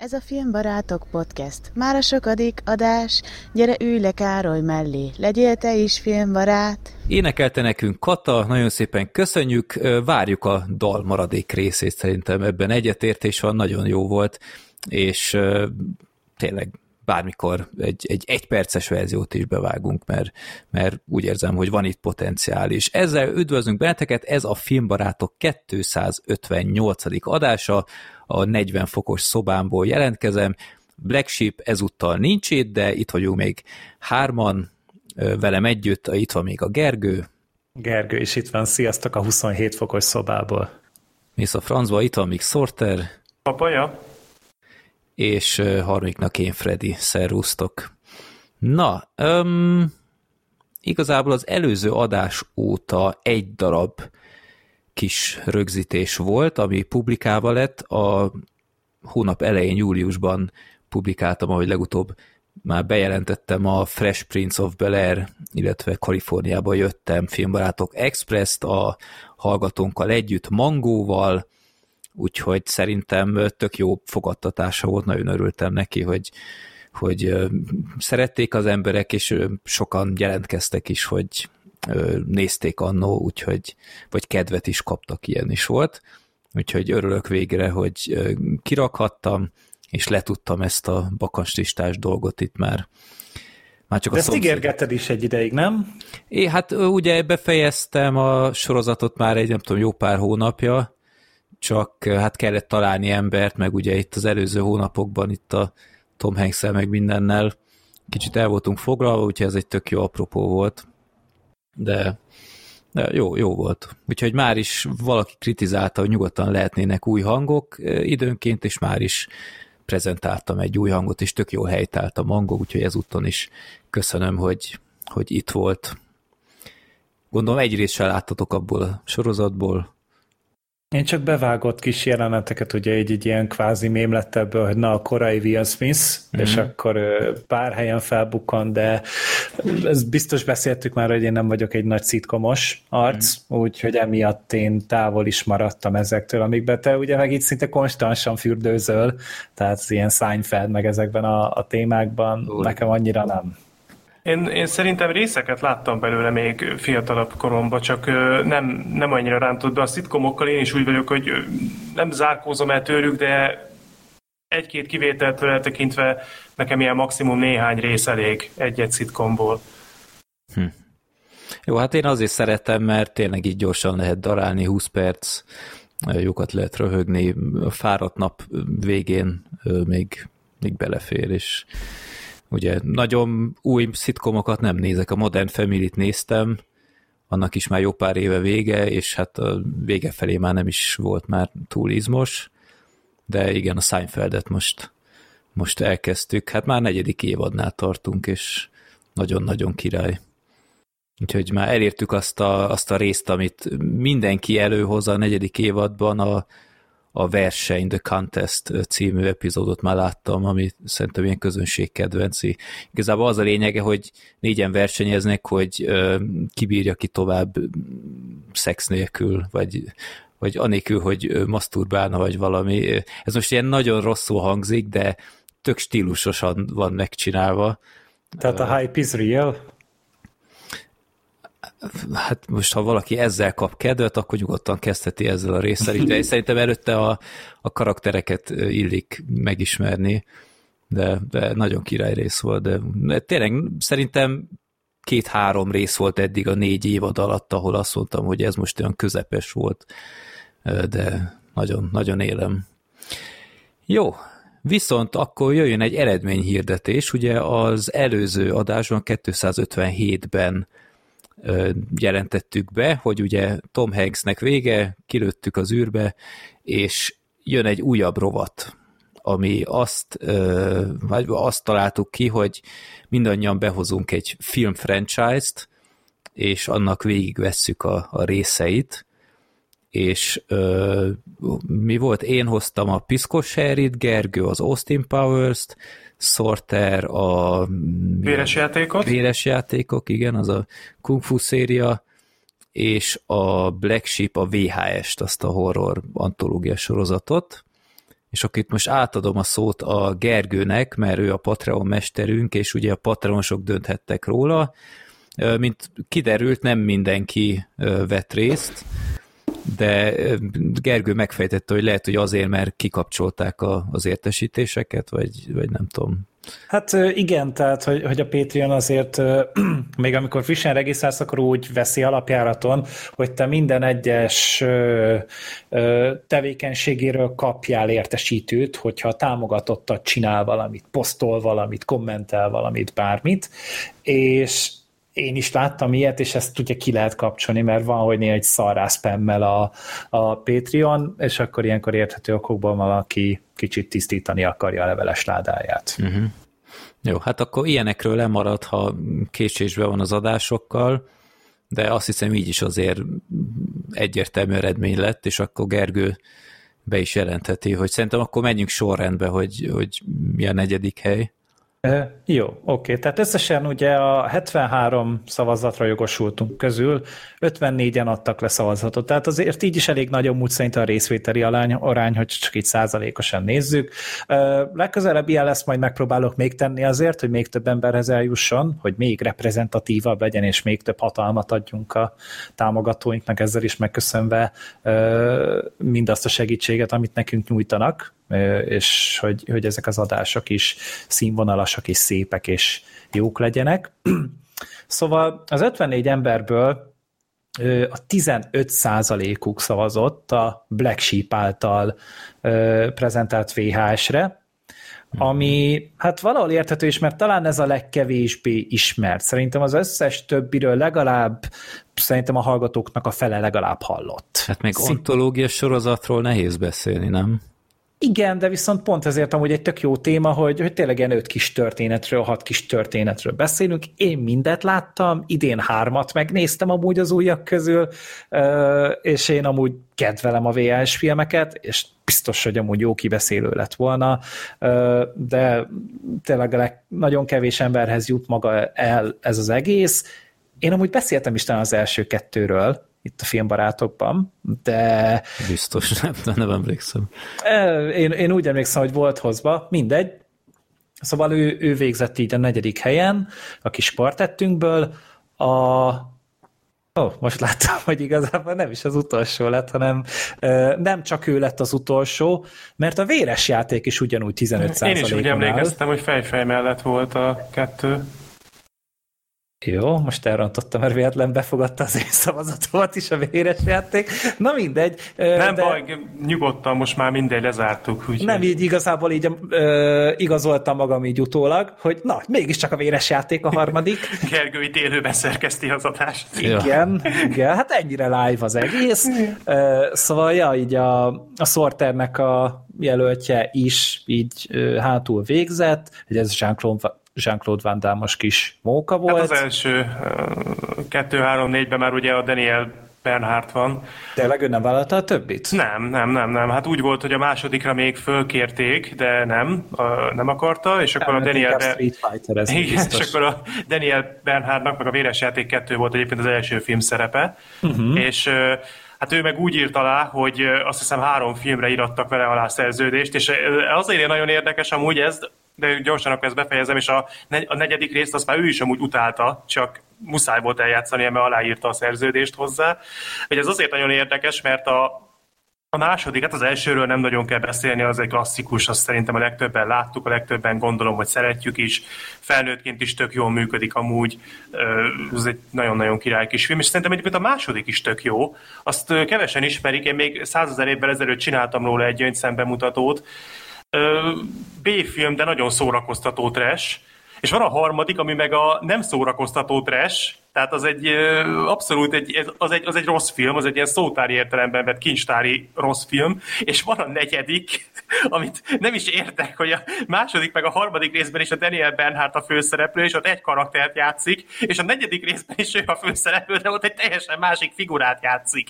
Ez a Filmbarátok podcast. Már a sokadik adás. Gyere, ülj le Károly mellé. Legyél te is filmbarát. Énekelte nekünk Kata, nagyon szépen köszönjük. Várjuk a dal maradék részét, szerintem ebben egyetértés van, nagyon jó volt, és tényleg bármikor egy egyperces verziót is bevágunk, mert úgy érzem, hogy van itt potenciál is. Ezzel üdvözlünk benneteket, ez a Filmbarátok 258. adása, a 40 fokos szobámból jelentkezem. Black Sheep ezúttal nincs itt, de itt vagyunk még hárman velem együtt, itt van még a Gergő. Gergő is itt van, sziasztok a 27 fokos szobából. Mész a francba, itt van még Sorter. Papaja. És harmadiknak én Freddy, szervusztok. Na, igazából az előző adás óta egy darab kis rögzítés volt, ami publikálva lett, a hónap elején, júliusban publikáltam, ahogy legutóbb már bejelentettem a Fresh Prince of Bel-Air, illetve Kaliforniába jöttem Filmbarátok Express-t a hallgatónkkal együtt, Mangóval, úgyhogy szerintem tök jó fogadtatása volt, nagyon örültem neki, hogy szerették az emberek, és sokan jelentkeztek is, hogy nézték annó, úgyhogy, vagy kedvet is kaptak, ilyen is volt. Úgyhogy örülök végre, hogy kirakhattam, és letudtam ezt a bakancslistás dolgot itt már. Csak de ezt ígérgetted is egy ideig, nem? Hát ugye befejeztem a sorozatot már egy, nem tudom, jó pár hónapja, csak hát kellett találni embert, meg ugye itt az előző hónapokban itt a Tom Hanks-el meg mindennel kicsit el voltunk foglalva, úgyhogy ez egy tök jó apropó volt. De jó volt. Úgyhogy már is valaki kritizálta, hogy nyugodtan lehetnének új hangok időnként, és már is prezentáltam egy új hangot, és tök jól helytált a Mango, úgyhogy ezúton is köszönöm, hogy itt volt. Gondolom egyrészt se láttatok abból a sorozatból. Én csak bevágott kis jeleneteket, ugye egy ilyen kvázi mém lett ebből, hogy na a korai Will Smith, és akkor pár helyen felbukkan, de ezt biztos beszéltük már, hogy én nem vagyok egy nagy szitkomos arc, úgyhogy emiatt én távol is maradtam ezektől, amikben te ugye meg itt szinte konstansan fürdőzöl, tehát az ilyen Seinfeld meg ezekben a témákban, nekem annyira nem. Én szerintem részeket láttam belőle még fiatalabb koromban, csak nem annyira rántott be a szitkomokkal. Én is úgy vagyok, hogy nem zárkózom el tőlük, de egy-két kivételtől eltekintve nekem ilyen maximum néhány rész elég egy-egy szitkomból. Jó, hát én azért szeretem, mert tényleg így gyorsan lehet darálni, 20 perc, jókat lehet röhögni, a fáradt nap végén még belefér, és ugye nagyon új szitkomokat nem nézek, a Modern Family-t néztem, annak is már jó pár éve vége, és hát a vége felé már nem is volt már túl izmos, de igen, a Seinfeldet most elkezdtük, hát már 4. évadnál tartunk, és nagyon-nagyon király. Úgyhogy már elértük azt a részt, amit mindenki előhoz a 4. évadban, a verseny, The Contest című epizódot már láttam, ami szerintem ilyen közönségkedvenci. Igazából az a lényege, hogy 4-en versenyeznek, hogy kibírja ki tovább szex nélkül, vagy anélkül, hogy maszturbálna, vagy valami. Ez most ilyen nagyon rosszul hangzik, de tök stílusosan van megcsinálva. Tehát a hype is real? Hát most, ha valaki ezzel kap kedvet, akkor nyugodtan kezdheti ezzel a résszel is, de szerintem előtte a karaktereket illik megismerni, de nagyon király rész volt, de tényleg szerintem 2-3 rész volt eddig a 4 évad alatt, ahol azt mondtam, hogy ez most olyan közepes volt, de nagyon, nagyon élem. Jó, viszont akkor jöjjön egy eredményhirdetés, ugye az előző adásban 257-ben jelentettük be, hogy ugye Tom Hanksnek vége, kilőttük az űrbe, és jön egy újabb rovat, ami azt találtuk ki, hogy mindannyian behozunk egy film franchise-t, és annak végigvesszük a részeit, és mi volt? Én hoztam a Piszkos Harryt, Gergő az Austin Powers-t, Sorter a Véres játékok, igen, az a Kung Fu széria, és a Black Sheep a VHS-t, azt a horror antológia sorozatot, és akkor itt most átadom a szót a Gergőnek, mert ő a Patreon mesterünk, és ugye a Patreonsok dönthettek róla. Mint kiderült, nem mindenki vett részt, de Gergő megfejtette, hogy lehet, hogy azért, mert kikapcsolták az értesítéseket, vagy nem tudom. Hát igen, tehát, hogy a Patreon azért, még amikor frissen regisztrálsz, akkor úgy veszi alapjáraton, hogy te minden egyes tevékenységéről kapjál értesítőt, hogyha a támogatottat csinál valamit, posztol valamit, kommentel valamit, bármit, és én is láttam ilyet, és ezt ugye ki lehet kapcsolni, mert van, hogy néha egy szarrá spammel a Patreon, és akkor ilyenkor érthető okokban valaki kicsit tisztítani akarja a leveles ládáját. Uh-huh. Jó, hát akkor ilyenekről lemarad, ha késésben van az adásokkal, de azt hiszem így is azért egyértelmű eredmény lett, és akkor Gergő be is jelentheti, hogy szerintem akkor menjünk sorrendbe, hogy mi a 4. hely. Jó, oké. Tehát összesen ugye a 73 szavazatra jogosultunk közül 54-en adtak le szavazatot. Tehát azért így is elég nagy amúgy szerintem a részvételi arány, hogy csak így százalékosan nézzük. Legközelebb ilyen lesz, majd megpróbálok még tenni azért, hogy még több emberhez eljusson, hogy még reprezentatívabb legyen, és még több hatalmat adjunk a támogatóinknak, ezzel is megköszönve mindazt a segítséget, amit nekünk nyújtanak, és hogy ezek az adások is színvonalasak és szépek és jók legyenek. Szóval az 54 emberből a 15%-uk szavazott a Black Sheep által prezentált VHS-re, ami hát valahol érthető is, mert talán ez a legkevésbé ismert. Szerintem az összes többiről legalább, szerintem a hallgatóknak a fele legalább hallott. Hát még ontológiás sorozatról nehéz beszélni, nem? Igen, de viszont pont ezért amúgy egy tök jó téma, hogy tényleg ilyen 5 kis történetről, 6 kis történetről beszélünk. Én mindet láttam, idén 3-at megnéztem amúgy az újak közül, és én amúgy kedvelem a VHS filmeket, és biztos, hogy amúgy jó kibeszélő lett volna, de tényleg nagyon kevés emberhez jut maga el ez az egész. Én amúgy beszéltem is talán az első 2-ről, itt a Filmbarátokban, de... Biztos, nem emlékszem. Én úgy emlékszem, hogy volt hozva, mindegy. Szóval ő végzett így a 4. helyen, a kis kvartettünkből. Most láttam, hogy igazából nem is az utolsó lett, hanem nem csak ő lett az utolsó, mert a Véres játék is ugyanúgy 15%-on Én is úgy emlékeztem, hogy fejfej mellett volt a 2. Jó, most elrontottam, mert véletlen befogadta az én szavazatomat is a Véres játék. Na mindegy. Nem baj, nyugodtan, most már mindegy, lezártuk. Úgy nem így igazából így igazoltam magam így utólag, hogy na, mégiscsak a Véres játék a 3. Gergő itt élőben szerkeszti az adást. Igen, hát ennyire live az egész. Szóval ja, így a Sorternek a jelöltje is így hátul végzett, hogy ez Jean-Claude Van Damme-os kis móka volt. Hát az első 2-3-4-ben már ugye a Daniel Bernhardt van. Tényleg ő nem vállalta a többit? Nem. Hát úgy volt, hogy a másodikra még fölkérték, de nem akarta, és akkor a Daniel és akkor a Daniel Bernhardtnak meg a Véres játék 2 volt egyébként az első film szerepe, és hát ő meg úgy írt alá, hogy azt hiszem 3 filmre írattak vele alá szerződést, és azért nagyon érdekes amúgy ez, de gyorsan akkor ezt befejezem, és a 4. részt azt már ő is amúgy utálta, csak muszáj volt eljátszani, mert aláírta a szerződést hozzá. Hogy ez azért nagyon érdekes, mert a második, hát az elsőről nem nagyon kell beszélni, az egy klasszikus, azt szerintem a legtöbben láttuk, a legtöbben gondolom, hogy szeretjük is, felnőttként is tök jól működik amúgy, ez egy nagyon-nagyon király kis film, és szerintem egyébként a második is tök jó, azt kevesen ismerik, én még 100 000 évvel ezelőtt csináltam róla egy gyöngyszembemutatót, B-film, de nagyon szórakoztató trash, és van a harmadik, ami meg a nem szórakoztató trash, tehát az egy abszolút az egy rossz film, az egy ilyen szótári értelemben vett kincstári rossz film, és van a 4., amit nem is értek, hogy a második meg a harmadik részben is a Daniel Bernhardt a főszereplő, és ott egy karaktert játszik, és a 4. részben is ő a főszereplő, de ott egy teljesen másik figurát játszik.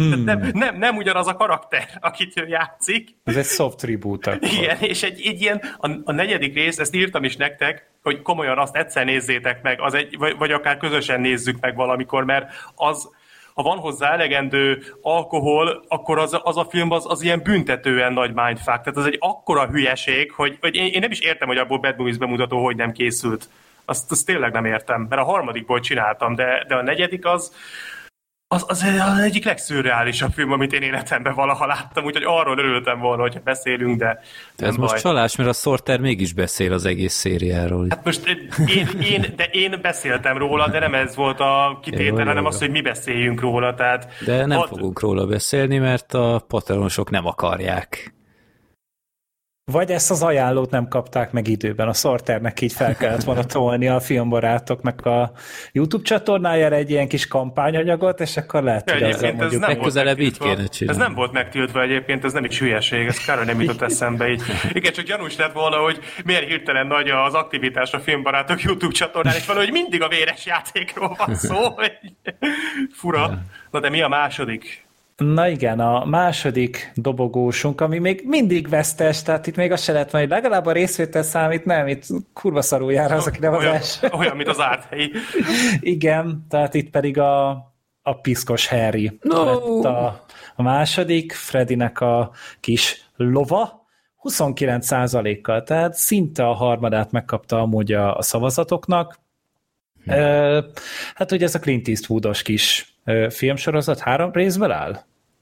Nem ugyanaz a karakter, akit ő játszik. Ez egy soft reboot akkor. Igen, és egy ilyen, a 4. rész, ezt írtam is nektek, hogy komolyan azt egyszer nézzétek meg, vagy akár közösen nézzük meg valamikor, mert ha van hozzá elegendő alkohol, akkor az a film az ilyen büntetően nagy mindfuck. Tehát az egy akkora hülyeség, hogy én nem is értem, hogy abból Bad Movies bemutató hogy nem készült. Azt tényleg nem értem, mert a harmadikból csináltam, de a negyedik az egyik legszürreálisabb film, amit én életemben valaha láttam, úgyhogy arról örültem volna, hogy beszélünk, de ez most baj. Csalás, mert a Sorter mégis beszél az egész szériáról. Hát most én beszéltem róla, de nem ez volt a kitétel, hanem az, hogy mi beszéljünk róla. Tehát de nem fogunk róla beszélni, mert a patronosok nem akarják. Vagy ezt az ajánlót nem kapták meg időben, a Sorternek így fel kellett volna tolni a Filmbarátoknak a YouTube csatornájára egy ilyen kis kampányanyagot, és akkor lehet, hogy ezzel mondjuk... Legközelebb így kéne csinálni. Ez nem volt megtiltva egyébként, ez nem is hülyeség, ez kár, hogy nem jutott eszembe így. Igen, csak gyanús lett volna, hogy miért hirtelen nagy az aktivitás a Filmbarátok YouTube csatornán, és valahogy mindig a véres játékról van szó. Fura. Na de mi a második? Na igen, a második dobogósunk, ami még mindig vesztes, tehát itt még azt se lehet mondani, hogy legalább a részvétel számít, nem, itt kurva szarul jár az, aki nem az első. Olyan, mint az Árthelyi. Igen, tehát itt pedig a piszkos Harry lett a második, Freddynek a kis lova, 29%-kal, tehát szinte a harmadát megkapta amúgy a szavazatoknak. Hát ugye ez a Clint Eastwoodos kis filmsorozat 3 részből áll?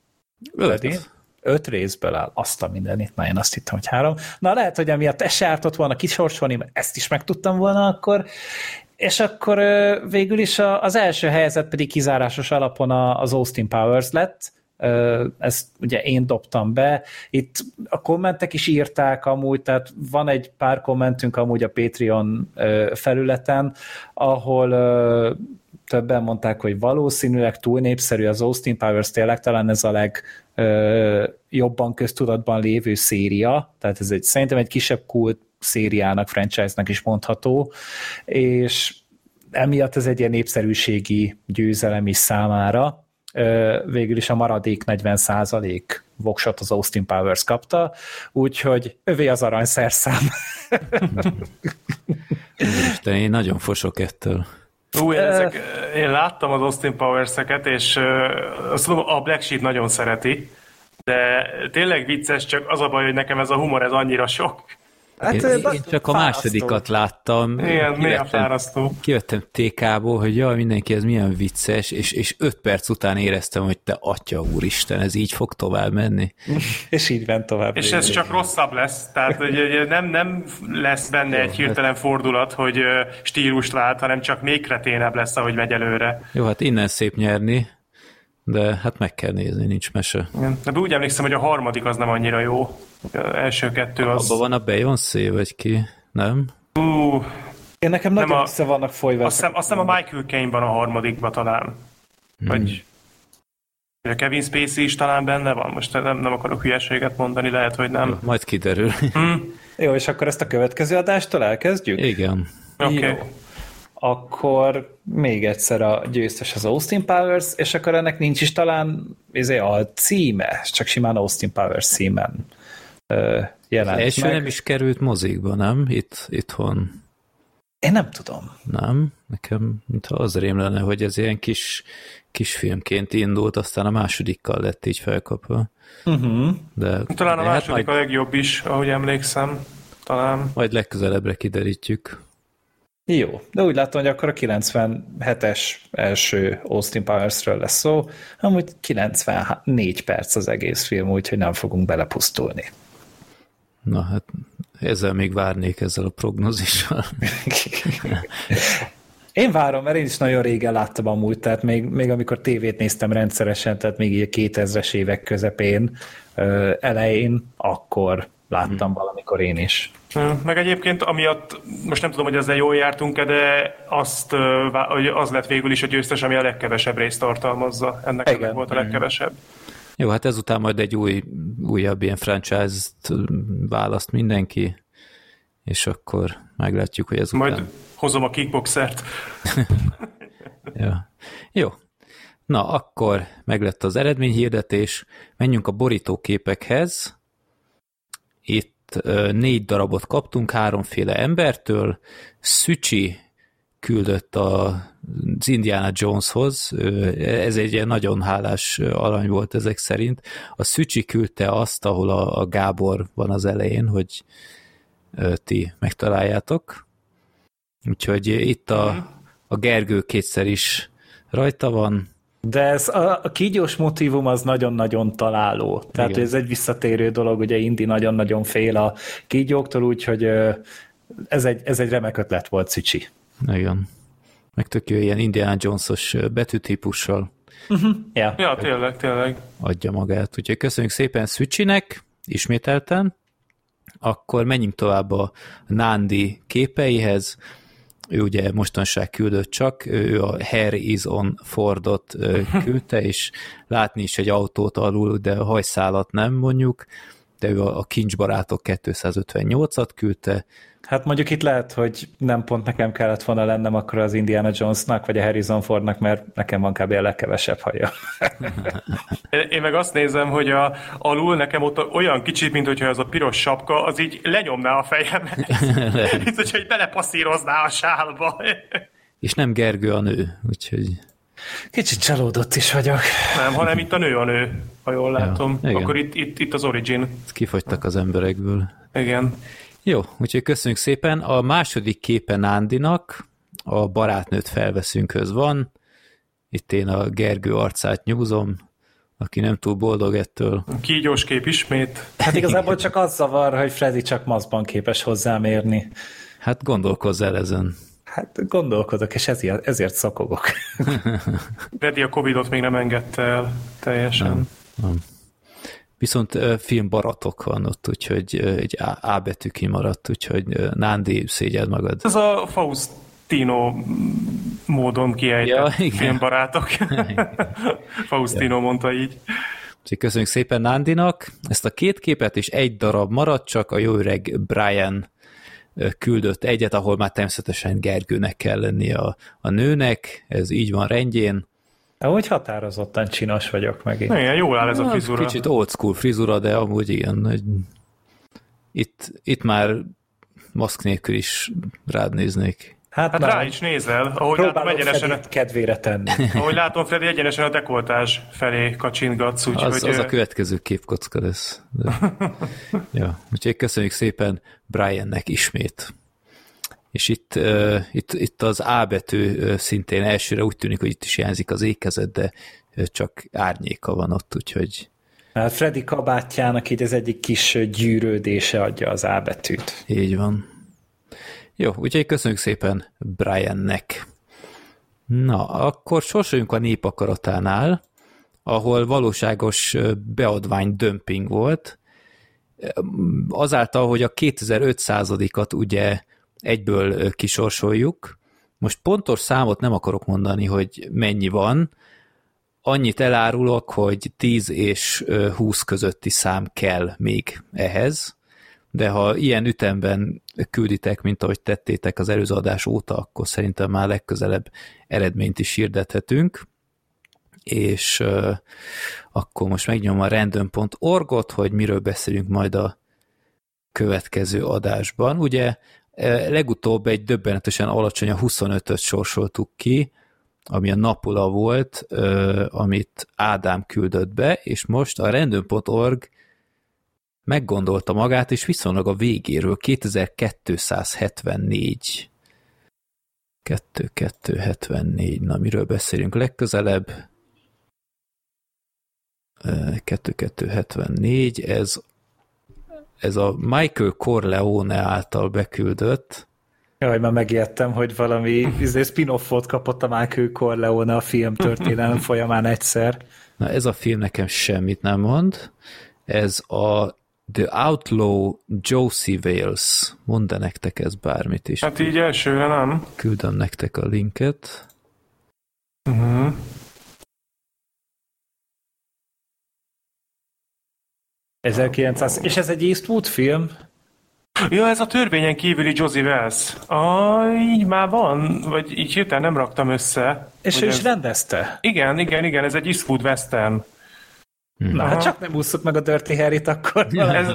5 részből áll. Azt a mindenit. Na, én azt hittem, hogy 3. Na, lehet, hogy emiatt ez se ártott volna kisorsolni, mert ezt is megtudtam volna akkor. És akkor végül is az első helyzet pedig kizárásos alapon az Austin Powers lett. Ezt ugye én dobtam be. Itt a kommentek is írták amúgy, tehát van egy pár kommentünk amúgy a Patreon felületen, ahol többen mondták, hogy valószínűleg túl népszerű az Austin Powers, tényleg talán ez a legjobban köztudatban lévő széria, tehát ez szerintem egy kisebb kult szériának, franchise-nak is mondható, és emiatt ez egy ilyen népszerűségi győzelem is számára. Végül is a maradék 40% voksot az Austin Powers kapta, úgyhogy övé az aranyszerszám. De én nagyon fosok ettől. Én láttam az Austin Powers-eket, és azt tudom, a Black Sheep nagyon szereti, de tényleg vicces, csak az a baj, hogy nekem ez a humor, ez annyira sok. Hát, én csak a másodikat láttam. Igen, milyen fárasztó. Kivettem TK-ból, hogy jaj, mindenki ez milyen vicces, és 5 perc után éreztem, hogy te atya úristen, ez így fog tovább menni. És így ment tovább. És ez csak rosszabb lesz, tehát hogy nem lesz benne egy hirtelen fordulat, hogy stílust vált, hanem csak még kreténebb lesz, ahogy megy előre. Jó, hát innen szép nyerni, de hát meg kell nézni, nincs mese. Igen. De úgy emlékszem, hogy a harmadik az nem annyira jó. Az első 2 az... Abban van a Beyoncé, vagy ki? Nem? Én nekem nagyon össze vannak folyva. Azt hiszem a Michael Caine van a harmadikban talán. Vagy a Kevin Spacey is talán benne van. Most nem akarok hülyeséget mondani, lehet, hogy nem. Jó, majd kiderül. Jó, és akkor ezt a következő adástól elkezdjük? Igen. Okay. Akkor még egyszer a győztes az Austin Powers, és akkor ennek nincs is talán a címe, csak simán Austin Powers címen jelent. Az első nem is került mozikba, nem? Itthon. Én nem tudom. Nem? Nekem mintha az rém lenne, hogy ez ilyen kis filmként indult, aztán a másodikkal lett így felkapva. De, talán a második a legjobb is, ahogy emlékszem. Talán. Majd legközelebbre kiderítjük. Jó, de úgy látom, hogy akkor a 97-es első Austin Powersről lesz szó, amúgy 94 perc az egész film, úgyhogy nem fogunk belepusztulni. Na hát ezzel még várnék ezzel a prognózissal. Én várom, mert én is nagyon régen láttam amúgy, tehát még amikor tévét néztem rendszeresen, tehát még így a 2000-es évek közepén, elején, akkor láttam valamikor én is. Meg egyébként amiatt, most nem tudom, hogy ezzel jól jártunk-e, de hogy az lett végül is a győztes, ami a legkevesebb részt tartalmazza. Ennek volt a legkevesebb. Jó, hát ezután majd egy újabb ilyen franchise-t választ mindenki, és akkor meglátjuk, hogy ezután... Majd hozom a kickboxert. Ja. Jó. Na, akkor meglett az eredményhirdetés. Menjünk a borítóképekhez. Itt 4 darabot kaptunk 3 embertől. Szücsi küldött az Indiana Joneshoz, ez egy ilyen nagyon hálás alany volt ezek szerint. A Szücsi küldte azt, ahol a Gábor van az elején, hogy ti megtaláljátok. Úgyhogy itt a Gergő kétszer is rajta van. De ez a kígyós motívum az nagyon-nagyon találó. Tehát igen. Ez egy visszatérő dolog, ugye Indi nagyon-nagyon fél a kígyóktól, úgyhogy ez egy remek ötlet volt Szücsi. Igen. Meg tök jó ilyen Indiana Jones-os betűtípussal. Ja, tényleg. Adja magát. Úgyhogy köszönjük szépen Szücsinek, ismételten. Akkor menjünk tovább a Nándi képeihez. Ő ugye mostanság küldött csak, ő a Hair is on Fordot küldte, és látni is egy autót alul, de a hajszálat nem mondjuk, de ő a Kincsbarátok 258-at küldte. Hát mondjuk itt lehet, hogy nem pont nekem kellett volna lennem akkor az Indiana Jonesnak, vagy a Harrison Fordnak, mert nekem van kb. A legkevesebb haja. Én meg azt nézem, hogy alul nekem ott olyan kicsit, mint hogyha ez a piros sapka, az így lenyomná a fejemet. Mint hogyha így belepasszírozná a sálba. És nem Gergő a nő, úgyhogy... Kicsit csalódott is vagyok. Nem, hanem itt a nő, ha jól látom. Ja, akkor itt az origin. Kifogytak az emberekből. Igen. Jó, úgyhogy köszönjük szépen. A második képe Nándinak a barátnőt felveszünkhöz van. Itt én a Gergő arcát nyúzom, aki nem túl boldog ettől. Kígyós kép ismét. Hát igazából csak az zavar, hogy Freddy csak maszkban képes hozzám érni. Hát gondolkozz el ezen. Hát gondolkodok, és ezért szakogok. Freddy a Covid-ot még nem engedte el teljesen. Nem. Viszont filmbaratok van ott, úgyhogy egy A betű kimaradt, úgyhogy Nándi, szégyeld magad. Ez a Faustino módon kiejtett filmbarátok. Faustino mondta így. Úgyhogy köszönjük szépen Nándinak. Ezt a két képet és egy darab maradt, csak a jó öreg Brian küldött egyet, ahol már természetesen Gergőnek kell lennie a nőnek, ez így van rendjén. Ahogy határozottan csinos vagyok megint. Igen, jól áll ez a frizura. Kicsit old school frizura, de amúgy igen. Itt már maszk nélkül is rád néznék. Hát rá is nézel, ahogy látom egyenesen kedvére tenni. Ahogy látom, Freddy egyenesen a dekoltázs felé kacsingatsz. Az a következő képkocka lesz. Ja, úgyhogy köszönjük szépen Briannek ismét. És itt az A betű szintén elsőre úgy tűnik, hogy itt is hiányzik az ékezet, de csak árnyéka van ott, úgyhogy... Hát Freddy kabátjának így az egyik kis gyűrődése adja az A betűt. Így van. Jó, úgyhogy köszönjük szépen Briannek. Na, akkor sorsoljunk a népakaratánál, ahol valóságos beadvány dömping volt. Azáltal, hogy a 2500-at ugye egyből kisorsoljuk. Most pontos számot nem akarok mondani, hogy mennyi van. Annyit elárulok, hogy 10 és 20 közötti szám kell még ehhez, de ha ilyen ütemben külditek, mint ahogy tettétek az előző adás óta, akkor szerintem már legközelebb eredményt is hirdethetünk. És akkor most megnyomom a random.org-ot, hogy miről beszélünk majd a következő adásban. Ugye legutóbb egy döbbenetesen alacsony a 25-öt sorsoltuk ki, ami a Napula volt, amit Ádám küldött be, és most a random.org meggondolta magát, és viszonylag a végéről 2274. 2274, na miről beszélünk legközelebb? 2274, ez a Michael Corleone által beküldött. Jaj, már megijedtem, hogy valami spin-offot kapott a Michael Corleone a film történelem folyamán egyszer. Na ez a film nekem semmit nem mond. Ez a The Outlaw Josie Wales. Mond-e nektek ez bármit is? Hát így elsőre nem. Küldöm nektek a linket. 1900. És ez egy Eastwood film? Ja, ez a törvényen kívüli Josie Wales. Így már van, vagy így hirtelen nem raktam össze. És ő is rendezte? Igen, ez egy Eastwood western. Na, hát csak nem ússzuk meg a Dirty Harryt akkor. Ez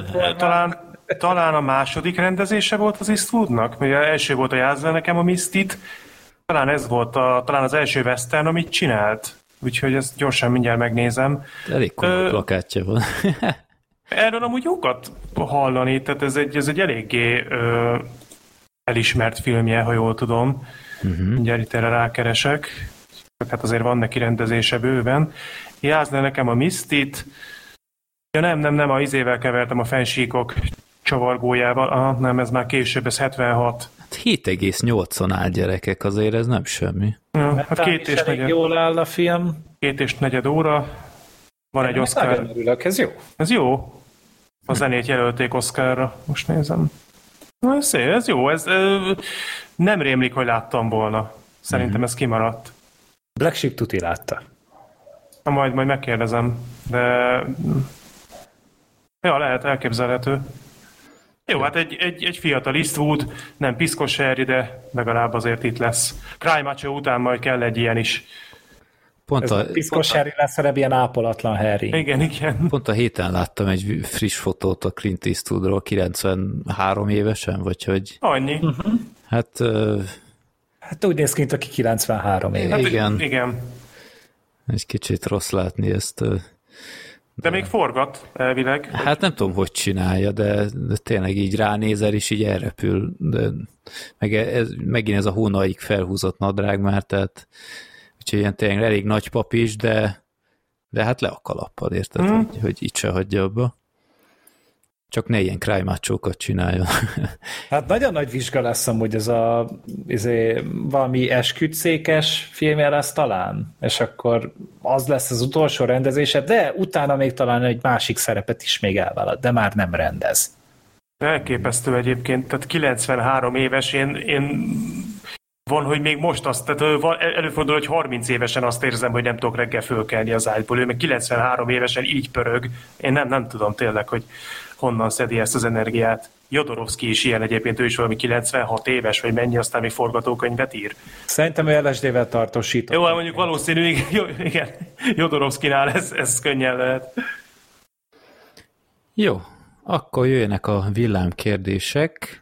talán a második rendezése volt az Eastwoodnak, mert az első volt a Jázzel nekem a Mistit, Talán ez volt talán az első western, amit csinált. Úgyhogy ezt gyorsan mindjárt megnézem. Elég komoly plakátja van. Erről amúgy jókat hallani, tehát ez egy eléggé elismert filmje, ha jól tudom. Mindjárt itt erre rákeresek. Hát azért van neki rendezése bőven. Jázd le nekem a Mistit. Ja nem, a izével kevertem, a Fensíkok csavargójával. Nem, ez már később, ez 76. Hát 7,8-on áll, gyerekek, azért ez nem semmi. Ja, hát 2,4. Jól áll a film. 2,4 óra. Van egy Oscar. Nagyon örülök, ez jó. Ez jó. A zenét jelölték Oscarra. Most nézem. Na, ez jó. Ez nem rémlik, hogy láttam volna. Szerintem ez kimaradt. Black Sheep tuti látta. Na, majd megkérdezem. De... Ja, lehet, elképzelhető. Jó, hát egy fiatal Eastwood, nem piszkos Harry, de legalább azért itt lesz. Cry Macho után majd kell egy ilyen is. Piszkos Harry lesz, hanem ilyen ápolatlan Harry. Igen. Pont a héten láttam egy friss fotót a Clint Eastwoodról, 93 évesen, vagy hogy... Annyi. Hát... Hát úgy néz ki, mint aki 93 éves. Hát, igen. Egy kicsit rossz látni ezt... De még forgat elvileg. Hát nem tudom, hogy csinálja, de tényleg így ránézel, és így elrepül. De megint ez a hónaig felhúzott nadrág már, tehát úgyhogy ilyen tényleg elég nagy pap is, de hát le a kalappal, érted, hogy itt se hagyja abba. Csak ne ilyen cry-macho-kat csináljon. Hát nagyon nagy vizsga lesz amúgy ez valami esküdszékes filmje lesz talán, és akkor az lesz az utolsó rendezése, de utána még talán egy másik szerepet is még elvállal, de már nem rendez. Elképesztő egyébként, tehát 93 éves, én van, hogy még most tehát előfordul, hogy 30 évesen azt érzem, hogy nem tudok reggel fölkelni az ágyból, ő meg 93 évesen így pörög, én nem tudom tényleg, hogy honnan szedi ezt az energiát. Jodorowsky is ilyen egyébként, ő is valami 96 éves, vagy mennyi, aztán még forgatókönyvet ír. Szerintem ő LSD-vel tartósított. Jó, mondjuk valószínű, igen, Jodorowskynál ez könnyen lehet. Jó, akkor jöjjenek a villámkérdések.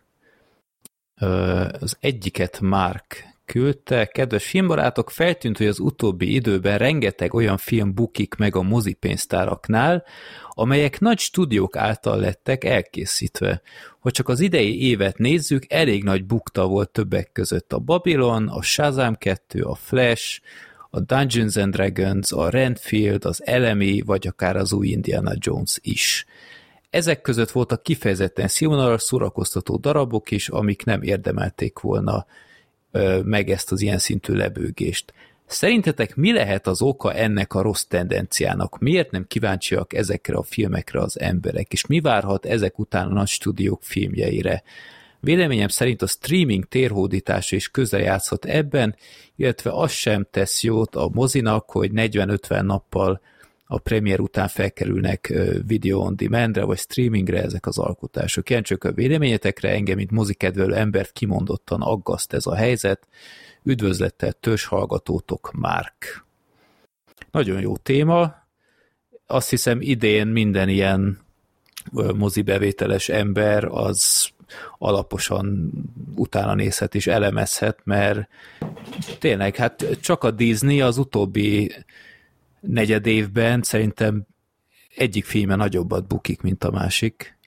Az egyiket Mark küldte. Kedves filmbarátok, feltűnt, hogy az utóbbi időben rengeteg olyan film bukik meg a mozipénztáraknál, amelyek nagy stúdiók által lettek elkészítve. Ha csak az idei évet nézzük, elég nagy bukta volt többek között a Babylon, a Shazam 2, a Flash, a Dungeons and Dragons, a Renfield, az LME, vagy akár az új Indiana Jones is. Ezek között voltak kifejezetten színvonalas szórakoztató darabok is, amik nem érdemelték volna meg ezt az ilyen szintű lebőgést. Szerintetek mi lehet az oka ennek a rossz tendenciának? Miért nem kíváncsiak ezekre a filmekre az emberek? És mi várhat ezek után a nagy stúdiók filmjeire? Véleményem szerint a streaming térhódítása is közrejátszhat ebben, illetve az sem tesz jót a mozinak, hogy 40-50 nappal a premier után felkerülnek video on demandre, vagy streamingre ezek az alkotások. Ilyen csak a véleményetekre, engem, mint mozikedvelő embert kimondottan aggaszt ez a helyzet. Üdvözlettel törzshallgatótok, Mark. Nagyon jó téma. Azt hiszem idén minden ilyen mozibevételes ember az alaposan utána nézhet és elemezhet, mert tényleg, hát csak a Disney az utóbbi negyed évben szerintem egyik filme nagyobbat bukik, mint a másik.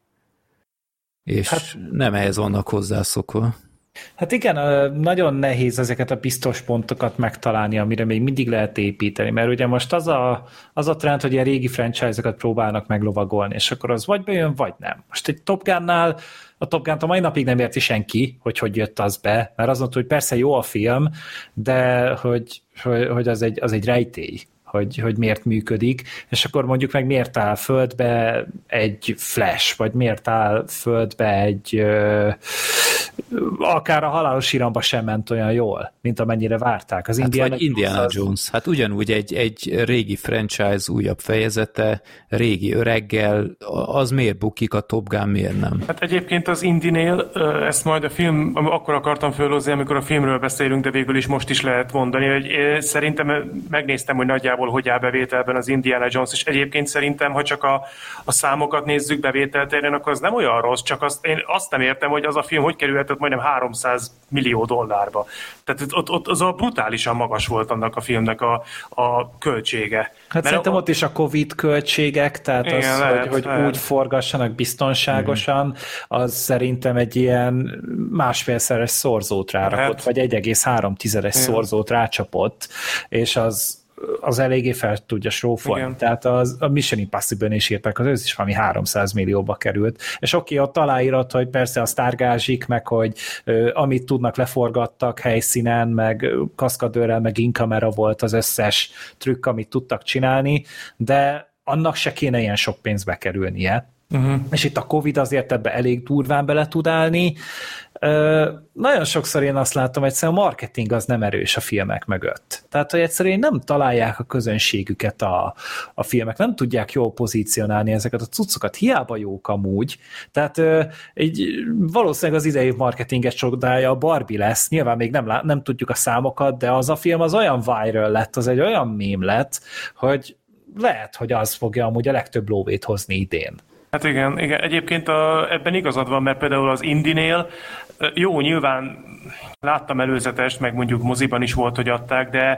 És hát, nem ehhez vannak hozzászokva. Hát igen, nagyon nehéz ezeket a biztos pontokat megtalálni, amire még mindig lehet építeni, mert ugye most az a trend, hogy ilyen régi franchise-okat próbálnak meglovagolni, és akkor az vagy bejön, vagy nem. Most egy Top Gunnál, a Top Gun-t a mai napig nem érti senki, hogy jött az be, mert az mondta, hogy persze jó a film, de hogy az egy rejtély, hogy miért működik, és akkor mondjuk meg miért áll földbe egy Flash, vagy miért áll földbe egy akár a halálos iramba sem ment olyan jól, mint amennyire várták. Az Indiana Jones. Hát ugyanúgy egy régi franchise újabb fejezete, régi öreggel, az miért bukik, a Top Gun miért nem? Hát egyébként az Indinél, ezt majd a film, akkor akartam fölhozni, amikor a filmről beszélünk, de végül is most is lehet mondani, hogy szerintem megnéztem, hogy nagyjából hogy áll bevételben az Indiana Jones, és egyébként szerintem, ha csak a számokat nézzük bevételtérén, akkor az nem olyan rossz, csak én azt nem értem, hogy az a film hogy kerülhet tehát majdnem $300 millió. Tehát ott az a brutálisan magas volt annak a filmnek a költsége. Hát szerintem ott is a Covid költségek, tehát igen, az, lehet, hogy úgy forgassanak biztonságosan, az szerintem egy ilyen 1,5-szeres szorzót rárakott, vagy 1,3-szeres szorzót rácsapott, és az eléggé fel tudja srófolni. Tehát a Mission Impossible-n is írták, az is valami 300 millióba került. És oké, ott aláírat, hogy persze a sztárgázsik, meg hogy amit tudnak leforgattak helyszínen, meg kaszkadőrrel, meg in-kamera volt az összes trükk, amit tudtak csinálni, de annak se kéne ilyen sok pénzbe kerülnie. És itt a Covid azért ebbe elég durván bele tud állni. Nagyon sokszor én azt látom, hogy a marketing az nem erős a filmek mögött. Tehát, hogy egyszerűen nem találják a közönségüket a filmek, nem tudják jól pozícionálni ezeket a cuccokat, hiába jók amúgy. Tehát valószínűleg az idei marketinges csodája a Barbie lesz, nyilván még nem tudjuk a számokat, de az a film az olyan viral lett, az egy olyan mém lett, hogy lehet, hogy az fogja amúgy a legtöbb lóvét hozni idén. Hát igen. Egyébként ebben igazad van, mert például az Indinél, jó, nyilván láttam előzetest, meg mondjuk moziban is volt, hogy adták, de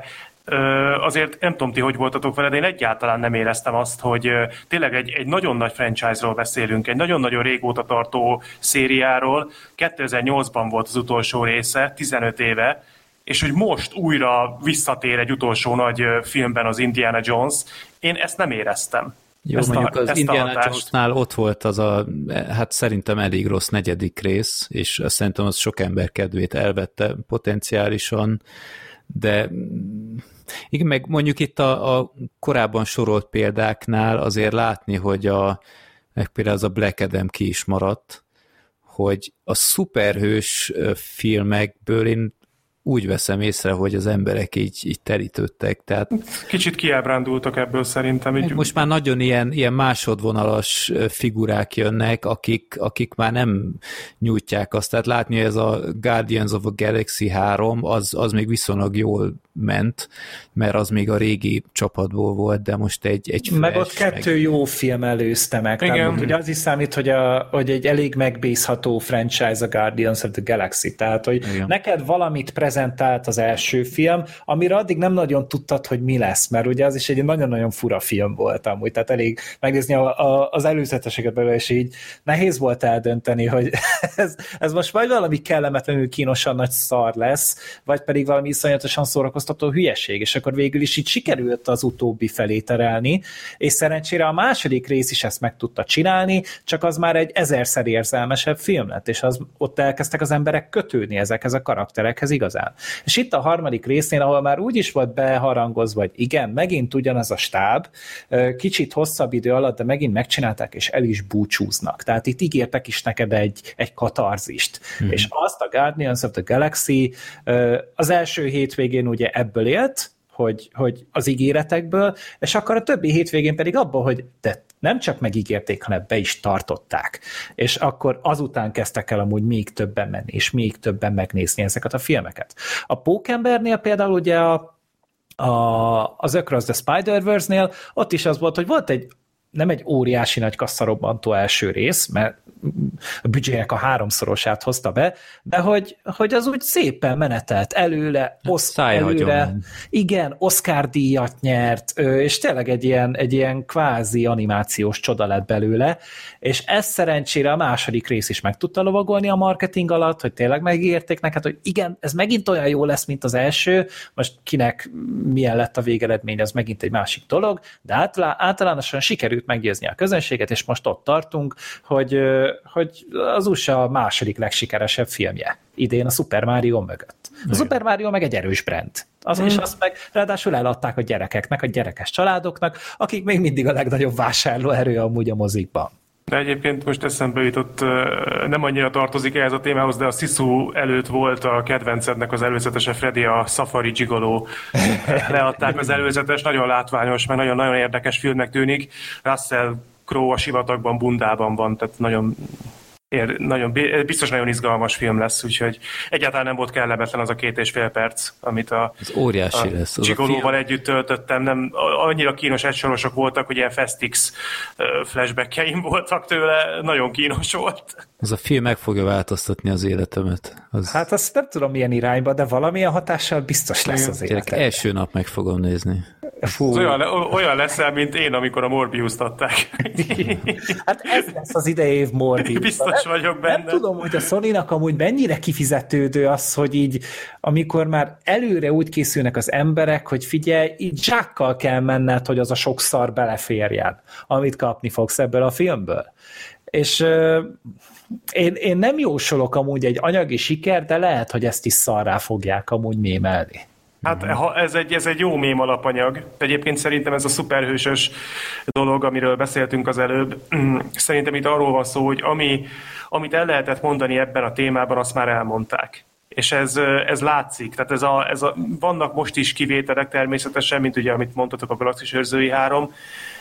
azért nem tudom ti, hogy voltatok vele, de én egyáltalán nem éreztem azt, hogy tényleg egy nagyon nagy franchise-ról beszélünk, egy nagyon-nagyon régóta tartó szériáról. 2008-ban volt az utolsó része, 15 éve, és hogy most újra visszatér egy utolsó nagy filmben az Indiana Jones, én ezt nem éreztem. Jó, mondjuk az Indiana Jonesnál ott volt az hát szerintem elég rossz 4. rész, és szerintem az sok ember kedvét elvette potenciálisan, de igen, meg mondjuk itt a korábban sorolt példáknál azért látni, hogy meg például az a Black Adam ki is maradt, hogy a szuperhős filmekből én úgy veszem észre, hogy az emberek így terítődtek. Tehát kicsit kiábrándultak ebből szerintem. Most már nagyon ilyen másodvonalas figurák jönnek, akik már nem nyújtják azt. Tehát látni, hogy ez a Guardians of the Galaxy 3, az még viszonylag jól ment, mert az még a régi csapatból volt, de most egy Flash, meg ott 2 jó film előzte meg. Tehát, ugye az is számít, hogy egy elég megbízható franchise a Guardians of the Galaxy. Tehát, hogy neked valamit prezentált az első film, amire addig nem nagyon tudtad, hogy mi lesz, mert ugye az is egy nagyon-nagyon fura film volt amúgy, tehát elég megnézni az előzeteseket belőle, és így nehéz volt eldönteni, hogy ez most vagy valami kellemetlenül kínosan nagy szar lesz, vagy pedig valami iszonyatosan szórakoztató hülyeség, és akkor végül is így sikerült az utóbbi felé terelni, és szerencsére a második rész is ezt meg tudta csinálni, csak az már egy 1000-szer érzelmesebb film lett, és ott elkezdtek az emberek kötődni ezekhez a karakterekhez igazán. És itt a harmadik résznél, ahol már úgy is volt beharangozva, hogy igen, megint ugyanaz a stáb, kicsit hosszabb idő alatt, de megint megcsinálták, és el is búcsúznak. Tehát itt ígértek is neked egy katarzist. És azt a Guardians of the Galaxy az első hétvégén ugye ebből élt, hogy az ígéretekből, és akkor a többi hétvégén pedig abból, hogy de nem csak megígérték, hanem be is tartották. És akkor azután kezdtek el amúgy még többen menni, és még többen megnézni ezeket a filmeket. A Pókembernél például ugye az Across the Spider-Verse-nél ott is az volt, hogy volt nem egy óriási nagy kasszarobbantó első rész, mert a büdzsének a 3-szorosát hozta be, de hogy az úgy szépen menetelt előre, igen, Oscar-díjat nyert, és tényleg egy ilyen kvázi animációs csoda lett belőle, és ez szerencsére a második rész is meg tudta lovagolni a marketing alatt, hogy tényleg megígérték neked, hogy igen, ez megint olyan jó lesz, mint az első, most kinek milyen lett a végeredmény, az megint egy másik dolog, de általánosan sikerült meggyőzni a közönséget, és most ott tartunk, hogy az USA második legsikeresebb filmje idén a Super Mario mögött. A Super Mario meg egy erős brand. És azt meg ráadásul eladták a gyerekeknek, a gyerekes családoknak, akik még mindig a legnagyobb vásárlóerő amúgy a mozikban. De egyébként most eszembe jutott, nem annyira tartozik ehhez a témához, de a Sisu előtt volt a kedvencednek az előzetese, Freddy a Safari Gigolo. Leadták az előzetes, nagyon látványos, mert nagyon-nagyon érdekes filmnek tűnik. Russell Crowe a sivatagban, bundában van, tehát nagyon biztos nagyon izgalmas film lesz, úgyhogy egyáltalán nem volt kellemetlen az a 2,5 perc, amit az óriási lesz. Csigolóval együtt töltöttem. Nem, annyira kínos egysorosok voltak, hogy ilyen Festix flashbackjeim voltak tőle, nagyon kínos volt. Az a film meg fogja változtatni az életemet. Hát azt nem tudom milyen irányba, de valamilyen hatással biztos lesz az életemben. Első nap meg fogom nézni. Olyan leszel, mint én, amikor a Morbius-t adták. Hát ez lesz az idei év Morbius. Biztos vagyok benne. Nem tudom, hogy a Sony-nak amúgy mennyire kifizetődő az, hogy így, amikor már előre úgy készülnek az emberek, hogy figyelj, így zsákkal kell menned, hogy az a sok szar beleférjen, amit kapni fogsz ebből a filmből. És én nem jósolok amúgy egy anyagi siker, de lehet, hogy ezt is szarrá fogják amúgy mémelni. Hát ez egy jó mém alapanyag. Egyébként szerintem ez a szuperhősös dolog, amiről beszéltünk az előbb, szerintem itt arról van szó, hogy amit el lehetett mondani ebben a témában, azt már elmondták. És ez látszik. Tehát vannak most is kivételek természetesen, mint ugye, amit mondtatok, a Galaxis Őrzői 3,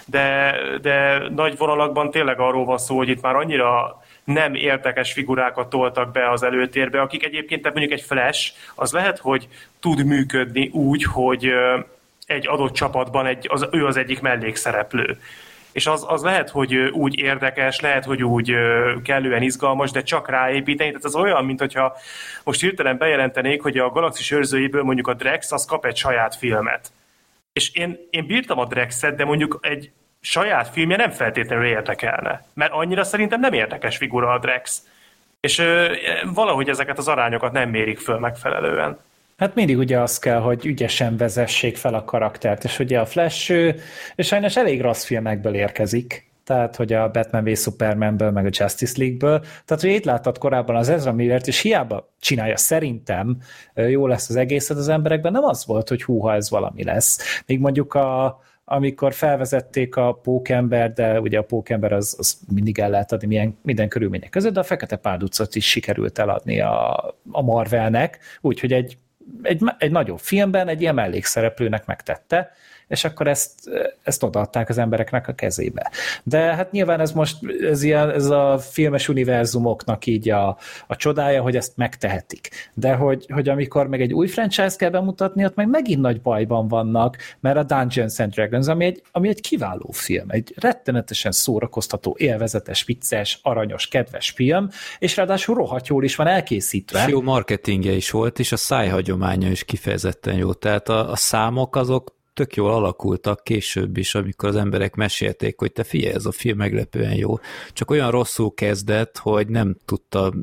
de nagy vonalakban tényleg arról van szó, hogy itt már annyira nem érdekes figurákat toltak be az előtérbe, akik egyébként, tehát mondjuk egy Flash, az lehet, hogy tud működni úgy, hogy egy adott csapatban ő az egyik mellékszereplő. És az lehet, hogy úgy érdekes, lehet, hogy úgy kellően izgalmas, de csak ráépíteni. Tehát ez olyan, mint hogyha most hirtelen bejelentenék, hogy a Galaxis Őrzőjéből mondjuk a Drex, az kap egy saját filmet. És én bírtam a Drexet, de mondjuk egy saját filmje nem feltétlenül érdekelne. Mert annyira szerintem nem érdekes figura a Drex. És valahogy ezeket az arányokat nem mérik föl megfelelően. Hát mindig ugye az kell, hogy ügyesen vezessék fel a karaktert, és ugye a Flash, és sajnos elég rossz filmekből érkezik, tehát hogy a Batman v Supermanből, meg a Justice League-ből, tehát hogy itt láttad korábban az Ezra Millert, és hiába csinálja szerintem, jó lesz az egészet az emberekben, nem az volt, hogy húha, ez valami lesz. Még mondjuk amikor felvezették a Pókember, de ugye a Pókember az mindig el lehet adni minden körülmények között, de a Fekete Pálducot is sikerült eladni a Marvelnek, úgyhogy egy nagyobb filmben egy ilyen mellékszereplőnek megtette, és akkor ezt odaadták az embereknek a kezébe. De hát nyilván ez a filmes univerzumoknak így a csodája, hogy ezt megtehetik. De hogy amikor meg egy új franchise kell bemutatni, ott meg megint nagy bajban vannak, mert a Dungeons and Dragons, ami egy kiváló film, egy rettenetesen szórakoztató, élvezetes, vicces, aranyos, kedves film, és ráadásul rohadt jól is van elkészítve. Jó marketingje is volt, és a szájhagyománya is kifejezetten jó. Tehát a számok azok tök jól alakultak később is, amikor az emberek mesélték, hogy te figyelj, ez a film meglepően jó. Csak olyan rosszul kezdett, hogy nem tudta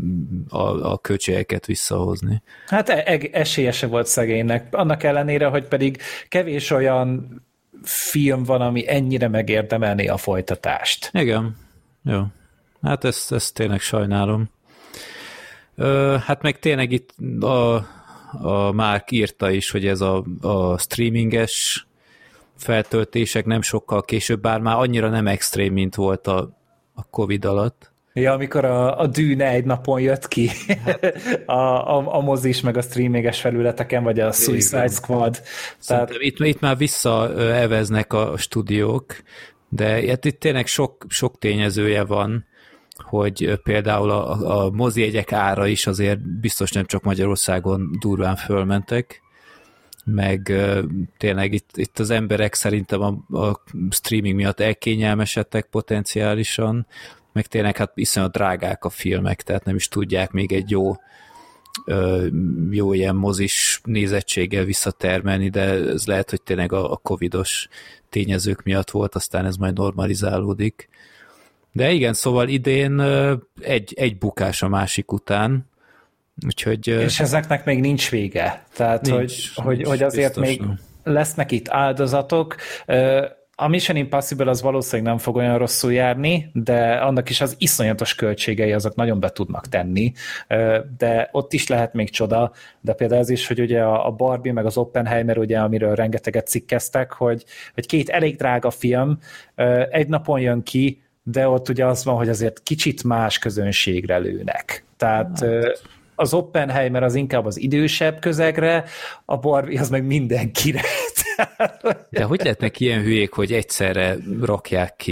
a költségeket visszahozni. Hát esélyese volt szegénynek. Annak ellenére, hogy pedig kevés olyan film van, ami ennyire megérdemelné a folytatást. Igen. Jó. Hát ezt tényleg sajnálom. Hát meg tényleg itt a Mark írta is, hogy ez a streaminges feltöltések nem sokkal később, bár már annyira nem extrém, mint volt a Covid alatt. Ja, amikor a Dűne egy napon jött ki, a mozis meg a streaminges felületeken, vagy a Suicide Squad. Tehát... Itt már visszaeveznek a stúdiók, de hát itt tényleg sok tényezője van, hogy például a mozijegyek ára is azért biztos nem csak Magyarországon durván fölmentek, meg tényleg itt az emberek szerintem a streaming miatt elkényelmesedtek potenciálisan, meg tényleg hát iszonyat drágák a filmek, tehát nem is tudják még egy jó ilyen mozis nézettséggel visszatermelni, de ez lehet, hogy tényleg a covidos tényezők miatt volt, aztán ez majd normalizálódik. De igen, szóval idén egy bukás a másik után, úgyhogy... És ezeknek még nincs vége. Tehát, hogy azért még lesznek itt áldozatok. A Mission Impossible az valószínűleg nem fog olyan rosszul járni, de annak is az iszonyatos költségei azok nagyon be tudnak tenni, de ott is lehet még csoda, de például ez is, hogy ugye a Barbie meg az Oppenheimer, ugye, amiről rengeteget cikkeztek, hogy két elég drága film egy napon jön ki, de ott ugye az van, hogy azért kicsit más közönségre lőnek. Tehát az Oppenheimer az inkább az idősebb közegre, a Barbie az meg mindenkire. De hogy lehetnek ilyen hülyék, hogy egyszerre rakják ki?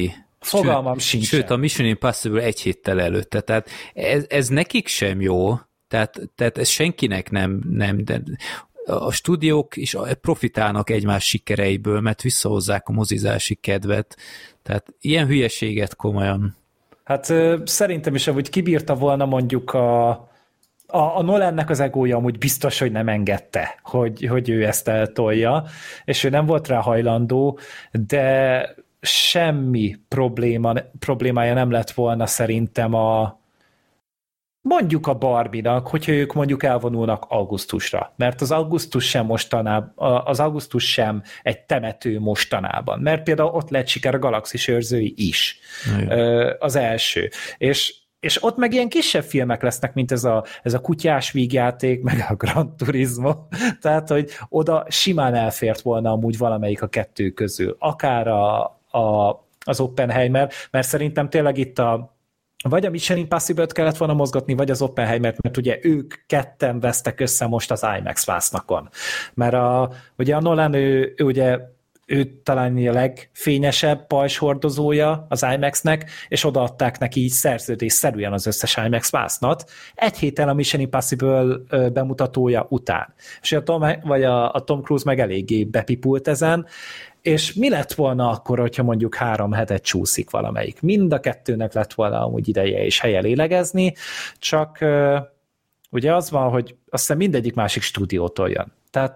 Fogalmam sincs. Sőt, a Mission Impossible 1 héttel előtte, tehát ez nekik sem jó, tehát ez senkinek nem, de a stúdiók is profitálnak egymás sikereiből, mert visszahozzák a mozizási kedvet, tehát ilyen hülyeséget komolyan. Hát szerintem is, hogy kibírta volna mondjuk a Nolannek az egója amúgy biztos, hogy nem engedte, hogy ő ezt eltolja, és ő nem volt rá hajlandó, de semmi problémája nem lett volna szerintem mondjuk a Barbie-nak, hogyha ők mondjuk elvonulnak augusztusra, mert az augusztus sem egy temető mostanában, mert például ott lett siker a Galaxis őrzői is, az első, és ott meg ilyen kisebb filmek lesznek, mint ez a kutyás vígjáték, meg a Gran Turismo, tehát, hogy oda simán elfért volna amúgy valamelyik a kettő közül, akár az Oppenheimer, mert szerintem tényleg itt vagy a Mission Impossible-t kellett volna mozgatni, vagy az Oppenheimert, mert ugye ők ketten vesztek össze most az IMAX vásznakon. Mert ugye a Nolan, ő talán a legfényesebb pajzshordozója az IMAX-nek, és odaadták neki így szerződésszerűen az összes IMAX vásznat, 1 héttel a Mission Impossible bemutatója után. És a Tom Cruise meg eléggé bepipult ezen, és mi lett volna akkor, hogyha mondjuk 3 hetet csúszik valamelyik? Mind a kettőnek lett volna amúgy ideje és helye lélegezni, csak ugye az van, hogy azt hiszem mindegyik másik stúdiótól jön. Tehát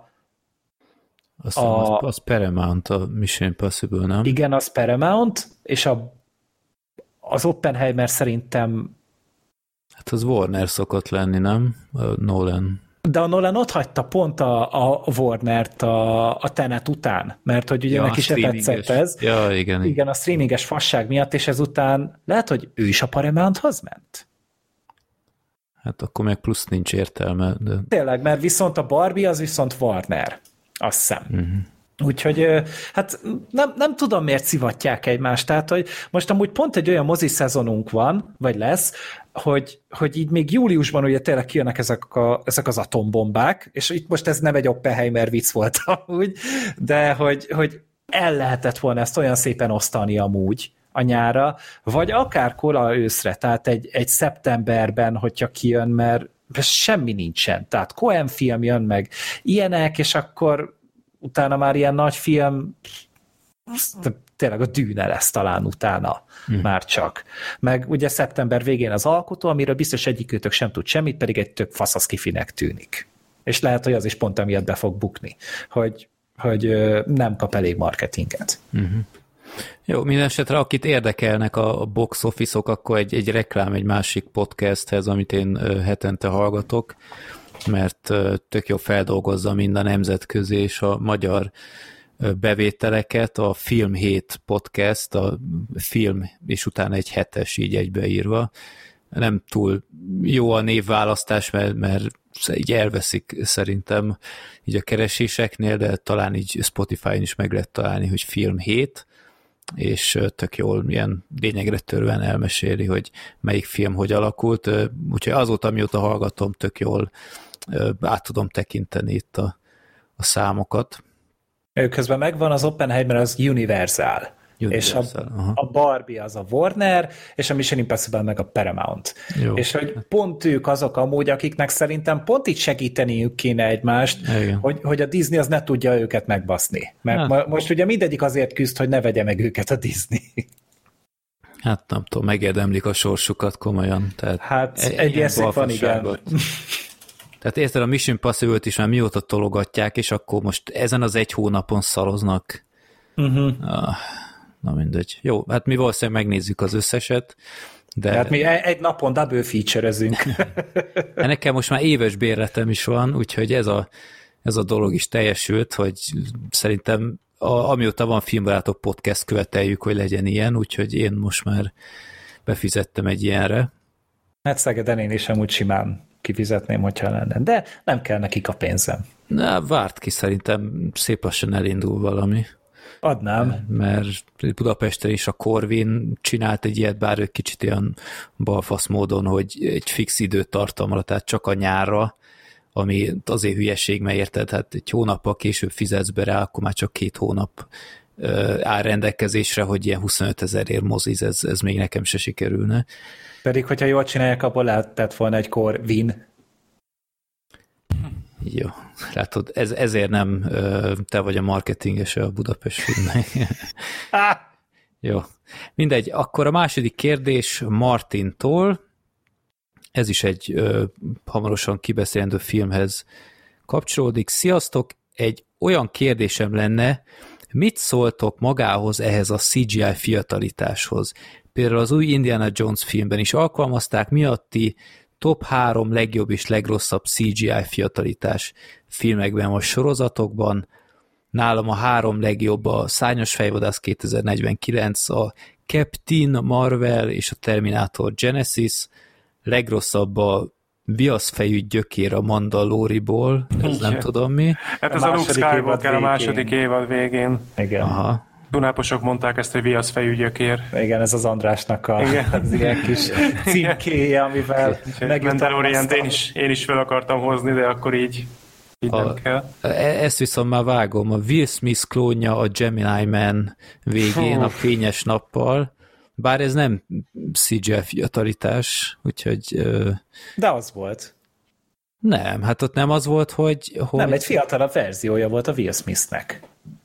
az Paramount, a Mission Impossible, nem? Igen, az Paramount, és az Oppenheimer szerintem... Hát az Warner szokott lenni, nem? A Nolan. De a Nolan ott hagyta pont a Warnert a Tenet után, mert hogy ugye neki se tetszett ez. Ja, igen. Igen, a streaminges fasság miatt, és ezután lehet, hogy ő is a Paramounthoz ment? Hát akkor meg plusz nincs értelme. De... Tényleg, mert viszont a Barbie az viszont Warner, azt hiszem. Uh-huh. Úgyhogy hát nem tudom, miért szivatják egymást, tehát hogy most amúgy pont egy olyan mozi szezonunk van, vagy lesz, hogy így még júliusban ugye tényleg kijönnek ezek az atombombák, és itt most ez nem egy Oppenheimer vicc volt amúgy, de hogy el lehetett volna ezt olyan szépen osztani amúgy a nyára, vagy akár kola őszre, tehát egy szeptemberben, hogyha kijön, mert semmi nincsen, tehát Coen film jön meg ilyenek, és akkor utána már ilyen nagy film, tényleg a Dűne lesz talán utána már csak. Meg ugye szeptember végén az Alkotó, amiről biztos egyikőtök sem tud semmit, pedig egy tök faszaszkifinek tűnik. És lehet, hogy az is pont amiatt be fog bukni, hogy nem kap elég marketinget. Jó, minden esetre akit érdekelnek a box office-ok, akkor egy reklám egy másik podcasthez, amit én hetente hallgatok, mert tök jó feldolgozza mind a nemzetközi és a magyar bevételeket, a Film 7 podcast, a film és utána egy 7-es így egybeírva. Nem túl jó a névválasztás, mert így elveszik szerintem így a kereséseknél, de talán így Spotify-n is meg lehet találni, hogy Film 7, és tök jól ilyen lényegre törően elmeséli, hogy melyik film hogy alakult, úgyhogy azóta, mióta hallgatom, tök jól át tudom tekinteni itt a számokat. Közben megvan az Oppenheimer, az Universal. És a Barbie az a Warner, és a Mission Impossible meg a Paramount. Jó. És hogy pont ők azok amúgy, akiknek szerintem pont itt segíteniük kéne egymást, hogy a Disney az ne tudja őket megbaszni. Mert most ugye mindegyik azért küzd, hogy ne vegye meg őket a Disney. Hát nem tudom, megérdemlik a sorsukat komolyan. Tehát hát egy eszük van, igen. Tehát érted, a Mission Impossible-t is már mióta tologatják, és akkor most ezen az 1 hónapon szaroznak. Na mindegy. Jó, hát mi valószínűleg megnézzük az összeset, de... Hát mi egy napon double feature-ezünk. Nekem most már éves bérletem is van, úgyhogy ez a dolog is teljesült, hogy szerintem amióta van Filmbarátok podcast, követeljük, hogy legyen ilyen, úgyhogy én most már befizettem egy ilyenre. Hát Szegeden én is amúgy simán kifizetném, hogyha lenne, de nem kell nekik a pénzem. Na, várt ki, szerintem szép lassan elindul valami. Adnám. Mert Budapesten is a Corvin csinált egy ilyet, bár ők kicsit olyan balfasz módon, hogy egy fix időtartamra, tehát csak a nyárra, ami azért hülyeség, mert érted, hát egy hónappal később fizetsz be rá, akkor már csak 2 hónap áll rendelkezésre, hogy ilyen 25 000-ért moziz, ez még nekem se sikerülne. Pedig, hogyha jól csinálják, abból lehetett volna egy win. Jó, látod, ezért nem te vagy a marketingese a Budapest filmnek. Jó, mindegy. Akkor a második kérdés Martintól. Ez is egy hamarosan kibeszélendő filmhez kapcsolódik. Sziasztok! Egy olyan kérdésem lenne, mit szóltok magához ehhez a CGI fiatalitáshoz? Például az új Indiana Jones filmben is alkalmazták, miatti top 3 legjobb és legrosszabb CGI fiatalitás filmekben vagy sorozatokban. Nálam a 3 legjobb a Szárnyas fejvadász 2049, a Captain Marvel és a Terminator Genesis, legrosszabb a viaszfejű gyökér a Mandaloriból, ez nem tudom mi. Hát ez a Luke Skywalker a második évad végén. Igen. Aha. Dunáposok mondták ezt, hogy viaszfejű gyökér. Igen, ez az Andrásnak az ilyen kis címkéje, amivel Mandalorient én is fel akartam hozni, de akkor így nem kell. Ezt viszont már vágom. A Will Smith klónja a Gemini Man végén a fényes nappal, bár ez nem CGI fiatalitás, úgyhogy... De az volt. Nem, hát ott nem az volt, hogy... Nem, egy fiatalabb verziója volt a Will Smithnek.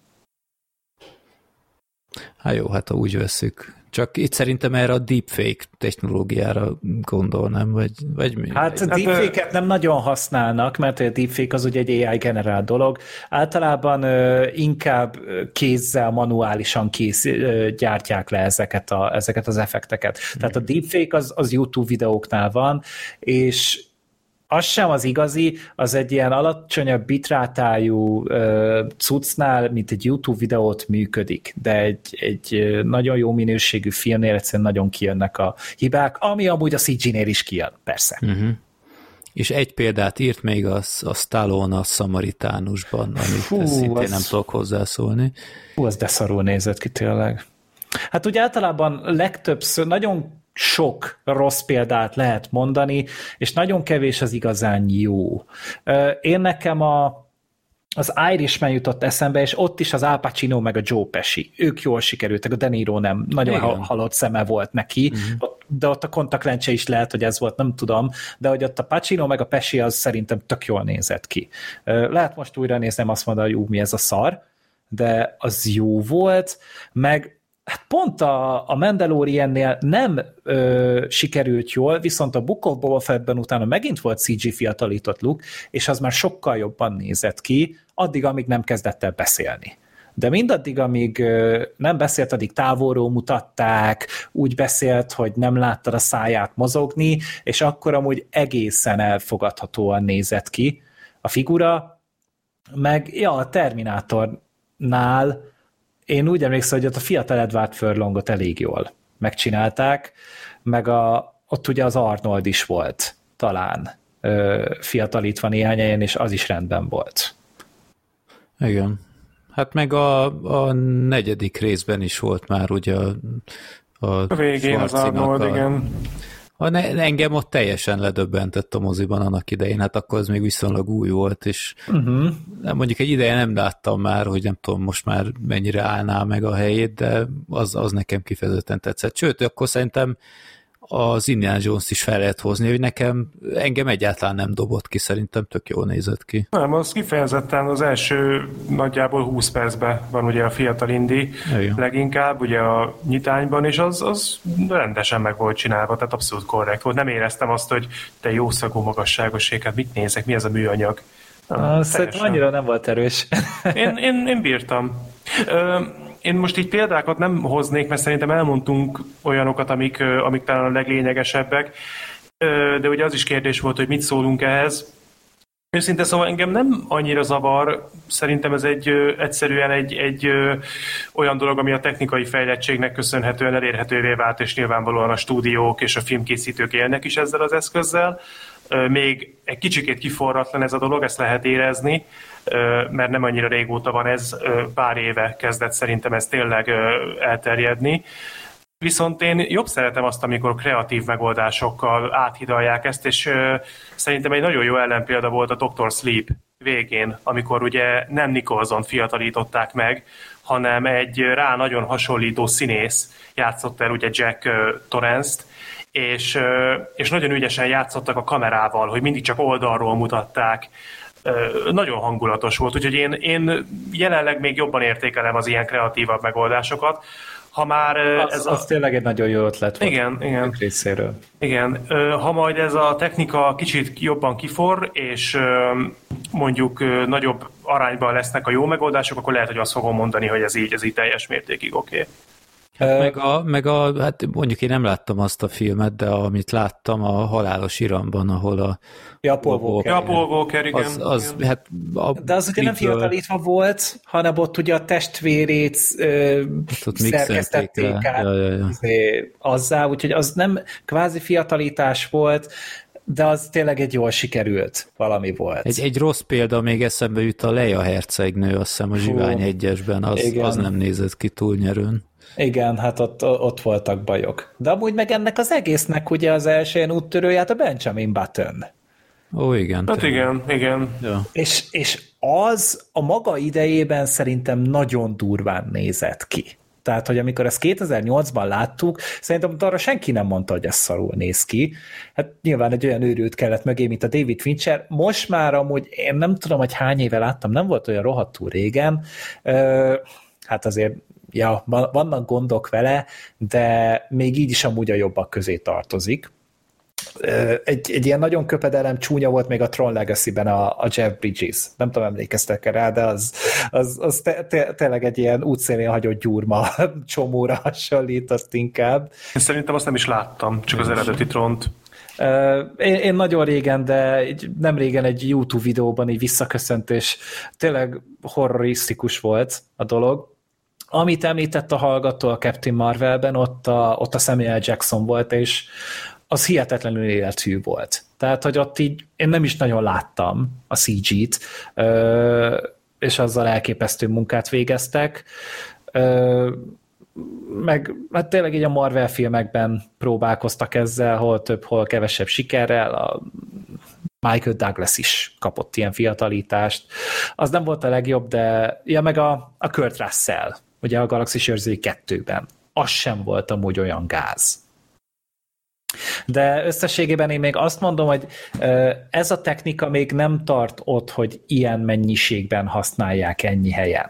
Hát jó, hát ha úgy veszük. Csak itt szerintem erre a deepfake technológiára gondolnám, vagy mi? Hát a deepfake-et nem nagyon használnak, mert a deepfake az ugye egy AI generált dolog. Általában inkább kézzel, manuálisan gyártják le ezeket az effekteket. Tehát a deepfake az YouTube videóknál van, és az sem az igazi, az egy ilyen alacsonyabb bitrátájú cuccnál, mint egy YouTube videót működik, de egy nagyon jó minőségű filmnél egyszerűen nagyon kijönnek a hibák, ami amúgy a CG-nél is kijön, persze. Uh-huh. És egy példát írt még a Stallone a Szamaritánusban, amit szintén nem tudok hozzászólni. Az de szarul nézett ki tényleg. Hát úgy általában legtöbbször nagyon sok rossz példát lehet mondani, és nagyon kevés az igazán jó. Én nekem az Irishman jutott eszembe, és ott is az Al Pacino meg a Joe Pesci. Ők jól sikerültek, a De Niro nem. Nagyon halott szeme volt neki, de ott a kontaktlencse is lehet, hogy ez volt, nem tudom, de hogy ott a Pacino meg a Pesci az szerintem tök jól nézett ki. Lehet most újra néznem, azt mondani, hogy mi ez a szar, de az jó volt, meg hát pont a Mandaloriannél nem sikerült jól, viszont a Book of Boba Fettben utána megint volt CG fiatalított Luke, és az már sokkal jobban nézett ki, addig, amíg nem kezdett el beszélni. De mindaddig, amíg nem beszélt, addig távolról mutatták, úgy beszélt, hogy nem láttad a száját mozogni, és akkor amúgy egészen elfogadhatóan nézett ki a figura, meg a Terminátornál én úgy emlékszem, hogy ott a fiatal Edward Furlongot elég jól megcsinálták, meg ott ugye az Arnold is volt talán fiatalítva néhány helyen, és az is rendben volt. Igen. Hát meg a negyedik részben is volt már ugye a végén az Arnold, igen. Engem ott teljesen ledöbbentett a moziban annak idején, hát akkor az még viszonylag új volt, és mondjuk egy ideje nem láttam már, hogy nem tudom most már mennyire állná meg a helyét, de az nekem kifejezetten tetszett. Sőt, akkor szerintem az Indiana Jones-t is fel lehet hozni, hogy engem egyáltalán nem dobott ki, szerintem tök jól nézett ki. Nem, az kifejezetten az első nagyjából 20 percben van ugye a fiatal Indi leginkább, ugye a nyitányban, és az rendesen meg volt csinálva, tehát abszolút korrekt volt. Nem éreztem azt, hogy te jószagú magasságoség, hát mit nézek, mi ez a műanyag? Szerintem annyira nem volt erős. Én bírtam. Én most így példákat nem hoznék, mert szerintem elmondtunk olyanokat, amik talán a leglényegesebbek, de ugye az is kérdés volt, hogy mit szólunk ehhez. Őszintén szóval engem nem annyira zavar, szerintem ez egyszerűen egy olyan dolog, ami a technikai fejlettségnek köszönhetően elérhetővé vált, és nyilvánvalóan a stúdiók és a filmkészítők élnek is ezzel az eszközzel. Még egy kicsikét kiforratlan ez a dolog, ezt lehet érezni, mert nem annyira régóta van ez, pár éve kezdett szerintem ez tényleg elterjedni. Viszont én jobb szeretem azt, amikor kreatív megoldásokkal áthidalják ezt, és szerintem egy nagyon jó ellenpélda volt a Dr. Sleep végén, amikor ugye nem Nicholson fiatalították meg, hanem egy rá nagyon hasonlító színész játszott el ugye Jack Torrance-t, és nagyon ügyesen játszottak a kamerával, hogy mindig csak oldalról mutatták. Nagyon hangulatos volt, úgyhogy én jelenleg még jobban értékelem az ilyen kreatívabb megoldásokat. Ha már az tényleg egy nagyon jó ötlet volt. Igen. Részéről. Igen. Ha majd ez a technika kicsit jobban kiforr, és mondjuk nagyobb arányban lesznek a jó megoldások, akkor lehet, hogy azt fogom mondani, hogy ez így teljes mértékig oké. Hát mondjuk én nem láttam azt a filmet, de amit láttam a Halálos Iramban, ahol a Paul Walker, igen. Hát de az ugye nem fiatalítva volt, hanem ott ugye a testvérét szerkesztették át azzá, úgyhogy az nem kvázi fiatalítás volt, de az tényleg egy jól sikerült valami volt. Egy rossz példa még eszembe jut a Leia hercegnő, azt hiszem a Zsivány egyesben, az nem nézett ki túlnyerőn. Igen, hát ott voltak bajok. De amúgy meg ennek az egésznek ugye az első úttörőját a Benjamin Button. Ó, igen. Hát igen. Ja. És az a maga idejében szerintem nagyon durván nézett ki. Tehát, hogy amikor ezt 2008-ban láttuk, szerintem arra senki nem mondta, hogy ez szarul néz ki. Hát nyilván egy olyan őrült kellett mögé, mint a David Fincher. Most már amúgy én nem tudom, hogy hány éve láttam, nem volt olyan rohadtul régen. Hát azért vannak gondok vele, de még így is amúgy a jobbak közé tartozik. Egy ilyen nagyon köpedelem csúnya volt még a Tron Legacy-ben a Jeff Bridges. Nem tudom, emlékeztek rá, de az tényleg egy ilyen útszélén hagyott gyurma csomóra hasonlított inkább. Én szerintem azt nem is láttam, csak az eredeti Tront. Én nagyon régen, de nem régen egy YouTube videóban így visszaköszönt, és tényleg horrorisztikus volt a dolog. Amit említett a hallgató a Captain Marvelben, ott a Samuel Jackson volt, és az hihetetlenül életű volt. Tehát, hogy ott így én nem is nagyon láttam a CG-t, és azzal elképesztő munkát végeztek. Meg hát tényleg így a Marvel filmekben próbálkoztak ezzel, hol több, hol kevesebb sikerrel, a Michael Douglas is kapott ilyen fiatalítást. Az nem volt a legjobb, de meg a Kurt Russell, ugye a Galaxis őrzői 2-ben. Az sem volt amúgy olyan gáz. De összességében én még azt mondom, hogy ez a technika még nem tart ott, hogy ilyen mennyiségben használják ennyi helyen.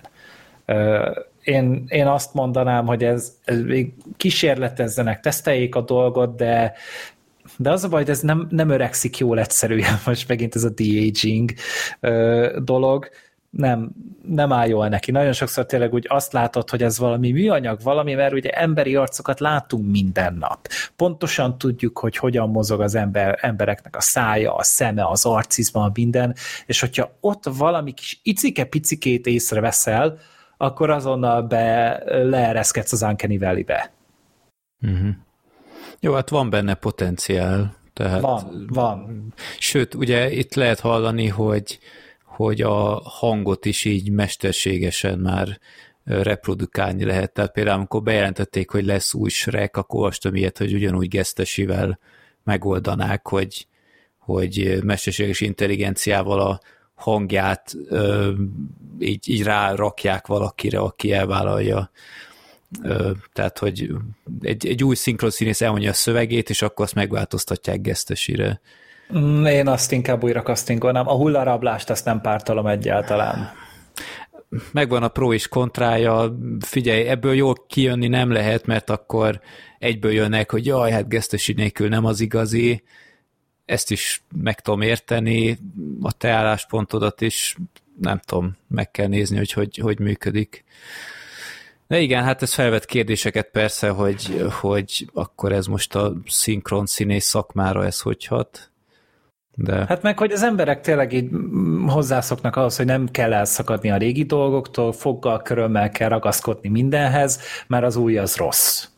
Én azt mondanám, hogy ez még kísérletezzenek, teszteljék a dolgot, de az a baj, hogy ez nem öregszik jól egyszerűen, most megint ez a de-aging dolog, nem áll jól neki. Nagyon sokszor tényleg úgy azt látod, hogy ez valami műanyag, mert ugye emberi arcokat látunk minden nap. Pontosan tudjuk, hogy hogyan mozog az embereknek a szája, a szeme, az arcizma, minden, és hogyha ott valami kis icike-picikét észreveszel, akkor azonnal leereszkedsz az Uncanny Valley-be. Uh-huh. Jó, hát van benne potenciál. Tehát, van. Sőt, ugye itt lehet hallani, hogy a hangot is így mesterségesen már reprodukálni lehet. Tehát például, amikor bejelentették, hogy lesz új Shrek, akkor olvastam ilyet, hogy ugyanúgy gesztesivel megoldanák, hogy mesterséges intelligenciával a hangját így rárakják valakire, aki elvállalja. Tehát, hogy egy új szinkronszínész elmondja a szövegét, és akkor azt megváltoztatják gesztesire. Én azt inkább újra castingolnám. A hullarablást azt nem pártolom egyáltalán. Megvan a pro és kontrája. Figyelj, ebből jól kijönni nem lehet, mert akkor egyből jönnek, hogy jaj, hát gesztesi nélkül nem az igazi. Ezt is meg tudom érteni, a te álláspontodat is, nem tudom, meg kell nézni, hogy működik. De igen, hát ez felvet kérdéseket persze, hogy akkor ez most a szinkron színész szakmára ez hogy hat. De... Hát meg, hogy az emberek tényleg így hozzászoknak ahhoz, hogy nem kell elszakadni a régi dolgoktól, foggal, körömmel kell ragaszkodni mindenhez, mert az új az rossz.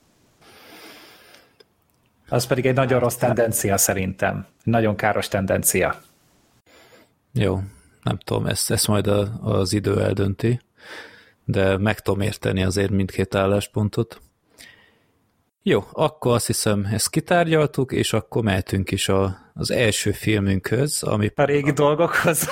Az pedig egy nagyon rossz tendencia szerintem. Nagyon káros tendencia. Jó, nem tudom, ezt majd az idő eldönti, de meg tudom érteni azért mindkét álláspontot. Jó, akkor azt hiszem, ezt kitárgyaltuk, és akkor mehetünk is az első filmünkhöz, ami a régi dolgokhoz.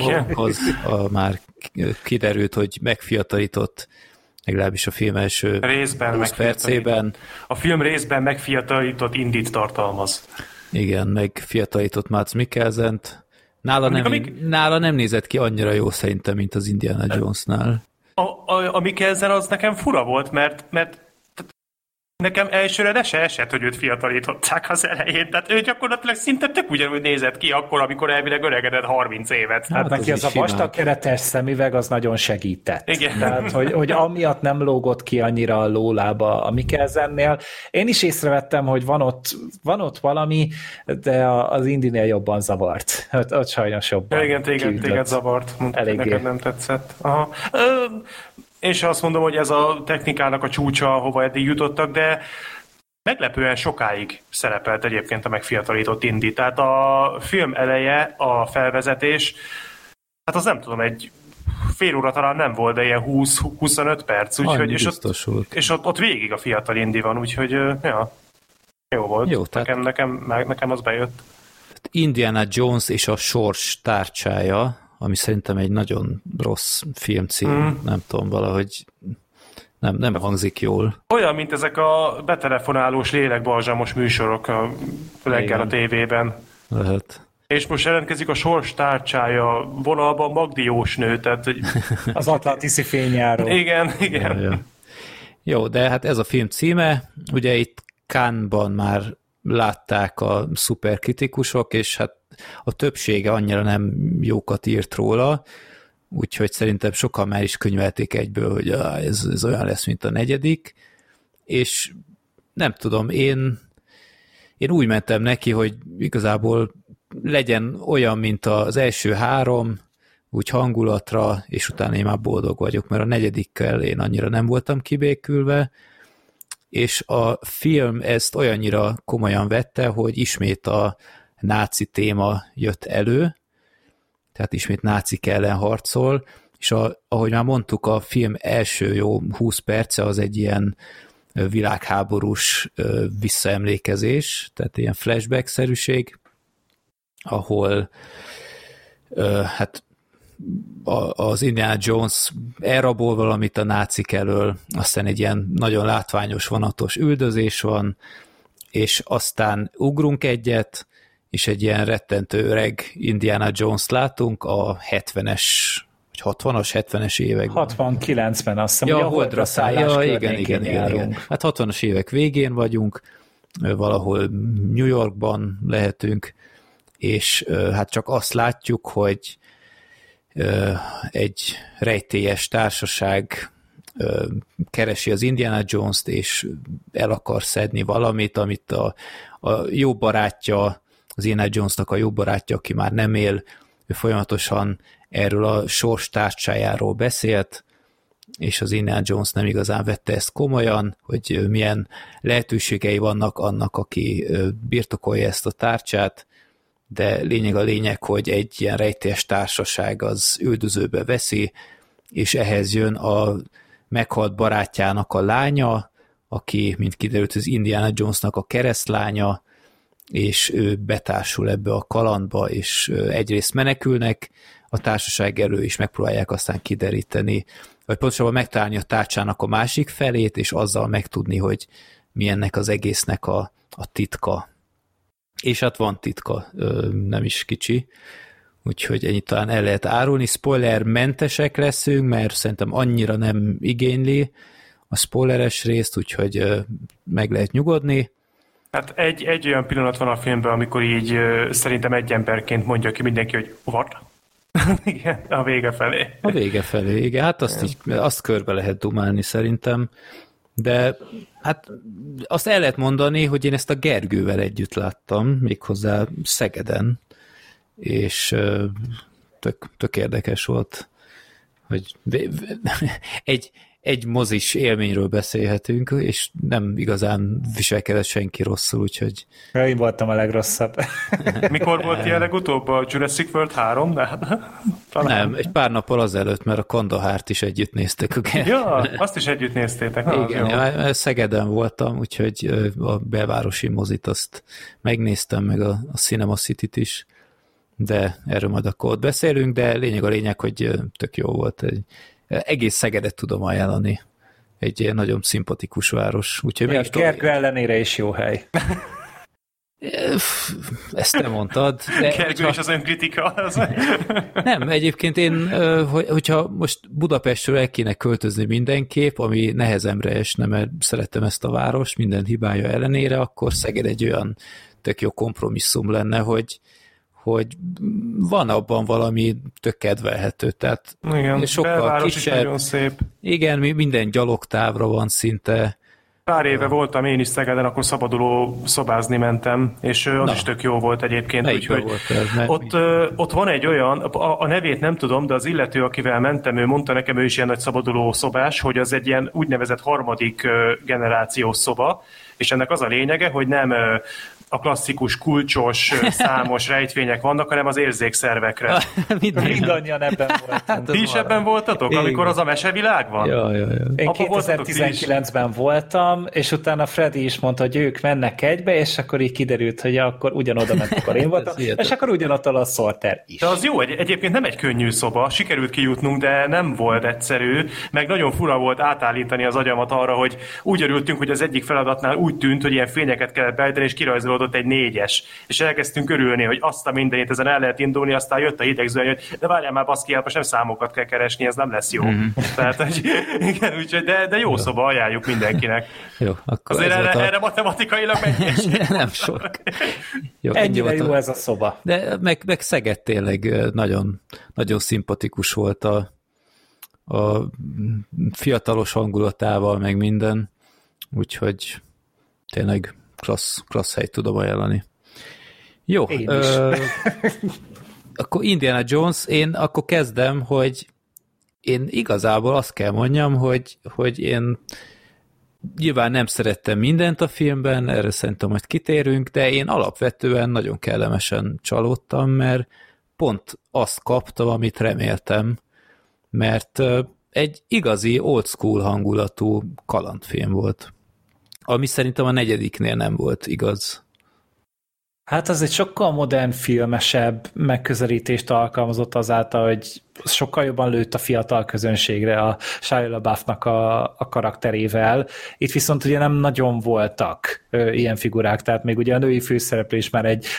Már kiderült, hogy megfiatalított, legalábbis a film első részben 20 percében. A film részben megfiatalított Indit tartalmaz. Igen, megfiatalított Mads Mikkelsent. Nála nem nézett ki annyira jó szerintem, mint az Indiana Jonesnál. A Mikkelsen az nekem fura volt, mert nekem elsőre le se esett, hogy őt fiatalították az elején. Tehát ő gyakorlatilag szinte tök ugyanúgy nézett ki akkor, amikor elvileg öregedett 30 évet. Hát neki az a vastag keretes szemüveg az nagyon segített. Igen. Tehát, hogy amiatt nem lógott ki annyira a lólába a Mikkelsennél. Én is észrevettem, hogy van ott valami, de az Indinél jobban zavart. Ott sajnos jobban. Igen, téged zavart. Neked nem tetszett. Aha. Én sem azt mondom, hogy ez a technikának a csúcsa, hova eddig jutottak, de meglepően sokáig szerepelt egyébként a megfiatalított Indy. Tehát a film eleje, a felvezetés, hát az nem tudom, egy fél óra talán nem volt, de ilyen 20-25 perc. Úgyhogy, és ott végig a fiatal Indy van, úgyhogy ja, jó volt. Jó, nekem az bejött. Indiana Jones és a sors tárcsája, ami szerintem egy nagyon rossz filmcím, nem tudom, valahogy nem hangzik jól. Olyan, mint ezek a betelefonálós lélekbalzsamos műsorok a reggel a tévében. Lehet. És most jelentkezik a sors tárcsája vonalban Magdi Jósnő, tehát... Az Atlantiszi fényjáró. Igen. Ja. Jó, de hát ez a film címe, ugye itt Cannes-ban már látták a szuperkritikusok, és hát a többsége annyira nem jókat írt róla, úgyhogy szerintem sokan már is könyvelték egyből, hogy ez olyan lesz, mint a negyedik, és nem tudom, én úgy mentem neki, hogy igazából legyen olyan, mint az első három, úgy hangulatra, és utána én már boldog vagyok, mert a negyedikkel én annyira nem voltam kibékülve, és a film ezt olyannyira komolyan vette, hogy ismét a náci téma jött elő, tehát ismét nácik ellen harcol, és ahogy már mondtuk, a film első jó 20 perce az egy ilyen világháborús visszaemlékezés, tehát ilyen flashback-szerűség, ahol hát az Indiana Jones elrabol valamit a nácik elől, aztán egy ilyen nagyon látványos vonatos üldözés van, és aztán ugrunk egyet, és egy ilyen rettentő öreg Indiana Jones látunk a 70-es, vagy 60-as, 70-es években. 69-ben azt hiszem, hogy a holdra szállás igen. Hát 60-as évek végén vagyunk, valahol New Yorkban lehetünk, és hát csak azt látjuk, hogy egy rejtélyes társaság keresi az Indiana Jones-t, és el akar szedni valamit, amit a jó barátja, az Indiana Jonesnak a jó barátja, aki már nem él, ő folyamatosan erről a sors tárcsájáról beszélt, és az Indiana Jones nem igazán vette ezt komolyan, hogy milyen lehetőségei vannak annak, aki birtokolja ezt a tárcsát, de lényeg, hogy egy ilyen rejtélyes társaság az üldözőbe veszi, és ehhez jön a meghalt barátjának a lánya, aki, mint kiderült, az Indiana Jonesnak a keresztlánya, és ő betársul ebbe a kalandba, és egyrészt menekülnek a társaság elől, és megpróbálják aztán kideríteni, vagy pontosabban megtalálni a tárcsának a másik felét, és azzal megtudni, hogy mi ennek az egésznek a titka. És hát van titka, nem is kicsi, úgyhogy ennyit talán el lehet árulni. Spoilermentesek leszünk, mert szerintem annyira nem igényli a spoileres részt, úgyhogy meg lehet nyugodni. Hát egy olyan pillanat van a filmben, amikor így szerintem egy emberként mondja ki mindenki, hogy what? Igen, a vége felé. A vége felé, igen, hát azt körbe lehet dumálni szerintem, de hát azt el lehet mondani, hogy én ezt a Gergővel együtt láttam, méghozzá Szegeden, és tök érdekes volt, hogy egy mozis élményről beszélhetünk, és nem igazán viselkedett senki rosszul, úgyhogy... Én voltam a legrosszabb. Mikor volt ilyen legutóbb? A Jurassic World 3? Nem, egy pár nappal azelőtt, mert a Kandahárt is együtt néztek. Ja, azt is együtt néztétek. Igen, Szegeden voltam, úgyhogy a belvárosi mozit azt megnéztem, meg a Cinema City-t is, de erről majd akkor ott beszélünk, de lényeg, hogy tök jó volt. Egész Szegedet tudom ajánlani. Egy ilyen nagyon szimpatikus város. Úgyhogy a Gergő ellenére is jó hely. Ezt te mondtad. Gergő és az önkritika. Nem, egyébként én, hogyha most Budapestről el kéne költözni mindenképp, ami nehezemre esne, mert szeretem ezt a város, minden hibája ellenére, akkor Szeged egy olyan tök jó kompromisszum lenne, hogy van abban valami tök kedvelhető, tehát igen, sokkal kisebb. Nagyon szép. Igen, minden gyalogtávra van szinte. Pár éve voltam én is Szegeden, akkor szabaduló szobázni mentem, és az is tök jó volt egyébként. Úgyhogy ott van egy olyan, a nevét nem tudom, de az illető, akivel mentem, ő mondta nekem, ő is ilyen nagy szabaduló szobás, hogy az egy ilyen úgynevezett harmadik generációs szoba, és ennek az a lényege, hogy nem a klasszikus, kulcsos, számos rejtvények vannak, hanem az érzékszervekre. Mindannyian ebben voltunk. Ti is ebben voltatok, amikor az a mesevilág van? Ja. Én 2019-ben voltam, és utána Freddy is mondta, hogy ők mennek egybe, és akkor így kiderült, hogy akkor ugyanoda ment, akkor én voltam, és akkor ugyanott a Sorter is. De az jó, egyébként nem egy könnyű szoba, sikerült kijutnunk, de nem volt egyszerű, meg nagyon fura volt átállítani az agyamat arra, hogy úgy örültünk, hogy az egyik feladatnál úgy tűnt, hogy ilyen fényeket kellett beállítani, és kirajzolódott egy 4-es, és elkezdtünk örülni, hogy azt a mindenit ezen el lehet indulni, aztán jött a hidegzőny, hogy de várjál már baszki, hát most nem számokat kell keresni, ez nem lesz jó. Tehát, hogy, igen, úgyhogy, de jó szoba, ajánljuk mindenkinek. Jó, akkor azért erre matematikailag mennyi? Nem sok. Jó, ennyire jó ez a szoba. De meg Szeged tényleg nagyon, nagyon szimpatikus volt a fiatalos hangulatával, meg minden, úgyhogy tényleg klassz helyt tudom ajánlani. Jó. Akkor Indiana Jones, én akkor kezdem, hogy én igazából azt kell mondjam, hogy én nyilván nem szerettem mindent a filmben, erre szerintem majd kitérünk, de én alapvetően nagyon kellemesen csalódtam, mert pont azt kaptam, amit reméltem, mert egy igazi old school hangulatú kalandfilm volt, ami szerintem a 4. nem volt igaz. Hát az egy sokkal modern, filmesebb megközelítést alkalmazott azáltal, hogy sokkal jobban lőtt a fiatal közönségre a Shia LaBeouf-nak a karakterével. Itt viszont ugye nem nagyon voltak ilyen figurák, tehát még ugye a női főszereplés már egy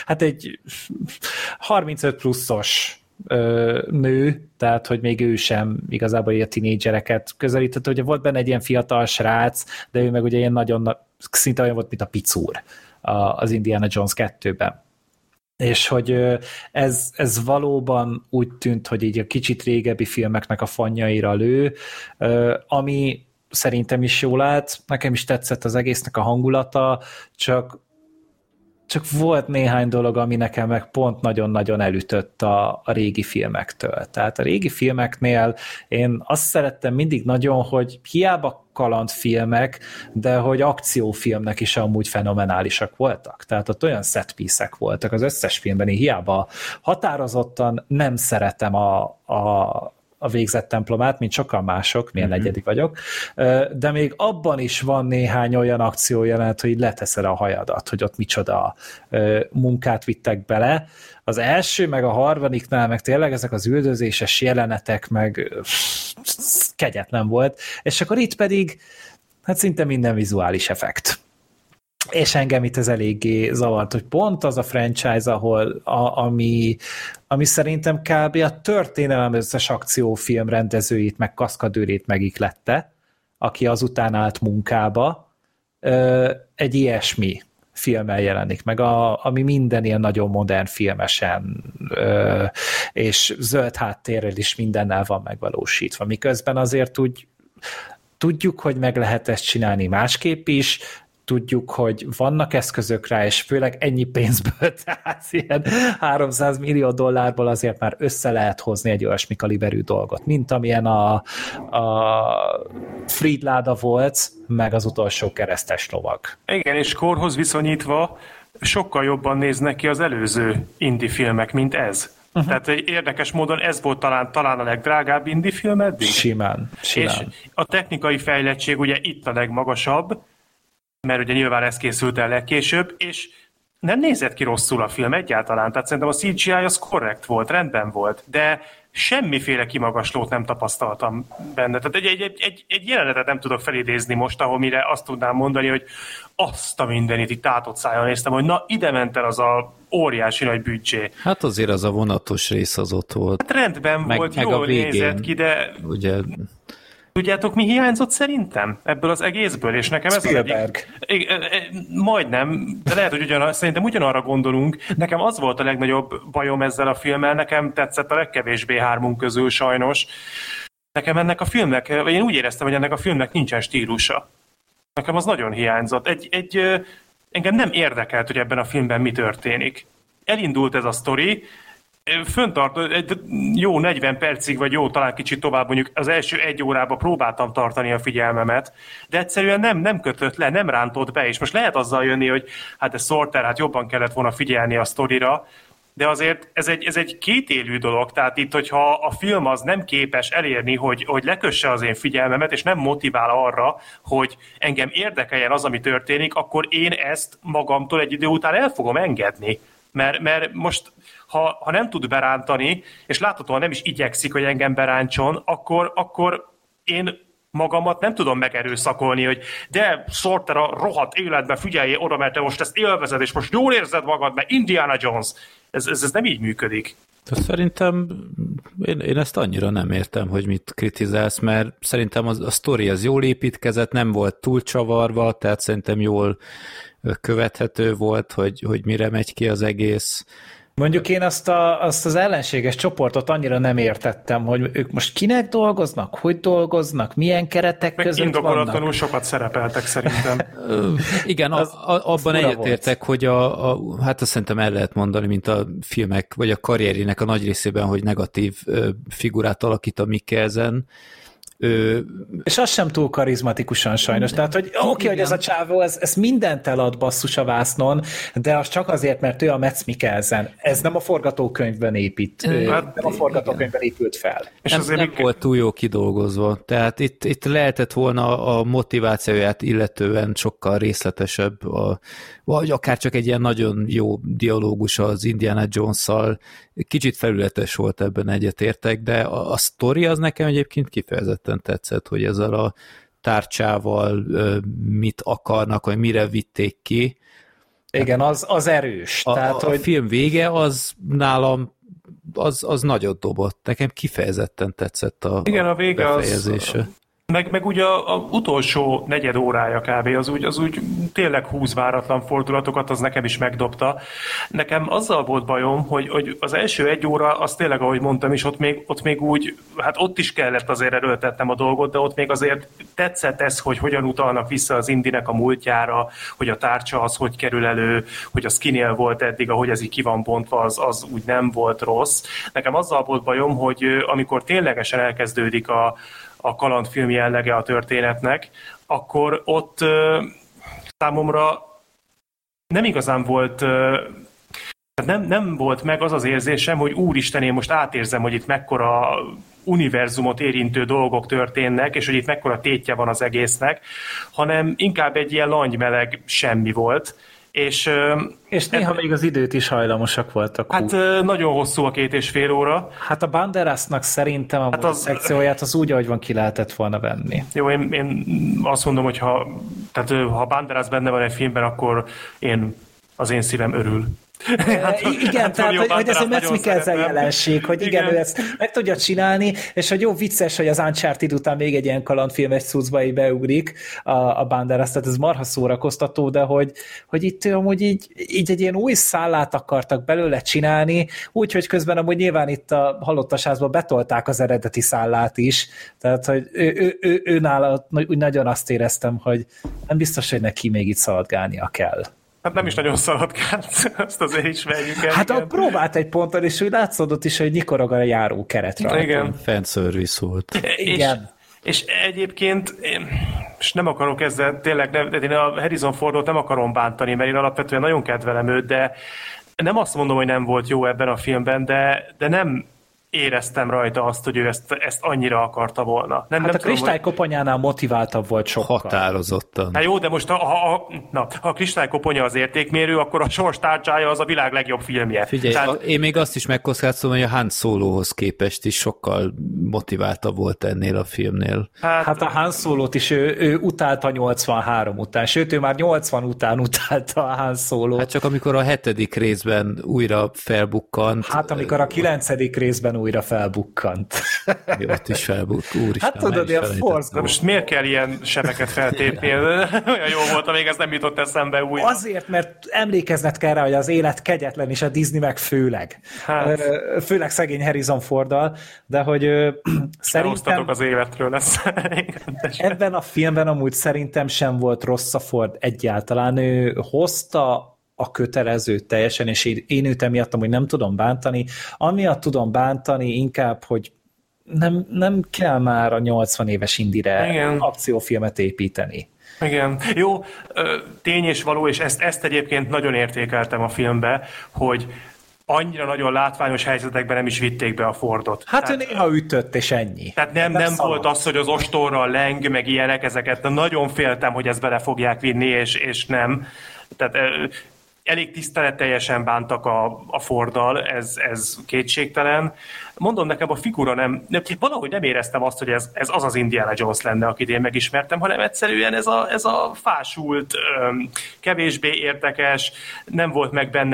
35 pluszos nő, tehát hogy még ő sem igazából ilyen tínédzsereket közelített, ugye volt benne egy ilyen fiatal srác, de ő meg ugye ilyen nagyon, szinte olyan volt, mint a Picúr az Indiana Jones 2-ben. És hogy ez valóban úgy tűnt, hogy így a kicsit régebbi filmeknek a fanjaira lő, ami szerintem is jól állt, nekem is tetszett az egésznek a hangulata, csak volt néhány dolog, ami nekem meg pont nagyon-nagyon elütött a régi filmektől. Tehát a régi filmeknél én azt szerettem mindig nagyon, hogy hiába kalandfilmek, de hogy akciófilmnek is amúgy fenomenálisak voltak. Tehát ott olyan setpiece-ek voltak az összes filmben, én hiába határozottan nem szeretem a végzett templomát, mint sokan mások, milyen negyedik vagyok, de még abban is van néhány olyan akciójelenet, hogy leteszed a hajadat, hogy ott micsoda munkát vittek bele. Az első, meg a harmadiknál, meg tényleg ezek az üldözéses jelenetek, meg kegyetlen volt, és akkor itt pedig hát szinte minden vizuális effekt. És engem itt ez eléggé zavart, hogy pont az a franchise, ahol ami szerintem kb. A történelem összes akciófilm rendezőit, meg kaszkadőrét megiklette, aki azután állt munkába, egy ilyesmi filmmel jelenik meg, ami minden ilyen nagyon modern filmesen, és zöld háttérrel is mindennel van megvalósítva. Miközben azért úgy tudjuk, hogy meg lehet ezt csinálni másképp is, tudjuk, hogy vannak eszközök rá, és főleg ennyi pénzből, tehát ilyen $300 millió azért már össze lehet hozni egy olyasmi kaliberű dolgot, mint amilyen a Frídláda volt, meg az utolsó keresztes lovag. Igen, és korhoz viszonyítva sokkal jobban néznek ki az előző indie filmek, mint ez. Tehát egy érdekes módon ez volt talán a legdrágább indie film eddig. Simán. És a technikai fejlettség ugye itt a legmagasabb, mert ugye nyilván ez készült el legkésőbb, és nem nézett ki rosszul a film egyáltalán, tehát szerintem a CGI az korrekt volt, rendben volt, de semmiféle kimagaslót nem tapasztaltam benne. Tehát egy jelenetet nem tudok felidézni most, ahol mire azt tudnám mondani, hogy azt a mindenit itt tátott szájon néztem, hogy na, ide ment el az a óriási nagy büdzsé. Hát azért az a vonatos rész az ott volt. Hát rendben volt, meg jól a végén, nézett ki, de... Ugye... Tudjátok, mi hiányzott szerintem ebből az egészből? És nekem ez Spielberg. Majdnem, de lehet, hogy szerintem ugyanarra gondolunk. Nekem az volt a legnagyobb bajom ezzel a filmmel, nekem tetszett a legkevésbé hármunk közül sajnos. Nekem ennek a filmnek, én úgy éreztem, hogy ennek a filmnek nincsen stílusa. Nekem az nagyon hiányzott. Engem nem érdekelt, hogy ebben a filmben mi történik. Elindult ez a sztori, föntart, jó 40 percig, vagy jó, talán kicsit tovább, mondjuk az első 1 órában próbáltam tartani a figyelmemet, de egyszerűen nem kötött le, nem rántott be, és most lehet azzal jönni, hogy hát ez Sorter, hát jobban kellett volna figyelni a sztorira, de azért ez egy kétélű dolog, tehát itt, hogyha a film az nem képes elérni, hogy lekösse az én figyelmemet, és nem motivál arra, hogy engem érdekeljen az, ami történik, akkor én ezt magamtól egy idő után el fogom engedni. Mert most, ha nem tud berántani, és láthatóan nem is igyekszik, hogy engem berántson, akkor én magamat nem tudom megerőszakolni, hogy de Sorter a rohadt életben figyeljél oda, mert te most ezt élvezed, és most jól érzed magad, mert Indiana Jones. Ez nem így működik. Szerintem én ezt annyira nem értem, hogy mit kritizálsz, mert szerintem a sztori az jól építkezett, nem volt túl csavarva, tehát szerintem jól követhető volt, hogy mire megy ki az egész. Mondjuk én azt az ellenséges csoportot annyira nem értettem, hogy ők most kinek dolgoznak, hogy dolgoznak, milyen keretek között vannak. Indokolatlanul sokat szerepeltek szerintem. Igen, abban egyetértek, hogy hát azt szerintem el lehet mondani, mint a filmek, vagy a karrierjének a nagy részében, hogy negatív figurát alakít a Mikkelsen. És az sem túl karizmatikusan sajnos. Tehát, hogy oké, hogy ez a csávó, ez mindent elad basszus a vásznon, de az csak azért, mert ő a Mads Mikkelsen. Ez nem a forgatókönyvben nem a forgatókönyvben épült fel. És nem volt túl jó kidolgozva. Tehát itt lehetett volna a motivációját illetően sokkal részletesebb, vagy akár csak egy ilyen nagyon jó dialógus az Indiana Jones-szal. Kicsit felületes volt, ebben egyetértek, de a sztori az nekem egyébként kifejezetten tetszett, hogy ezzel a tárcsával mit akarnak, vagy mire vitték ki. Igen, az erős. Tehát, a film vége az nálam az nagyot dobott. Nekem kifejezetten tetszett a vége befejezése. Meg ugye a utolsó negyed órája kb. Az úgy tényleg 20 váratlan fordulatokat, az nekem is megdobta. Nekem azzal volt bajom, hogy az első 1 óra, az tényleg, ahogy mondtam is, ott még úgy, hát ott is kellett azért erőltetnem a dolgot, de ott még azért tetszett ez, hogy hogyan utalnak vissza az Indinek a múltjára, hogy a tárcsa az hogy kerül elő, hogy a Skinnél volt eddig, ahogy ez így ki van bontva, az úgy nem volt rossz. Nekem azzal volt bajom, hogy amikor ténylegesen elkezdődik a kalandfilm jellege a történetnek, akkor ott számomra nem igazán volt, nem volt meg az érzésem, hogy úristen, én most átérzem, hogy itt mekkora univerzumot érintő dolgok történnek, és hogy itt mekkora tétje van az egésznek, hanem inkább egy ilyen langymeleg semmi volt. És néha még az időt is hajlamosak voltak. Hát nagyon hosszú a 2,5 óra. Hát a Banderasnak szerintem a szekcióját az úgy, ahogy van, ki lehetett volna venni. Jó, én azt mondom, hogy ha Banderas benne van egy filmben, akkor az én szívem örül. Igen, tehát, hogy ez egy Mads Mikkelsen jelenség, hogy igen, ő ezt meg tudja csinálni, és hogy jó vicces, hogy az Uncharted után még egy ilyen kalandfilmes cuccba így beugrik a Banderas, tehát ez marha szórakoztató, de hogy itt amúgy így egy ilyen új szállát akartak belőle csinálni, úgyhogy közben amúgy nyilván itt a Halottas betolták az eredeti szállát is, tehát hogy ő nála úgy nagyon azt éreztem, hogy nem biztos, hogy neki még itt szaladgálnia kell. Hát nem is nagyon szaladgált, azt azért ismerjük el. Hát próbált egy ponton, és úgy látszódott is, hogy nyikorog a járó keretre. Igen. Fanservice volt. Igen. És egyébként, és nem akarok ezzel, tényleg én a Harrison Fordot nem akarom bántani, mert én alapvetően nagyon kedvelem őt, de nem azt mondom, hogy nem volt jó ebben a filmben, de nem éreztem rajta azt, hogy ő ezt annyira akarta volna. Nem a kristálykoponyánál motiváltabb volt sokkal. Határozottan. Hát jó, de most ha a kristálykoponyja az értékmérő, akkor a Sors tárcsája az a világ legjobb filmje. Figyelj, én még azt is megkockáztatom, hogy a Han Solohoz képest is sokkal motiváltabb volt ennél a filmnél. Hát a Han Solót is ő utálta 83 után, sőt, ő már 80 után utálta a Han Solót. Hát csak amikor a 7. részben újra felbukkant. Hát amikor a 9. részben újra felbukkant. Ott is felbukkant. Úristen, hát tudod, ilyen Force. Most miért kell ilyen sebeket feltépni? Olyan jó volt, amíg ez nem jutott eszembe újra. Azért, mert emlékezned kell rá, hogy az élet kegyetlen, és a Disney meg főleg. Hát. Főleg szegény Harrison Forddal, de hogy szerintem... az életről lesz. Ebben a filmben amúgy szerintem sem volt rossz a Ford egyáltalán. Ő hozta a kötelezőt teljesen, és én őt emiatt amúgy nem tudom bántani. Amiatt tudom bántani inkább, hogy nem kell már a 80 éves indire akciófilmet építeni. Igen. Jó, tény és való, és ezt egyébként nagyon értékeltem a filmbe, hogy annyira nagyon látványos helyzetekben nem is vitték be a Fordot. Hát ő néha ütött, és ennyi. Tehát nem volt az, hogy az ostorral leng, meg ilyenek, ezeket. De nagyon féltem, hogy ezt bele fogják vinni, és nem. Tehát elég tiszteletteljesen bántak a Forddal, ez kétségtelen. Mondom, nekem a figura valahogy nem éreztem azt, hogy ez az Indiana Jones lenne, akit én megismertem, hanem egyszerűen ez a fásult, kevésbé érdekes, nem volt meg benne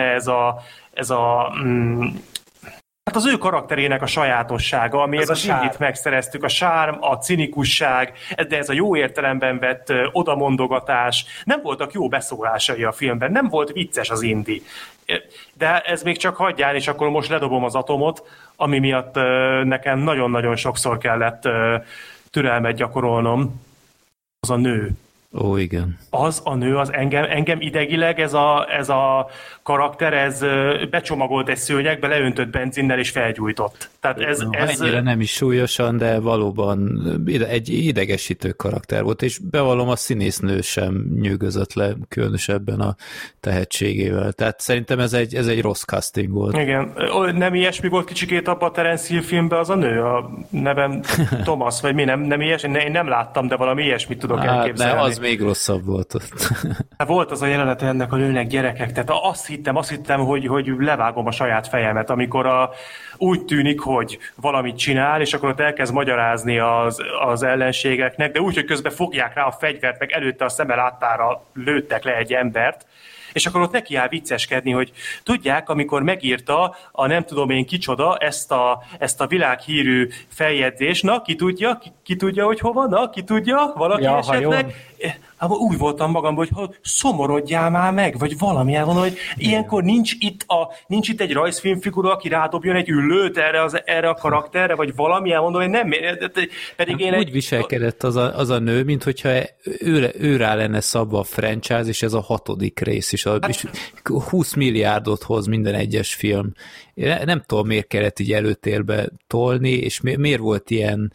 hát az ő karakterének a sajátossága, amiért az Indit megszereztük, a sárm, a cinikusság, de ez a jó értelemben vett odamondogatás, nem voltak jó beszólásai a filmben, nem volt vicces az Indi. De ez még csak hagyján, és akkor most ledobom az atomot, ami miatt nekem nagyon-nagyon sokszor kellett türelmet gyakorolnom, az a nő. Ó, igen. Az a nő, az engem idegileg ez a karakter, ez becsomagolt egy szőnyegbe, leöntött benzinnel és felgyújtott. Tehát ez ennyire nem is súlyosan, de valóban egy idegesítő karakter volt, és bevallom, a színésznő sem nyűgözött le különösebben a tehetségével. Tehát szerintem ez egy rossz casting volt. Igen. Nem ilyesmi volt kicsikét abban a Terence Hill filmben az a nő? A nevem Thomas, vagy mi? Nem ilyesmi? Én nem láttam, de valami ilyesmit tudok elképzelni. Nem, az még rosszabb volt ott. Volt az a jelenet ennek a nőnek gyerekek, tehát azt hittem, hogy levágom a saját fejemet, amikor úgy tűnik, hogy valamit csinál, és akkor ott elkezd magyarázni az ellenségeknek, de úgy, hogy közben fogják rá a fegyvert, meg előtte a szeme láttára lőttek le egy embert, és akkor ott neki áll vicceskedni, hogy tudják, amikor megírta a nem tudom én kicsoda ezt a világhírű feljegyzést, na, ki tudja, hogy hova, na, ki tudja, valaki esetleg? Úgy voltam magamban, hogy szomorodjál már meg, vagy valami elvon, hogy ilyenkor nincs itt egy rajzfilmfigura, aki rádobjon egy üllőt erre a karakterre, vagy valami elmondom, hogy nem, pedig én úgy viselkedett az a nő, mint hogyha ő rá lenne szabva a franchise, és ez a 6. rész is, és 20 milliárdot hoz minden egyes film. Nem tudom, miért kellett így előtérbe tolni, és miért volt ilyen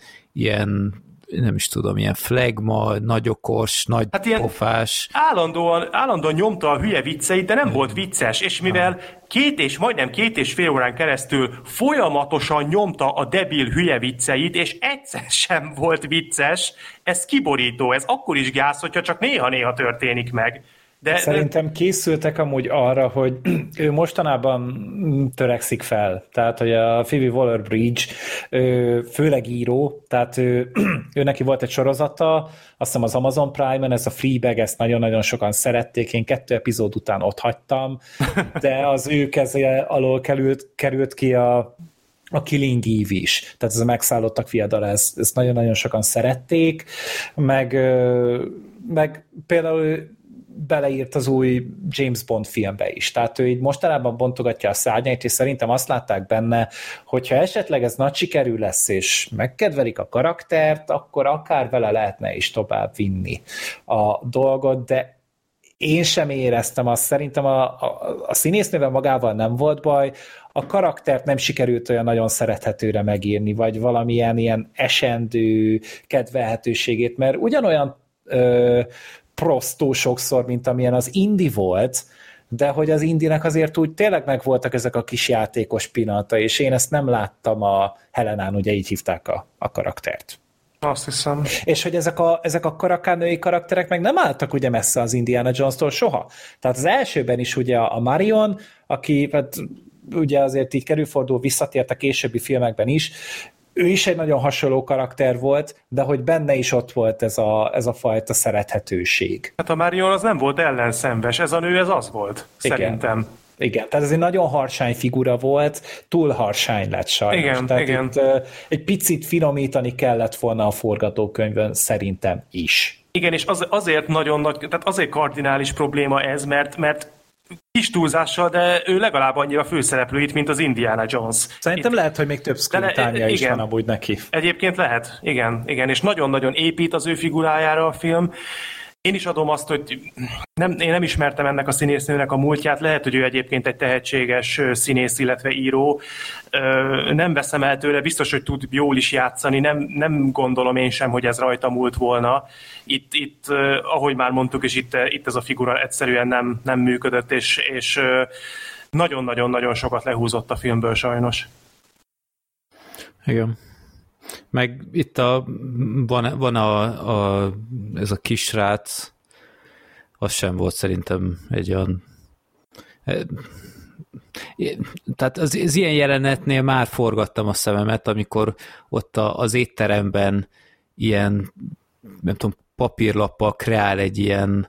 nem is tudom, ilyen flegma, nagy okos, nagy pofás. Állandóan nyomta a hülye vicceit, de nem volt vicces, és mivel majdnem 2,5 órán keresztül folyamatosan nyomta a debil hülye vicceit, és egyszer sem volt vicces, ez kiborító, ez akkor is gáz, hogyha csak néha-néha történik meg. Szerintem készültek amúgy arra, hogy ő mostanában törekszik fel. Tehát, hogy a Phoebe Waller-Bridge főleg író, tehát ő neki volt egy sorozata, azt hiszem az Amazon Prime-en, ez a Fleabag, ezt nagyon-nagyon sokan szerették, én 2 epizód után ott hagytam, de az ő keze alól került ki a Killing Eve is. Tehát ez a megszállottak fiadala, ezt nagyon-nagyon sokan szerették, meg például beleírt az új James Bond filmbe is. Tehát ő így mostanában bontogatja a szárnyait, és szerintem azt látták benne, hogyha esetleg ez nagy sikerű lesz, és megkedvelik a karaktert, akkor akár vele lehetne is tovább vinni a dolgot, de én sem éreztem azt, szerintem a színésznővel magával nem volt baj, a karaktert nem sikerült olyan nagyon szerethetőre megírni, vagy valamilyen ilyen esendő kedvelhetőségét, mert ugyanolyan prostó sokszor, mint amilyen az Indy volt, de hogy az Indynek azért úgy tényleg megvoltak ezek a kis játékos pillanata, és én ezt nem láttam a Helenán, ugye így hívták a karaktert. Azt hiszem. És hogy ezek a karakánői karakterek meg nem álltak ugye messze az Indiana Jones-tól soha. Tehát az elsőben is ugye a Marion, aki hát, ugye azért így kerülfordul visszatért a későbbi filmekben is, ő is egy nagyon hasonló karakter volt, de hogy benne is ott volt ez a fajta szerethetőség. Hát a Marion az nem volt ellenszenves, ez a nő, ez az volt, szerintem. Igen, tehát ez egy nagyon harsány figura volt, túl harsány lett sajnos. Igen, tehát igen. Itt egy picit finomítani kellett volna a forgatókönyvön szerintem is. Igen, és azért nagyon nagy, tehát azért kardinális probléma ez, mert kis túlzással, de ő legalább annyira főszereplő itt, mint az Indiana Jones. Szerintem lehet, hogy még több screen is van amúgy neki. Egyébként lehet, igen, és nagyon-nagyon épít az ő figurájára a film. Én is adom azt, hogy én nem ismertem ennek a színésznőnek a múltját, lehet, hogy ő egyébként egy tehetséges színész, illetve író. Nem veszem el tőle, biztos, hogy tud jól is játszani, nem gondolom én sem, hogy ez rajta múlt volna. Itt ahogy már mondtuk, és itt ez a figura egyszerűen nem működött, és nagyon-nagyon-nagyon sokat lehúzott a filmből sajnos. Igen. Meg itt van ez a kisrác, az sem volt szerintem egy olyan... Tehát az ilyen jelenetnél már forgattam a szememet, amikor ott az étteremben ilyen, nem tudom, papírlappal kreál egy ilyen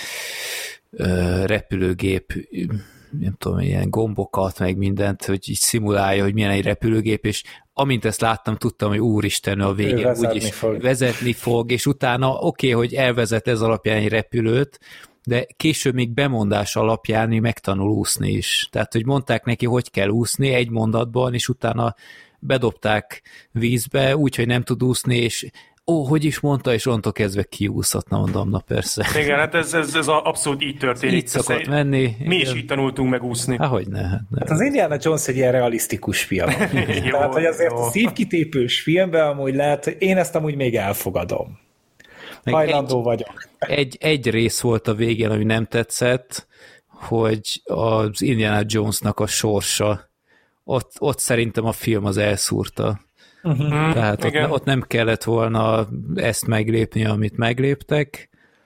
repülőgép, nem tudom, ilyen gombokat, meg mindent, hogy így szimulálja, hogy milyen egy repülőgép, és amint ezt láttam, tudtam, hogy úristen, a végén úgyis vezetni fog, és utána oké, hogy elvezet ez alapján egy repülőt, de később még bemondás alapján még megtanul úszni is. Tehát, hogy mondták neki, hogy kell úszni egy mondatban, és utána bedobták vízbe, úgyhogy nem tud úszni, és hogy is mondta, és onnantól kezdve kiúszhatna, mondom, na persze. Igen, hát ez abszolút így történik. Így szokott menni. Mi is így tanultunk meg úszni. Hogyne. Hát az Indiana Jones egy ilyen realisztikus film. Tehát, hogy azért a szívkitépős filmben amúgy lehet, én ezt amúgy még elfogadom. Hajlandó vagyok. Egy rész volt a végén, ami nem tetszett, hogy az Indiana Jonesnak a sorsa, ott szerintem a film az elszúrta. Tehát ott nem kellett volna ezt meglépni, amit megléptek.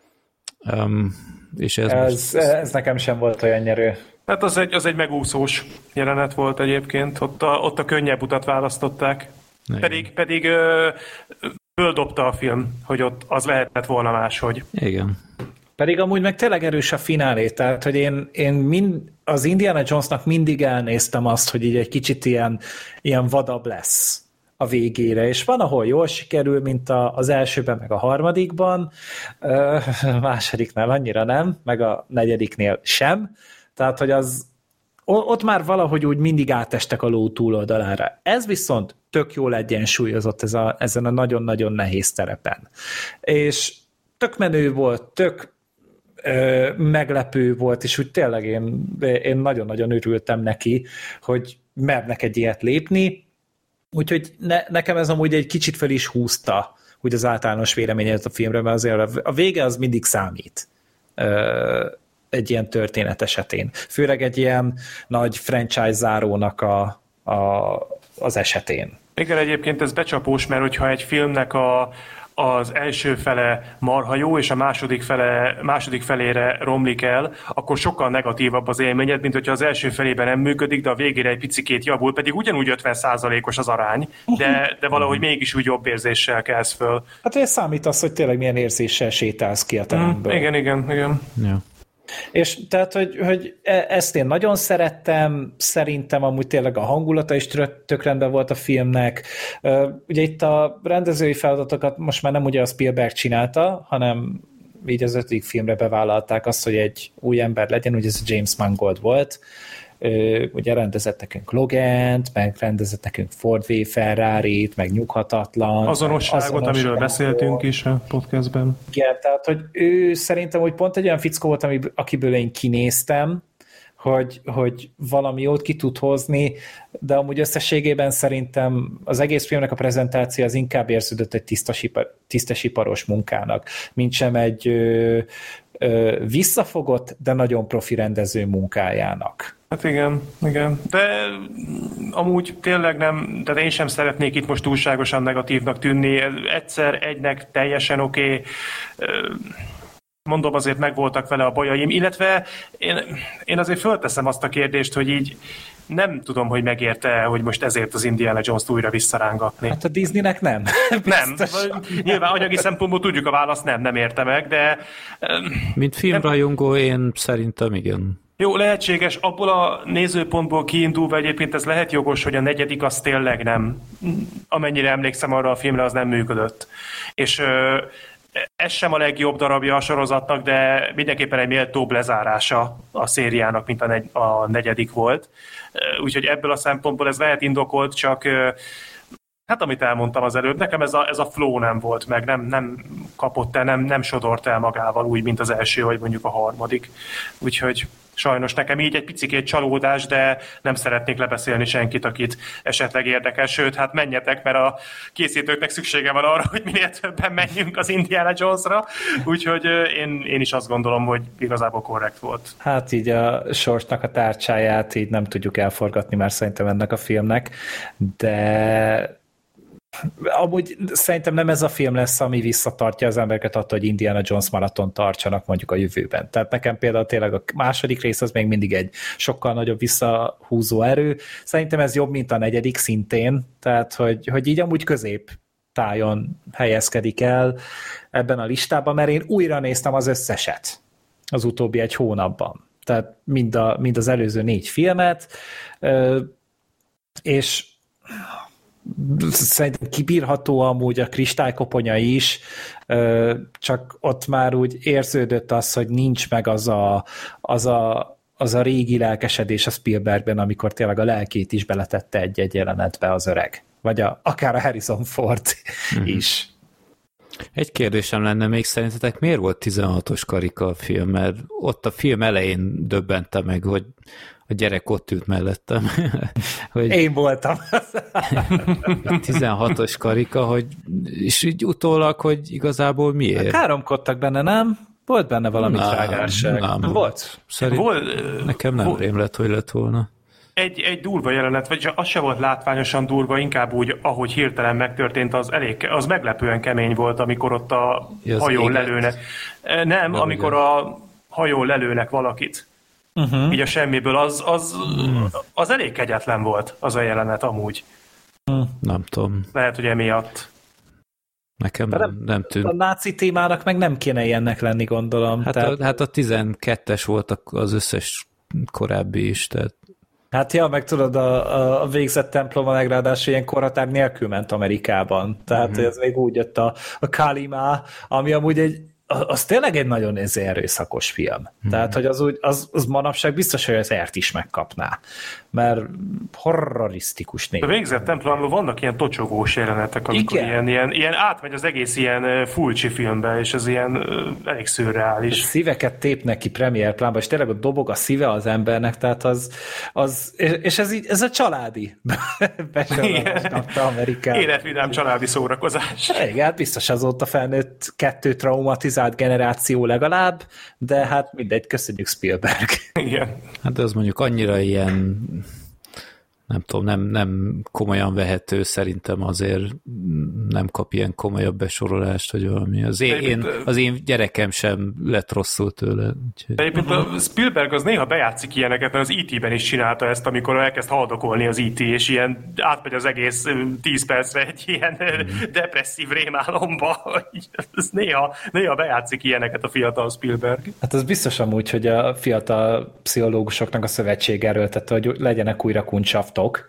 És ez nekem sem volt olyan nyerő. Hát az egy megúszós jelenet volt egyébként. Ott a könnyebb utat választották. Pedig földobta a film, hogy ott az lehetett volna máshogy. Igen. Pedig amúgy meg tényleg erős a finálé, tehát hogy én az Indiana Jonesnak mindig elnéztem azt, hogy így egy kicsit ilyen vadabb lesz a végére, és van, ahol jól sikerül, mint az elsőben, meg a harmadikban, a másodiknál annyira nem, meg a negyediknél sem, tehát, hogy ott már valahogy úgy mindig átestek a ló túloldalára. Ez viszont tök jól egyensúlyozott ezen a nagyon-nagyon nehéz terepen. És tök menő volt, tök meglepő volt, és úgy tényleg én nagyon-nagyon örültem neki, hogy mernek egy ilyet lépni, úgyhogy nekem ez amúgy egy kicsit fel is húzta úgy az általános véleményet a filmre, mert azért a vége az mindig számít egy ilyen történet esetén. Főleg egy ilyen nagy franchise zárónak az esetén. Igen, egyébként ez becsapós, mert hogyha egy filmnek az első fele marha jó, és a második felére romlik el, akkor sokkal negatívabb az élményed, mint hogyha az első felében nem működik, de a végére egy picikét javul, pedig ugyanúgy 50%-os az arány, de valahogy mégis úgy jobb érzéssel kelsz föl. Hát ez számít az, hogy tényleg milyen érzéssel sétálsz ki a teremből. Igen. Ja. És tehát, hogy ezt én nagyon szerettem, szerintem amúgy tényleg a hangulata is tök rendben volt a filmnek. Ugye itt a rendezői feladatokat most már nem ugye a Spielberg csinálta, hanem így az 5. filmre bevállalták azt, hogy egy új ember legyen, ugye ez James Mangold volt. Ugye rendezett nekünk Logant, meg rendezett nekünk Ford v Ferrarit, meg Nyughatatlan. Azonosságot, amiről beszéltünk is a podcastben. Igen, tehát, hogy ő szerintem, hogy pont egy olyan fickó volt, akiből én kinéztem, hogy valami jót ki tud hozni, de amúgy összességében szerintem az egész filmnek a prezentáció az inkább érződött egy tisztesiparos munkának, mint sem egy visszafogott, de nagyon profi rendező munkájának. Hát igen. De amúgy tényleg nem, tehát én sem szeretnék itt most túlságosan negatívnak tűnni. Egyszer egynek teljesen oké. Mondom, azért megvoltak vele a bajaim, illetve én azért fölteszem azt a kérdést, hogy így nem tudom, hogy megérte, hogy most ezért az Indiana Jones-t újra visszarángatni. Hát a Disneynek nem. Nem. Nyilván anyagi szempontból tudjuk a választ, nem érte meg, de... Mint filmrajongó én szerintem igen. Jó, lehetséges, abból a nézőpontból kiindulva egyébként ez lehet jogos, hogy a 4. az tényleg nem. Amennyire emlékszem arra a filmre, az nem működött. És ez sem a legjobb darabja a sorozatnak, de mindenképpen egy méltóbb lezárása a szériának, mint a 4. volt. Úgyhogy ebből a szempontból ez lehet indokolt, csak hát amit elmondtam az előbb, nekem ez a flow nem volt meg, nem kapott el, nem sodort el magával úgy, mint az első, vagy mondjuk a 3. Úgyhogy sajnos nekem így egy picikét csalódás, de nem szeretnék lebeszélni senkit, akit esetleg érdekel. Sőt, hát menjetek, mert a készítőknek szüksége van arra, hogy minél többen menjünk az Indiana Jonesra. Úgyhogy én is azt gondolom, hogy igazából korrekt volt. Hát így a sorsnak a tárcsáját így nem tudjuk elforgatni már szerintem ennek a filmnek, de amúgy szerintem nem ez a film lesz, ami visszatartja az embereket attól, hogy Indiana Jones maraton tartsanak mondjuk a jövőben. Tehát nekem például tényleg a második rész az még mindig egy sokkal nagyobb visszahúzó erő. Szerintem ez jobb, mint a 4. szintén, tehát hogy így amúgy középtájon helyezkedik el ebben a listában, mert én újra néztem az összeset az utóbbi egy hónapban. Tehát mind az előző 4 filmet, és szerintem kibírható amúgy a kristálykoponya is, csak ott már úgy érződött az, hogy nincs meg az a régi lelkesedés a Spielbergben, amikor tényleg a lelkét is beletette egy jelenetbe az öreg. Vagy akár a Harrison Ford is. Egy kérdésem lenne még, szerintetek miért volt 16-os karika a film? Mert ott a film elején döbbente meg, hogy a gyerek ott ült mellettem. Hogy én voltam. 16-os karika, és így utólag, hogy igazából miért? Káromkodtak benne, nem? Volt benne valami trágárság. Nem. Volt? Nekem nem rém lett, hogy lett volna. Egy durva jelenet, vagy az se volt látványosan durva, inkább úgy, ahogy hirtelen megtörtént, az meglepően kemény volt, amikor ott a hajón lelőnek. Nem, amikor a hajón lelőnek valakit. Így a semmiből, az elég kegyetlen volt az a jelenet amúgy. Nem tudom. Lehet, hogy emiatt. Nekem nem tűnt. A náci témának meg nem kéne ilyennek lenni, gondolom. Hát a 12-es volt az összes korábbi is, tehát. Hát ja, meg tudod, a végzett templom a ráadásul ilyen korhatár nélkül ment Amerikában. Tehát ez még úgy jött a Kalima, ami amúgy az tényleg egy nagyon erőszakos film. Tehát, hogy az manapság biztos, hogy az ert is megkapná. Mert horrorisztikus név. A végzett templomban vannak ilyen tocsogós jelenetek, amikor ilyen átmegy az egész ilyen Fulci filmbe, és ez ilyen elég szürreális. Szíveket tépnek ki premier plánba, és tényleg ott dobog a szíve az embernek, tehát és ez a családi besorolást kapta Amerikában. Életvidám családi szórakozás. Igen, hát biztos azóta felnőtt 2 traumatizált generáció legalább, de hát mindegy, köszönjük Spielberg. Igen. Hát az mondjuk annyira ilyen nem tudom, nem komolyan vehető, szerintem azért nem kap ilyen komolyabb besorolást, vagy valami. Az én gyerekem sem lett rosszul tőle. Úgyhogy... Egyébként a Spielberg az néha bejátszik ilyeneket, mert az E.T.-ben is csinálta ezt, amikor elkezd haldokolni az E.T., és ilyen átmegy az egész 10 percre egy ilyen depresszív rémálomba. Ez néha bejátszik ilyeneket a fiatal Spielberg. Hát az biztos amúgy, hogy a fiatal pszichológusoknak a szövetség erőltette, hogy legyenek újra kuncsaftok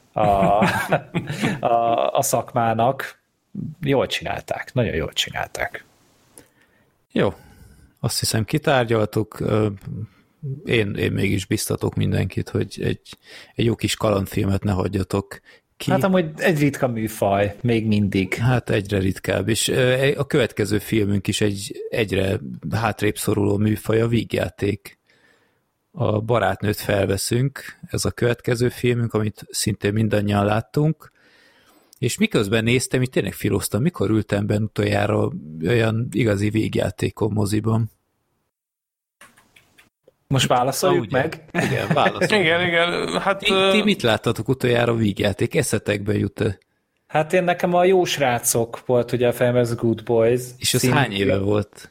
a szakmának. Jól csinálták, nagyon jól csinálták. Jó, azt hiszem kitárgyaltuk. Én mégis biztatok mindenkit, hogy egy jó kis kalandfilmet ne hagyjatok ki. Hát amúgy egy ritka műfaj, még mindig. Hát egyre ritkább, és a következő filmünk is egy egyre hátrébb szoruló műfaj, a vígjáték. A Barátnőt felveszünk, ez a következő filmünk, amit szintén mindannyian láttunk, és miközben néztem, itt tényleg filóztam, mikor ültem benne utoljára olyan igazi vígjátékon moziban. Most válaszoljuk meg? Igen, válaszoljuk. Igen. Hát, ti mit láttatok utoljára vígjáték? Eszetekbe jut-e? Hát én nekem a Jó srácok volt, ugye a film, ez Good Boys. És az hány éve volt?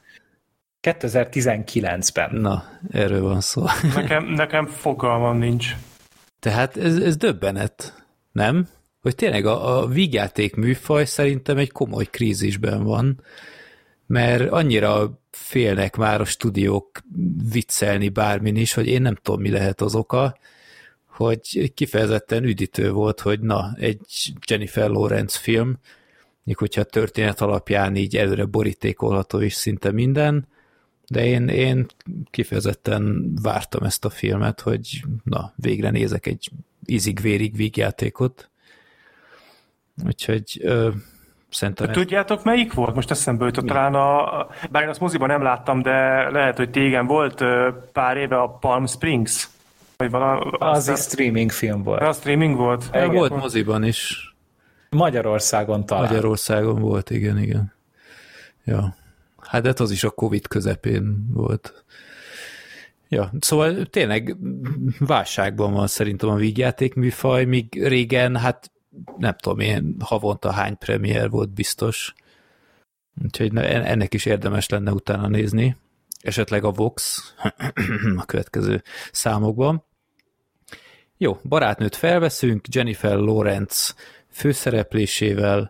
2019-ben. Na, erről van szó. Nekem fogalmam nincs. Tehát ez döbbenet, nem? Hogy tényleg a vígjáték műfaj szerintem egy komoly krízisben van, mert annyira félnek már a stúdiók viccelni bármin is, hogy én nem tudom, mi lehet az oka, hogy kifejezetten üdítő volt, hogy na, egy Jennifer Lawrence film, még hogyha a történet alapján így előre borítékolható is szinte minden, de én kifejezetten vártam ezt a filmet, hogy na, végre nézek egy ízig-vérig vígjátékot. Úgyhogy szerintem... Tudjátok, melyik volt? Most eszembe jutott talán bár én azt moziban nem láttam, de lehet, hogy tégen volt pár éve a Palm Springs. Vagy az is streaming film volt. Az streaming volt? Volt moziban is. Magyarországon talán. Magyarországon volt, igen. Ja. Hát az is a Covid közepén volt. Ja, szóval tényleg válságban van szerintem a vígjáték műfaj, míg régen, hát nem tudom én, havonta hány premier volt biztos. Úgyhogy ennek is érdemes lenne utána nézni. Esetleg a Vox a következő számokban. Jó, Barátnőt felveszünk, Jennifer Lawrence főszereplésével.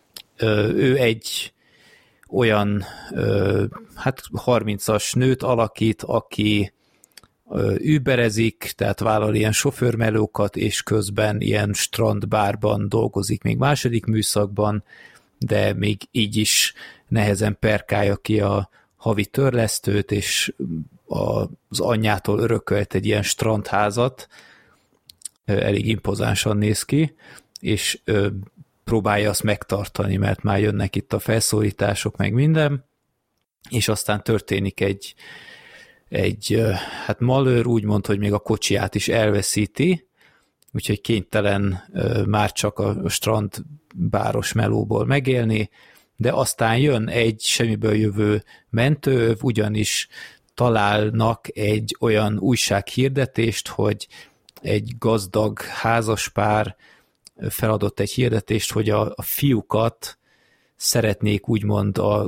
Ő egy olyan hát 30-as nőt alakít, aki überezik, tehát vállal ilyen sofőrmelókat, és közben ilyen strandbárban dolgozik még második műszakban, de még így is nehezen perkálja ki a havi törlesztőt, és az anyjától örökölt egy ilyen strandházat, elég impozánsan néz ki, és próbálja azt megtartani, mert már jönnek itt a felszólítások, meg minden, és aztán történik egy hát malőr, úgymond, hogy még a kocsiját is elveszíti, úgyhogy kénytelen már csak a strandbáros melóból megélni, de aztán jön egy semmiből jövő mentőöv, ugyanis találnak egy olyan újsághirdetést, hogy egy gazdag házaspár feladott egy hirdetést, hogy a fiúkat szeretnék úgymond a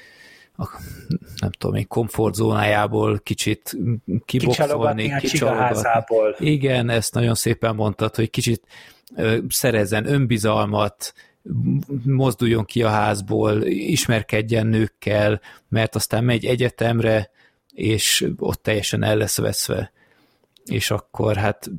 nem tudom, egy komfortzónájából kicsit kiboxolni, kicsalogatni. Igen, ezt nagyon szépen mondtad, hogy kicsit szerezzen önbizalmat, mozduljon ki a házból, ismerkedjen nőkkel, mert aztán megy egyetemre, és ott teljesen el lesz veszve. És akkor hát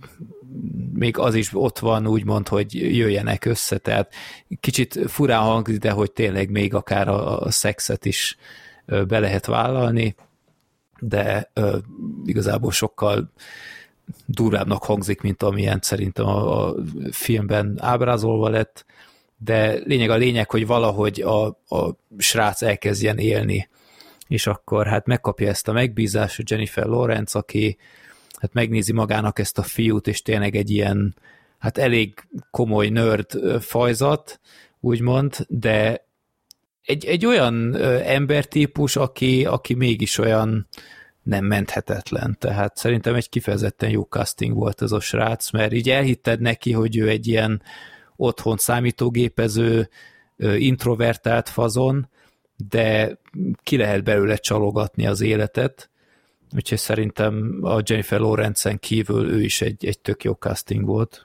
még az is ott van, úgymond, hogy jöjjenek össze, tehát kicsit furán hangzik, de hogy tényleg még akár a szexet is be lehet vállalni, de igazából sokkal durvábbnak hangzik, mint amilyen szerintem a filmben ábrázolva lett, de lényeg, hogy valahogy a srác elkezdjen élni, és akkor hát megkapja ezt a megbízást, hogy Jennifer Lawrence, aki hát megnézi magának ezt a fiút, és tényleg egy ilyen, hát elég komoly nerd fajzat, úgymond, de egy olyan embertípus, aki mégis olyan nem menthetetlen. Tehát szerintem egy kifejezetten jó casting volt ez a srác, mert így elhitted neki, hogy ő egy ilyen otthon számítógépező, introvertált fazon, de ki lehet belőle csalogatni az életet, úgyhogy szerintem a Jennifer Lawrence-en kívül ő is egy tök jó casting volt.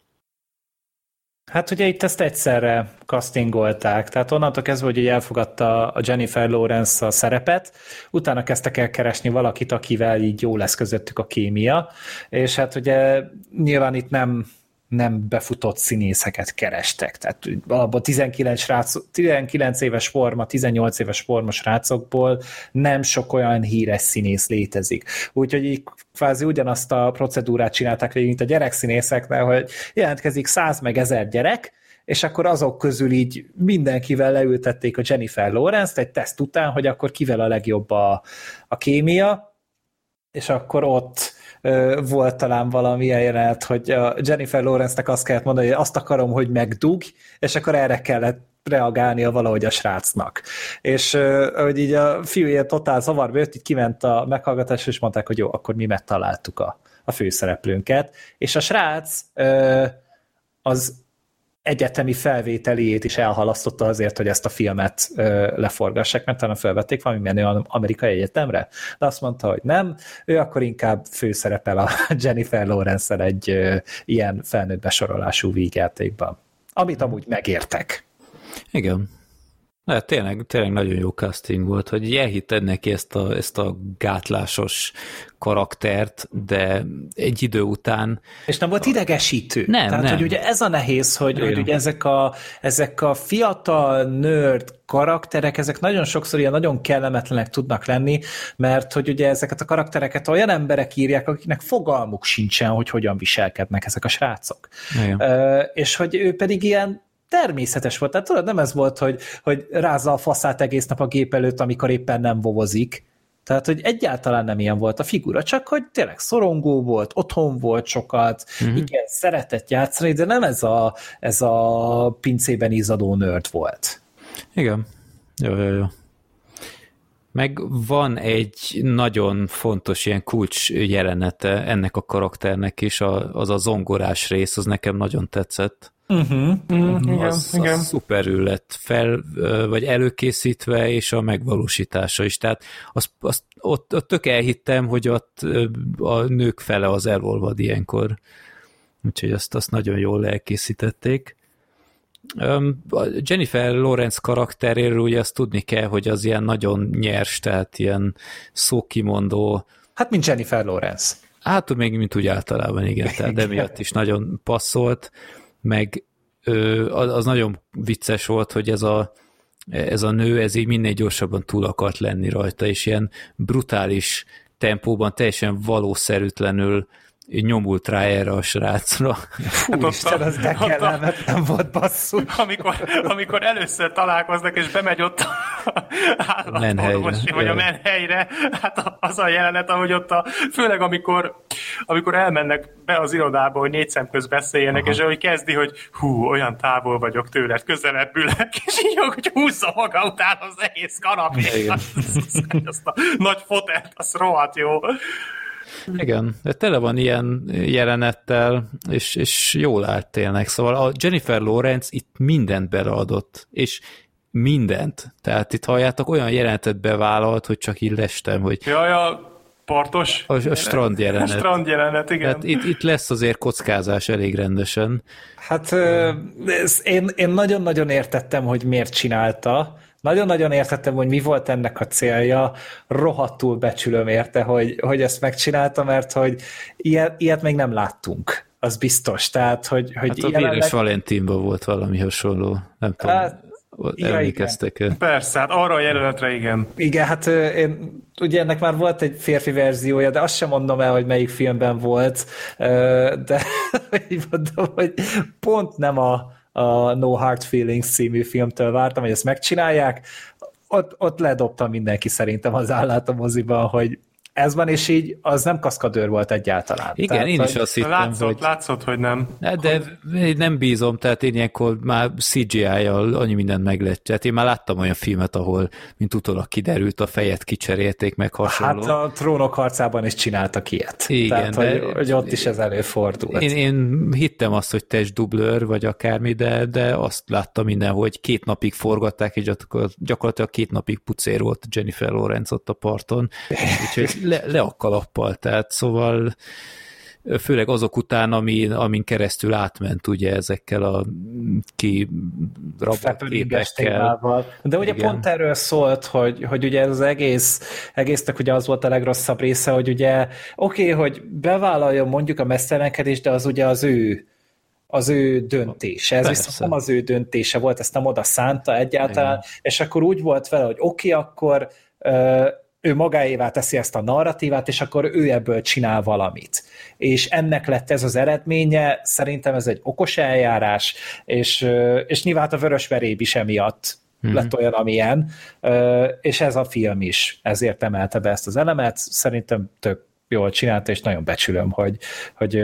Hát ugye itt ezt egyszerre castingolták, tehát onnantól kezdve, hogy elfogadta a Jennifer Lawrence a szerepet, utána kezdtek el keresni valakit, akivel így jó lesz közöttük a kémia, és hát ugye nyilván itt nem befutott színészeket kerestek, tehát abban 19 éves forma, 18 éves forma srácokból nem sok olyan híres színész létezik. Úgyhogy így kvázi ugyanazt a procedúrát csinálták végig, mint a gyerekszínészeknél, hogy jelentkezik 100 meg 1000 gyerek, és akkor azok közül így mindenkivel leültették a Jennifer Lawrence-t egy teszt után, hogy akkor kivel a legjobb a kémia, és akkor ott volt talán valamilyen jelenet, hogy a Jennifer Lawrence-nek azt kellett mondani, hogy azt akarom, hogy megdugj, és akkor erre kellett reagálnia valahogy a srácnak. És hogy így a fiú ilyen totál zavarba jött, így kiment a meghallgatásra, és mondták, hogy jó, akkor mi megtaláltuk a főszereplőnket. És a srác az egyetemi felvételiét is elhalasztotta azért, hogy ezt a filmet leforgassák, mert talán felvették valami menő amerikai egyetemre, de azt mondta, hogy nem, ő akkor inkább főszerepel a Jennifer Lawrence-el egy ilyen felnőtt besorolású vígjátékban, amit amúgy megértek. Igen. Hát tényleg nagyon jó casting volt, hogy elhitted neki ezt a gátlásos karaktert, de egy idő után... És nem volt idegesítő. Nem. Hogy ugye ez a nehéz, hogy ugye ezek a fiatal nerd karakterek, ezek nagyon sokszor ilyen nagyon kellemetlenek tudnak lenni, mert hogy ugye ezeket a karaktereket olyan emberek írják, akiknek fogalmuk sincsen, hogy hogyan viselkednek ezek a srácok. És hogy ő pedig ilyen természetes volt. Tehát tudod, nem ez volt, hogy rázza a faszát egész nap a gép előtt, amikor éppen nem vovozik. Tehát, hogy egyáltalán nem ilyen volt a figura, csak hogy tényleg szorongó volt, otthon volt sokat, igen, szeretett játszani, de nem ez a pincében izzadó nerd volt. Igen. Jó. Meg van egy nagyon fontos ilyen kulcs jelenete ennek a karakternek is, az a zongorás rész, az nekem nagyon tetszett. Igen. Szuperül lett vagy előkészítve, és a megvalósítása is. Tehát ott tök elhittem, hogy ott a nők fele az elolvad ilyenkor. Úgyhogy azt nagyon jól elkészítették. A Jennifer Lawrence karakteréről ugye azt tudni kell, hogy az ilyen nagyon nyers, tehát ilyen szókimondó. Hát, mint Jennifer Lawrence. Hát még mint úgy általában, igen, tehát emiatt is nagyon passzolt, meg az nagyon vicces volt, hogy ez a nő, ez így minél gyorsabban túl akart lenni rajta, és ilyen brutális tempóban, teljesen valószerűtlenül nyomult rá erre a srácra. Fú, Isten, az de kellemetlen volt, basszus. Amikor először találkoznak, és bemegy ott a állatorvosi, vagy a menhelyre, hát az a jelenet, ahogy ott főleg amikor elmennek be az irodába, hogy négy szemköz beszéljenek, és ahogy kezdi, hogy olyan távol vagyok tőled, közelebb ülök, és így hogy húzza maga után az egész kanapét. Azt a nagy fotelt, az rohadt jó. Igen, de tele van ilyen jelenettel, és jól állt tényleg. Szóval a Jennifer Lawrence itt mindent beleadott, és mindent. Tehát itt halljátok, olyan jelenetet bevállalt, hogy csak így lestem, hogy... Ja, partos. A strand jelenet. A strand jelenet, igen. Hát itt lesz azért kockázás elég rendesen. Hát én nagyon-nagyon értettem, hogy miért csinálta. Nagyon-nagyon értettem, hogy mi volt ennek a célja, rohadtul becsülöm érte, hogy ezt megcsinálta, mert hogy ilyet még nem láttunk, az biztos. Tehát, hogy hát a Véres Valentinban volt valami hasonló, nem tudom, emlékeztek el. Persze, hát arra a jelenetre igen. Igen, hát ugye ennek már volt egy férfi verziója, de azt sem mondom el, hogy melyik filmben volt, de mondom, hogy pont nem a No Hard Feelings című filmtől vártam, hogy ezt megcsinálják. Ott ledobtam mindenki szerintem az állát a moziban, hogy ez van, és így az nem kaszkadőr volt egyáltalán. Igen, tehát, én is azt hittem, látszott, hogy nem. De nem bízom, tehát én ilyenkor már CGI-jal annyi mindent meglett. Tehát én már láttam olyan filmet, ahol mint utólag kiderült, a fejet kicserélték, meg hasonló. Hát a Trónok harcában is csináltak ilyet. Igen, tehát, hogy ott is ez előfordult. Én hittem azt, hogy testdublőr, vagy akármi, de azt láttam mindenhol, hogy 2 napig forgatták, és gyakorlatilag 2 napig pucér volt Jennifer Lawrence ott a parton, úgyhogy le a kalappal, tehát szóval főleg azok után, amin keresztül átment ugye ezekkel a kirabolt képekkel. De ugye igen. Pont erről szólt, hogy ugye ez az egésznek ugye az volt a legrosszabb része, hogy ugye oké, hogy bevállaljon mondjuk a mesztelenkedést, de az ugye az ő döntése. Ez viszont nem az ő döntése volt, ezt nem oda szánta egyáltalán, igen. És akkor úgy volt vele, hogy oké, akkor ő magáévá teszi ezt a narratívát, és akkor ő ebből csinál valamit. És ennek lett ez az eredménye, szerintem ez egy okos eljárás, és nyilván a Vörösveréb is emiatt lett olyan, amilyen, és ez a film is ezért emelte be ezt az elemet, szerintem tök jól csinálta, és nagyon becsülöm, hogy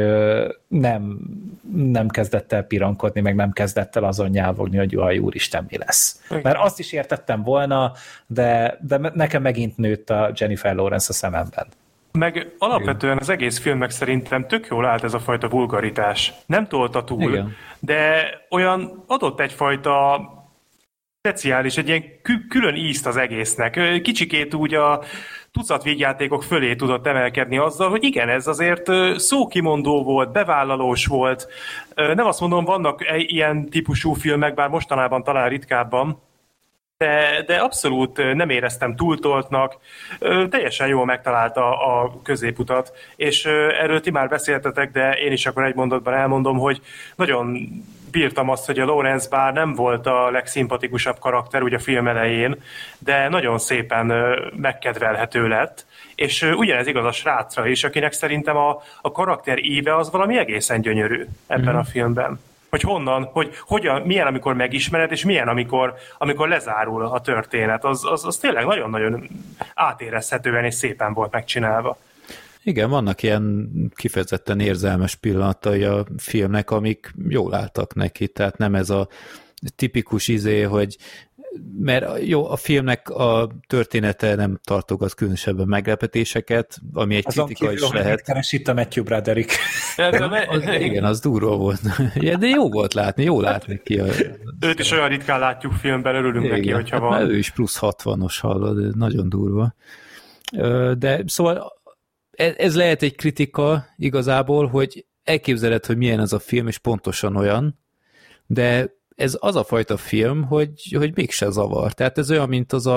nem kezdett el pirankodni, meg nem kezdett el azon nyávogni, hogy jaj, úristen, mi lesz. Mert azt is értettem volna, de nekem megint nőtt a Jennifer Lawrence a szememben. Meg alapvetően az egész filmnek szerintem tök jól állt ez a fajta vulgaritás. Nem tolta túl, igen. De olyan adott egyfajta speciális, egy ilyen külön ízt az egésznek. Kicsikét úgy a tucat vígjátékok fölé tudott emelkedni azzal, hogy igen, ez azért szókimondó volt, bevállalós volt. Nem azt mondom, vannak ilyen típusú filmek, bár mostanában talán ritkábban, de abszolút nem éreztem túltoltnak, teljesen jól megtalálta a középutat, és erről ti már beszéltetek, de én is akkor egy mondatban elmondom, hogy nagyon bírtam azt, hogy a Lawrence bár nem volt a legszimpatikusabb karakter ugye a film elején, de nagyon szépen megkedvelhető lett, és ugyanez igaz a srácra is, akinek szerintem a karakter íve az valami egészen gyönyörű ebben a filmben. Hogy honnan, hogyan, milyen, amikor megismered, és milyen, amikor lezárul a történet. Az tényleg nagyon-nagyon átérezhetően és szépen volt megcsinálva. Igen, vannak ilyen kifejezetten érzelmes pillanatai a filmnek, amik jól álltak neki, tehát nem ez a tipikus hogy mert jó, a filmnek a története nem tartogat különösebben meglepetéseket, ami egy kritika is lehet. Keres itt a Matthew Broderick. Igen, az durva volt. De jó volt látni, jó látni ki. Őt is olyan ritkán látjuk filmben, örülünk igen, neki, hogyha van. Ő is plusz 60-os hallod, nagyon durva. De szóval ez lehet egy kritika igazából, hogy elképzeled, hogy milyen ez a film, és pontosan olyan, de ez az a fajta film, hogy mégse zavar. Tehát ez olyan, mint az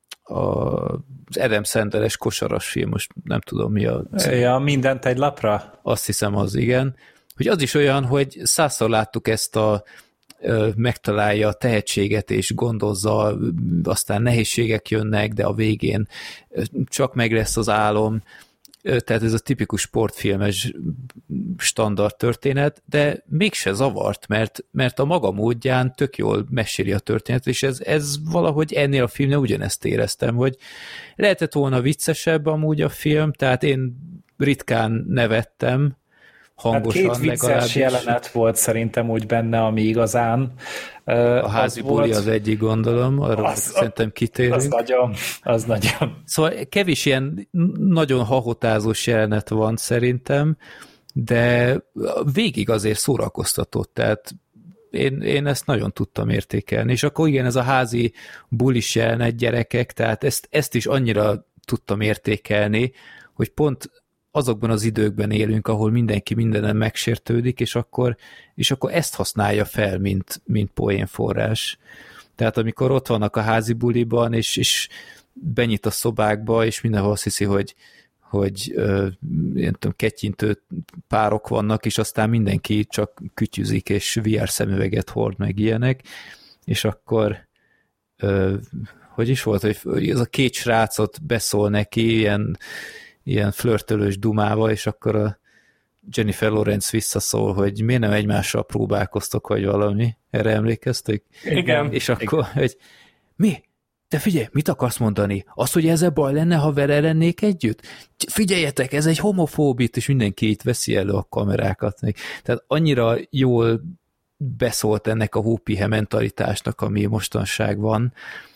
Adam Sandler-es kosaras film, most nem tudom mi a... Ja, mindent egy lapra? Azt hiszem az, igen. Hogy az is olyan, hogy 100-szor láttuk ezt megtalálja a tehetséget és gondozza, aztán nehézségek jönnek, de a végén csak meg lesz az álom. Tehát ez a tipikus sportfilmes standard történet, de mégse zavart, mert a maga módján tök jól meséli a történet, és ez valahogy ennél a filmnél ugyanezt éreztem, hogy lehetett volna viccesebb amúgy a film, tehát én ritkán nevettem, hangosan hát 2 vicces jelenet volt szerintem úgy benne, ami igazán a házi buli az egyik, gondolom, arra szerintem kitérünk. Az nagyon. Szóval kevés ilyen nagyon hahotázós jelenet van szerintem, de végig azért szórakoztatott, tehát én ezt nagyon tudtam értékelni, és akkor igen, ez a házi bulis jelenet, gyerekek, tehát ezt is annyira tudtam értékelni, hogy pont azokban az időkben élünk, ahol mindenki mindenen megsértődik, és akkor ezt használja fel, mint poénforrás. Tehát amikor ott vannak a házi buliban, és benyit a szobákba, és mindenhol azt hiszi, hogy én tudom, kettyintő párok vannak, és aztán mindenki csak kütyüzik, és VR szemüveget hord, meg ilyenek, és akkor hogy is volt, hogy ez a 2 srácot beszól neki, ilyen flörtölős dumával, és akkor a Jennifer Lawrence visszaszól, hogy miért nem egymással próbálkoztok, vagy valami. Erre emlékeztek? Igen. És akkor, hogy mi? te figyelj, mit akarsz mondani? Az, hogy ezzel baj lenne, ha vele lennék együtt? Figyeljetek, ez egy homofóbit, és mindenki itt veszi elő a kamerákat. Tehát annyira jól beszólt ennek a hópihe mentalitásnak, ami mostanság van.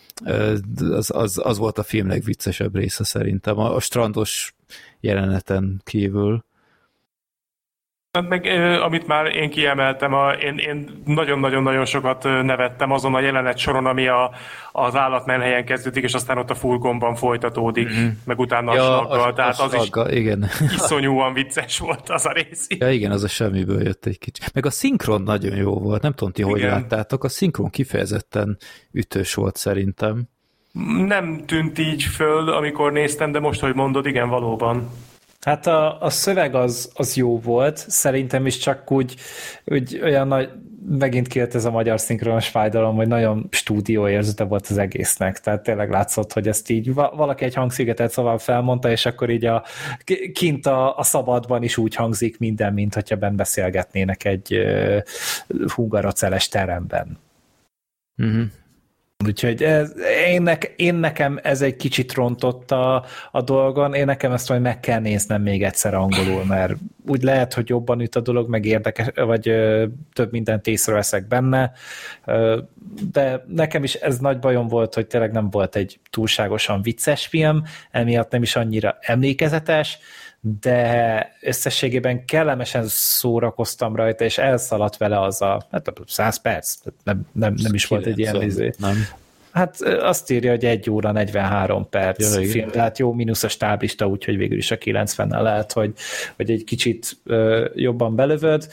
Az volt a film legviccesebb része szerintem, a strandos jeleneten kívül. Meg, amit már én kiemeltem, én nagyon-nagyon-nagyon sokat nevettem azon a jelenet soron, ami az állatmenhelyen kezdődik, és aztán ott a furgonban folytatódik, meg utána a slaggal, tehát az slagga, is igen. Iszonyúan vicces volt az a rész. Ja igen, az a semmiből jött egy kicsit. Meg a szinkron nagyon jó volt, nem tudom ti, hogy láttátok, a szinkron kifejezetten ütős volt szerintem. Nem tűnt így föl, amikor néztem, de most, hogy mondod, igen, valóban. Hát a szöveg az jó volt, szerintem is csak úgy olyan nagy, megint kijött ez a magyar szinkronos fájdalom, hogy nagyon stúdióérzete volt az egésznek, tehát tényleg látszott, hogy ezt így valaki egy hangszigetet szóval felmondta, és akkor így kint a szabadban is úgy hangzik minden, mint hogyha benn beszélgetnének egy hungaroceles teremben. Úgyhogy én nekem ez egy kicsit rontott a dolgon, én nekem ezt majd meg kell néznem még egyszer angolul, mert úgy lehet, hogy jobban üt a dolog, meg érdekes, vagy több mindent észreveszek benne, de nekem is ez nagy bajom volt, hogy tényleg nem volt egy túlságosan vicces film, emiatt nem is annyira emlékezetes, de összességében kellemesen szórakoztam rajta, és elszaladt vele az a 100 perc, nem is volt egy ilyen izé. Hát azt írja, hogy 1 óra 43 perc film, tehát jó mínuszos táblista, úgyhogy végül is a 90-nel lehet, hogy egy kicsit jobban belövöd,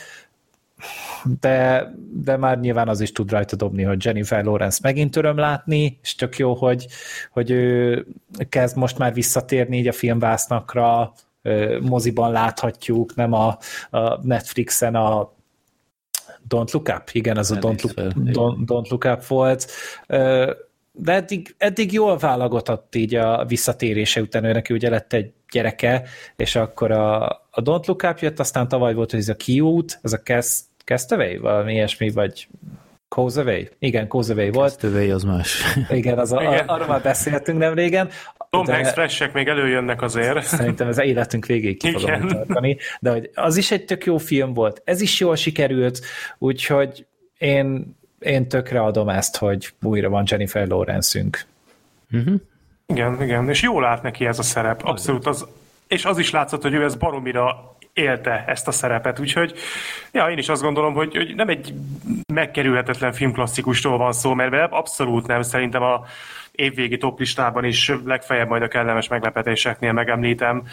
de már nyilván az is tud rajta dobni, hogy Jennifer Lawrence megint öröm látni, és tök jó, hogy ő kezd most már visszatérni így a filmvásznakra, moziban láthatjuk, nem a Netflixen a Don't Look Up, igen, az a Don't Look Up volt, de eddig jól válogatott így a visszatérése után, ő neki ugye lett egy gyereke, és akkor a Don't Look Up jött, aztán tavaly volt, hogy ez a Kiút, ez a Castaway, valami ilyesmi, vagy Castaway? Igen, Castaway volt. Castaway az más. Igen, arról már beszéltünk nem régen. Tom Hanks freshek még előjönnek azért. Szerintem ez életünk végéig ki fogom tartani. De hogy az is egy tök jó film volt, ez is jól sikerült, úgyhogy én tökre adom ezt, hogy újra van Jennifer Lawrence-ünk. Igen, és jól állt neki ez a szerep, abszolút. És az is látszott, hogy ő ez baromira élte ezt a szerepet, úgyhogy én is azt gondolom, hogy nem egy megkerülhetetlen filmklasszikustól van szó, mert abszolút nem, szerintem a évvégi toplistában is legfeljebb majd a kellemes meglepetéseknél megemlítem,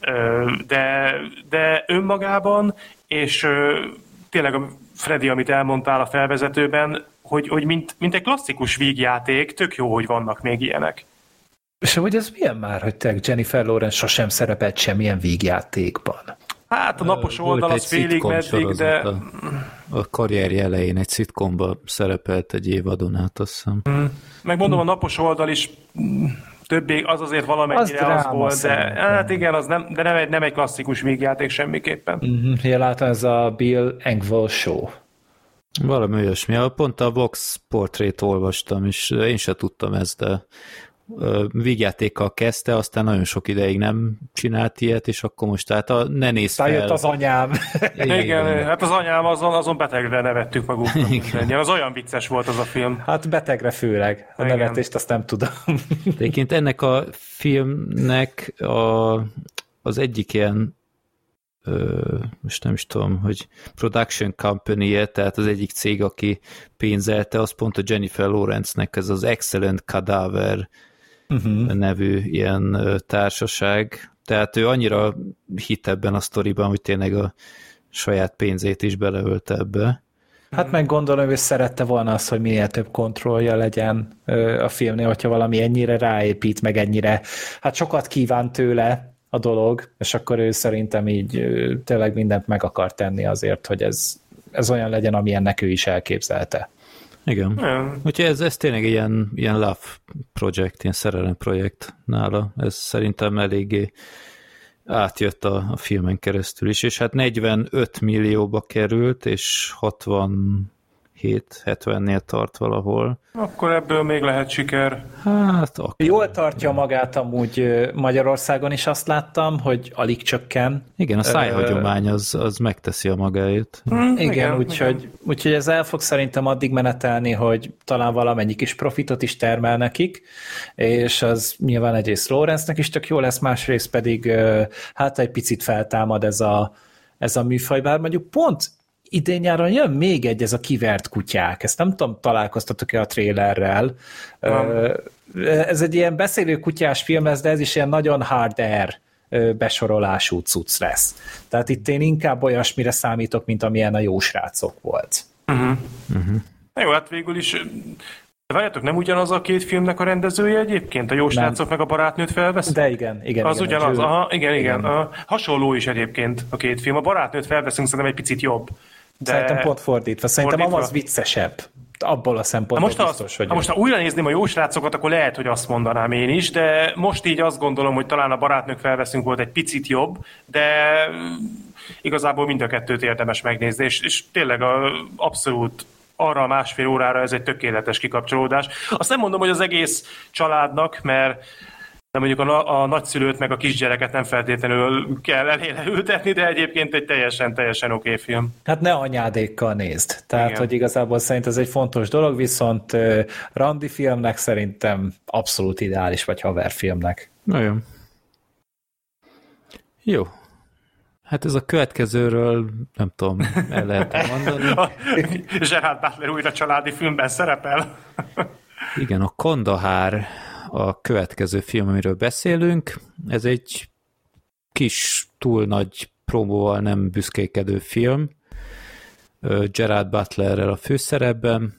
de önmagában, és tényleg a Freddy, amit elmondtál a felvezetőben, hogy mint egy klasszikus vígjáték, tök jó, hogy vannak még ilyenek. És hogy ez milyen már, hogy te Jennifer Lawrence sosem szerepelt semmilyen vígjátékban? Hát a napos oldal az félig meddig, de... A karrierje elején egy szitkomban szerepelt egy évadon át, azt hiszem. Megmondom, a napos oldal is többé, az azért valamennyire az volt, de hát igen, az nem egy klasszikus vígjáték semmiképpen. Látom, ez a Bill Engvall Show. Valami olyasmi. Pont a Vox portrét olvastam, és én se tudtam ezt, de vígjátékkal kezdte, aztán nagyon sok ideig nem csinált ilyet, és akkor most tehát ne nézz fel. Jött az anyám. Igen, hát az anyám azon betegre nevettük magunkra. Az olyan vicces volt az a film. Hát betegre főleg. A nevetést azt nem tudom. Egyébként ennek a filmnek az egyik ilyen most nem is tudom, hogy production company-je, tehát az egyik cég, aki pénzelte, az pont a Jennifer Lawrence-nek ez az Excellent Cadaver nevű ilyen társaság. Tehát ő annyira hit ebben a sztoriban, hogy tényleg a saját pénzét is beleölte ebbe. Hát meg gondolom, hogy szerette volna azt, hogy minél több kontrollja legyen a filmnél, hogyha valami ennyire ráépít, meg ennyire, hát sokat kíván tőle a dolog, és akkor ő szerintem így tényleg mindent meg akar tenni azért, hogy ez olyan legyen, amilyennek ő is elképzelte. Igen. Úgyhogy ez tényleg ilyen love project, ilyen szerelem projekt nála. Ez szerintem eléggé átjött a filmen keresztül is, és hát 45 millióba került, és 67 70-nél tart valahol. Akkor ebből még lehet siker. Hát, akár. Jól tartja magát amúgy Magyarországon is, azt láttam, hogy alig csökken. Igen, a szájhagyomány az megteszi a magáét. Igen, úgyhogy ez el fog szerintem addig menetelni, hogy talán valamennyi kis profitot is termel nekik, és az nyilván egyrészt Lawrence-nek is tök jó lesz, másrészt pedig hát egy picit feltámad ez a műfaj, bár mondjuk pont idén-nyáron jön még ez a Kivert kutyák. Ezt nem tudom, találkoztatok-e a trailerrel. Ez egy ilyen beszélő kutyás film lesz, de ez is ilyen nagyon hard air besorolású cucc lesz. Tehát itt én inkább olyasmire számítok, mint amilyen a Jó srácok volt. Na jó, hát végül is de várjátok, nem ugyanaz a két filmnek a rendezője egyébként? A Jó srácok meg a barátnőt felveszünk? De igen. Az ugyanaz, igen. Hasonló is egyébként a két film. A barátnőt felveszünk, szerintem egy picit jobb. De... Szerintem pont fordítva. Szerintem az viccesebb. Abból a szempontból biztos, hogy... Most ha újra nézném a Jó srácokat, akkor lehet, hogy azt mondanám én is, de most így azt gondolom, hogy talán a barátnők felveszünk volt egy picit jobb, de igazából mind a kettőt érdemes megnézni, és tényleg abszolút arra a másfél órára ez egy tökéletes kikapcsolódás. Azt nem mondom, hogy az egész családnak, mert mondjuk a nagyszülőt meg a kisgyereket nem feltétlenül kell eléne ültetni, de egyébként egy teljesen oké film. Hát ne anyádékkal nézd. Tehát, igen. Hogy igazából szerint ez egy fontos dolog, viszont randi filmnek szerintem abszolút ideális, vagy haverfilmnek. Nagyon. Jó. Hát ez a következőről nem tudom, el lehet mondani. Gerard Butler újra családi filmben szerepel. Igen, a Kandahár a következő film, amiről beszélünk. Ez egy kis, túl nagy promóval nem büszkékedő film. Gerard Butlerrel a főszerepben.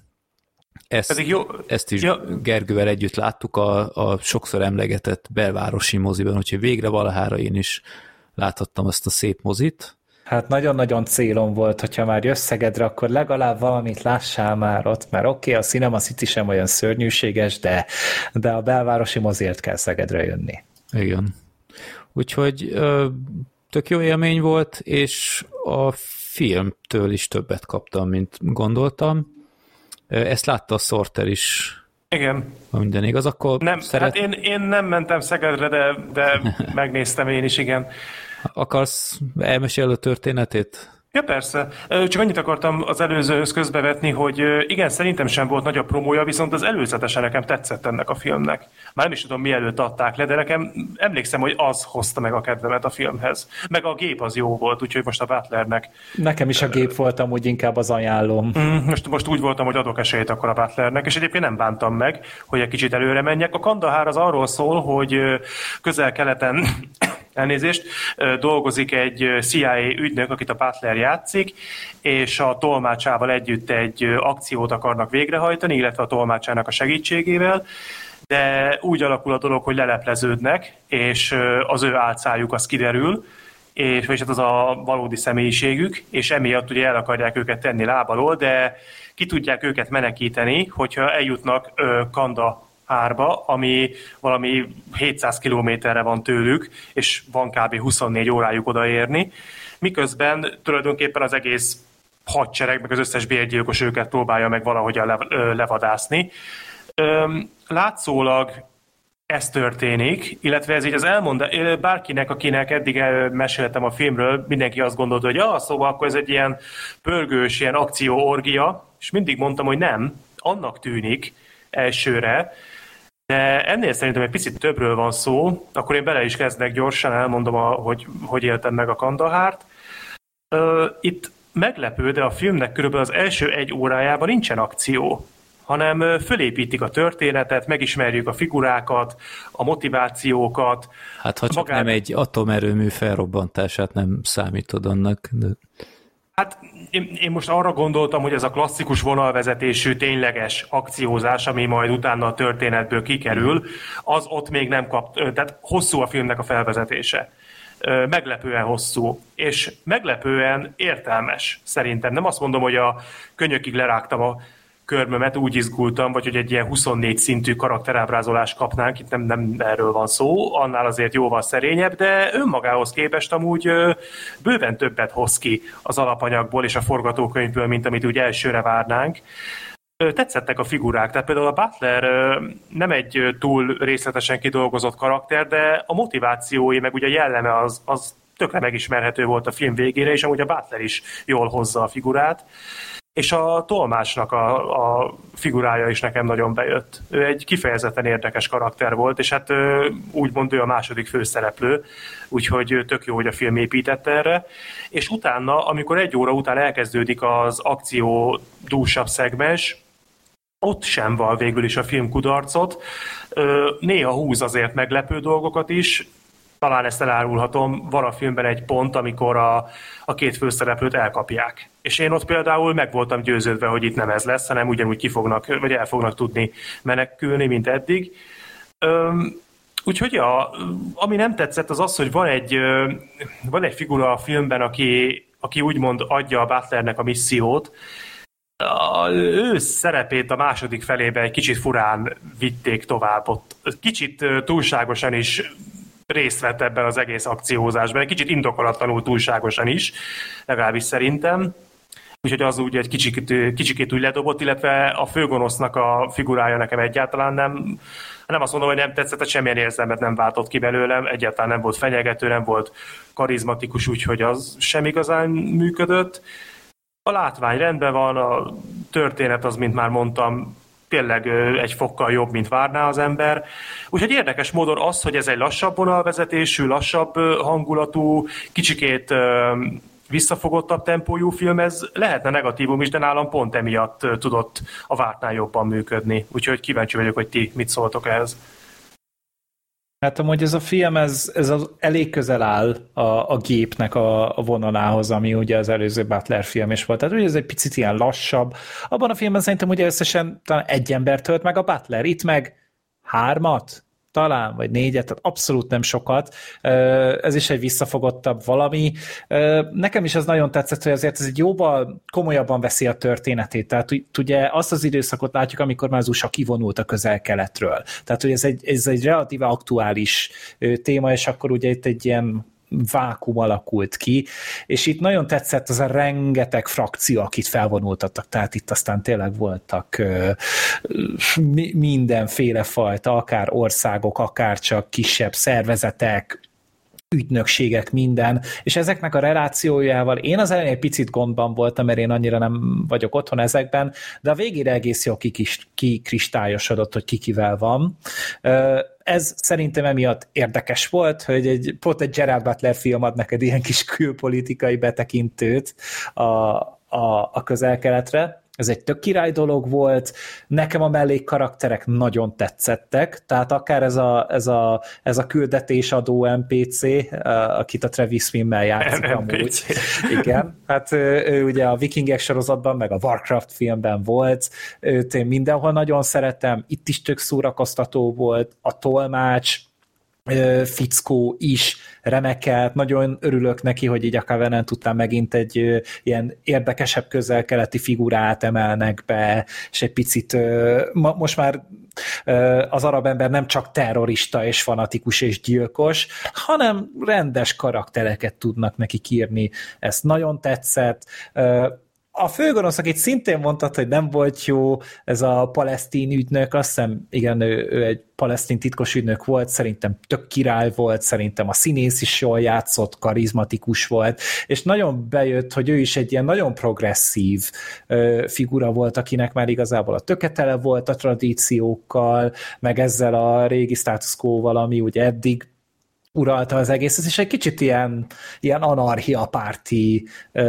Ezt is Gergővel együtt láttuk a sokszor emlegetett belvárosi moziban, úgyhogy végre valahára én is láthattam ezt a szép mozit. Hát nagyon-nagyon célom volt, hogyha már jössz Szegedre, akkor legalább valamit lássál már ott, mert oké, a Cinema City sem olyan szörnyűséges, de a belvárosi moziért kell Szegedre jönni. Igen. Úgyhogy tök jó élmény volt, és a filmtől is többet kaptam, mint gondoltam. Ezt látta a Sorter is. Igen. Ha minden igaz, akkor nem, hát én nem mentem Szegedre, de megnéztem én is, igen. Akarsz elmesélni a történetét? Ja, persze. Csak annyit akartam az előzőhöz közbevetni, hogy igen, szerintem sem volt nagyobb promója, viszont az előzetesen nekem tetszett ennek a filmnek. Már nem is tudom, mielőtt adták le, de nekem emlékszem, hogy az hozta meg a kedvemet a filmhez. Meg a gép az jó volt, úgyhogy most a Butlernek... Nekem is a gép voltam, úgy inkább az ajánlom. Most úgy voltam, hogy adok esélyt akkor a Butlernek, és egyébként nem bántam meg, hogy egy kicsit előre menjek. A Kandahár az arról szól, hogy közel-keleten elnézést, dolgozik egy CIA ügynök, akit a Butler játszik, és a tolmácsával együtt egy akciót akarnak végrehajtani, illetve a tolmácsának a segítségével, de úgy alakul a dolog, hogy lelepleződnek, és az ő álcájuk az kiderül, és hát az a valódi személyiségük, és emiatt ugye el akarják őket tenni lábalól, de ki tudják őket menekíteni, hogyha eljutnak Kandahárba, ami valami 700 kilométerre van tőlük, és van kb. 24 órájuk odaérni, miközben tulajdonképpen az egész hadsereg, meg az összes bérgyilkos őket próbálja meg valahogyan levadászni. Látszólag ez történik, illetve ez így az bárkinek, akinek eddig meséltem a filmről, mindenki azt gondolta, hogy szóval akkor ez egy ilyen pörgős, ilyen akcióorgia, és mindig mondtam, hogy nem, annak tűnik elsőre, de ennél szerintem egy picit többről van szó, akkor én bele is kezdek gyorsan, elmondom, hogy éltem meg a Kandahárt. Itt meglepő, de a filmnek körülbelül az első 1 órájában nincsen akció, hanem fölépítik a történetet, megismerjük a figurákat, a motivációkat. Hát ha csak nem egy atomerőmű felrobbantását nem számítod annak. De... Hát én most arra gondoltam, hogy ez a klasszikus vonalvezetésű tényleges akciózás, ami majd utána a történetből kikerül, az ott még nem kap, tehát hosszú a filmnek a felvezetése. Meglepően hosszú, és meglepően értelmes szerintem. Nem azt mondom, hogy a könyökig lerágtam a körmömet, úgy izgultam, vagy hogy egy ilyen 24 szintű karakterábrázolást kapnánk, itt nem erről van szó, annál azért jóval szerényebb, de önmagához képest amúgy bőven többet hoz ki az alapanyagból és a forgatókönyvből, mint amit úgy elsőre várnánk. Tetszettek a figurák, tehát például a Butler nem egy túl részletesen kidolgozott karakter, de a motivációi, meg ugye a jelleme az tökre megismerhető volt a film végére, és amúgy a Butler is jól hozza a figurát. És a tolmácsnak a figurája is nekem nagyon bejött. Ő egy kifejezetten érdekes karakter volt, és hát úgymond ő a második főszereplő, úgyhogy tök jó, hogy a film építette erre. És utána, amikor 1 óra után elkezdődik az akció dúsabb szegmens, ott sem val végül is a film kudarcot. Néha húz azért meglepő dolgokat is, talán ezt elárulhatom, van a filmben egy pont, amikor a 2 főszereplőt elkapják. És én ott például meg voltam győződve, hogy itt nem ez lesz, hanem ugyanúgy vagy el fognak tudni menekülni, mint eddig. Úgyhogy ja, ami nem tetszett, az az, hogy van egy figura a filmben, aki úgymond adja a Butlernek a missziót. Ő szerepét a második felében egy kicsit furán vitték tovább. Ott kicsit túlságosan is részt vett ebben az egész akciózásban, egy kicsit indokolatlanul túlságosan is, legalábbis szerintem. Úgyhogy az úgy egy kicsikét úgy ledobott, illetve a főgonosznak a figurája nekem egyáltalán nem azt mondom, hogy nem tetszett, semmilyen érzelmet nem váltott ki belőlem, egyáltalán nem volt fenyegető, nem volt karizmatikus, úgyhogy az sem igazán működött. A látvány rendben van, a történet az, mint már mondtam, tényleg egy fokkal jobb, mint várná az ember. Úgyhogy érdekes módon az, hogy ez egy lassabb vonalvezetésű, lassabb hangulatú, kicsikét visszafogottabb tempójú film, ez lehetne negatívum is, de nálam pont emiatt tudott a vártnál jobban működni. Úgyhogy kíváncsi vagyok, hogy ti mit szóltok ehhez. Hát amúgy ez a film, ez elég közel áll a gépnek a vonalához, ami ugye az előző Butler film is volt. Tehát ugye ez egy picit ilyen lassabb. Abban a filmben szerintem ugye összesen talán 1 ember tölt meg a Butler, itt meg 3 talán, vagy 4, tehát abszolút nem sokat. Ez is egy visszafogottabb valami. Nekem is az nagyon tetszett, hogy azért ez egy jóval komolyabban veszi a történetét. Tehát ugye azt az időszakot látjuk, amikor már az USA kivonult a Közel-Keletről. Tehát, hogy ez egy relatíve aktuális téma, és akkor ugye itt egy ilyen vákum alakult ki, és itt nagyon tetszett az a rengeteg frakció, akit felvonultattak, tehát itt aztán tényleg voltak mindenféle fajta, akár országok, akár csak kisebb szervezetek, ügynökségek, minden, és ezeknek a relációjával én az elején egy picit gondban voltam, mert én annyira nem vagyok otthon ezekben, de a végére egész jól kikristályosodott, hogy kivel van. Ez szerintem emiatt érdekes volt, hogy pont egy Gerard Butler film ad neked ilyen kis külpolitikai betekintőt a Közel-Keletre. Ez egy tök király dolog volt, nekem a mellékkarakterek nagyon tetszettek, tehát akár ez a küldetésadó NPC, akit a Travis Fimmel játszik amúgy. Igen, hát ő ugye a Vikingek sorozatban, meg a Warcraft filmben volt, őt én mindenhol nagyon szeretem, itt is tök szórakoztató volt, a tolmács, fickó is remekelt, nagyon örülök neki, hogy így a Covenant után megint egy ilyen érdekesebb közel-keleti figurát emelnek be, és egy picit most már az arab ember nem csak terrorista és fanatikus és gyilkos, hanem rendes karaktereket tudnak neki írni. Ezt nagyon tetszett. A főgonosz, akit szintén mondtad, hogy nem volt jó, ez a palesztin ügynök, azt hiszem, igen, ő egy palesztin titkos ügynök volt, szerintem tök király volt, szerintem a színész is jól játszott, karizmatikus volt, és nagyon bejött, hogy ő is egy ilyen nagyon progresszív figura volt, akinek már igazából a töketele volt a tradíciókkal, meg ezzel a régi status quo-val, ami ugye eddig uralta az egészet, és egy kicsit ilyen anarchiapárti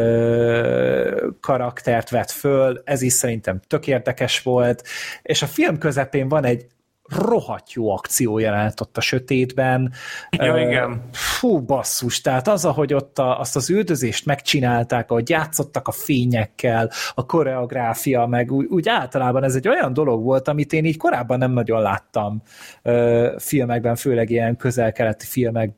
karaktert vett föl, ez is szerintem tök érdekes volt, és a film közepén van egy rohadt jó akció jelent ott a sötétben. Ja, igen. Fú, basszus, tehát az, ahogy ott azt az üldözést megcsinálták, ahogy játszottak a fényekkel, a koreográfia, meg úgy általában ez egy olyan dolog volt, amit én így korábban nem nagyon láttam filmekben, főleg ilyen közel-keleti filmekben,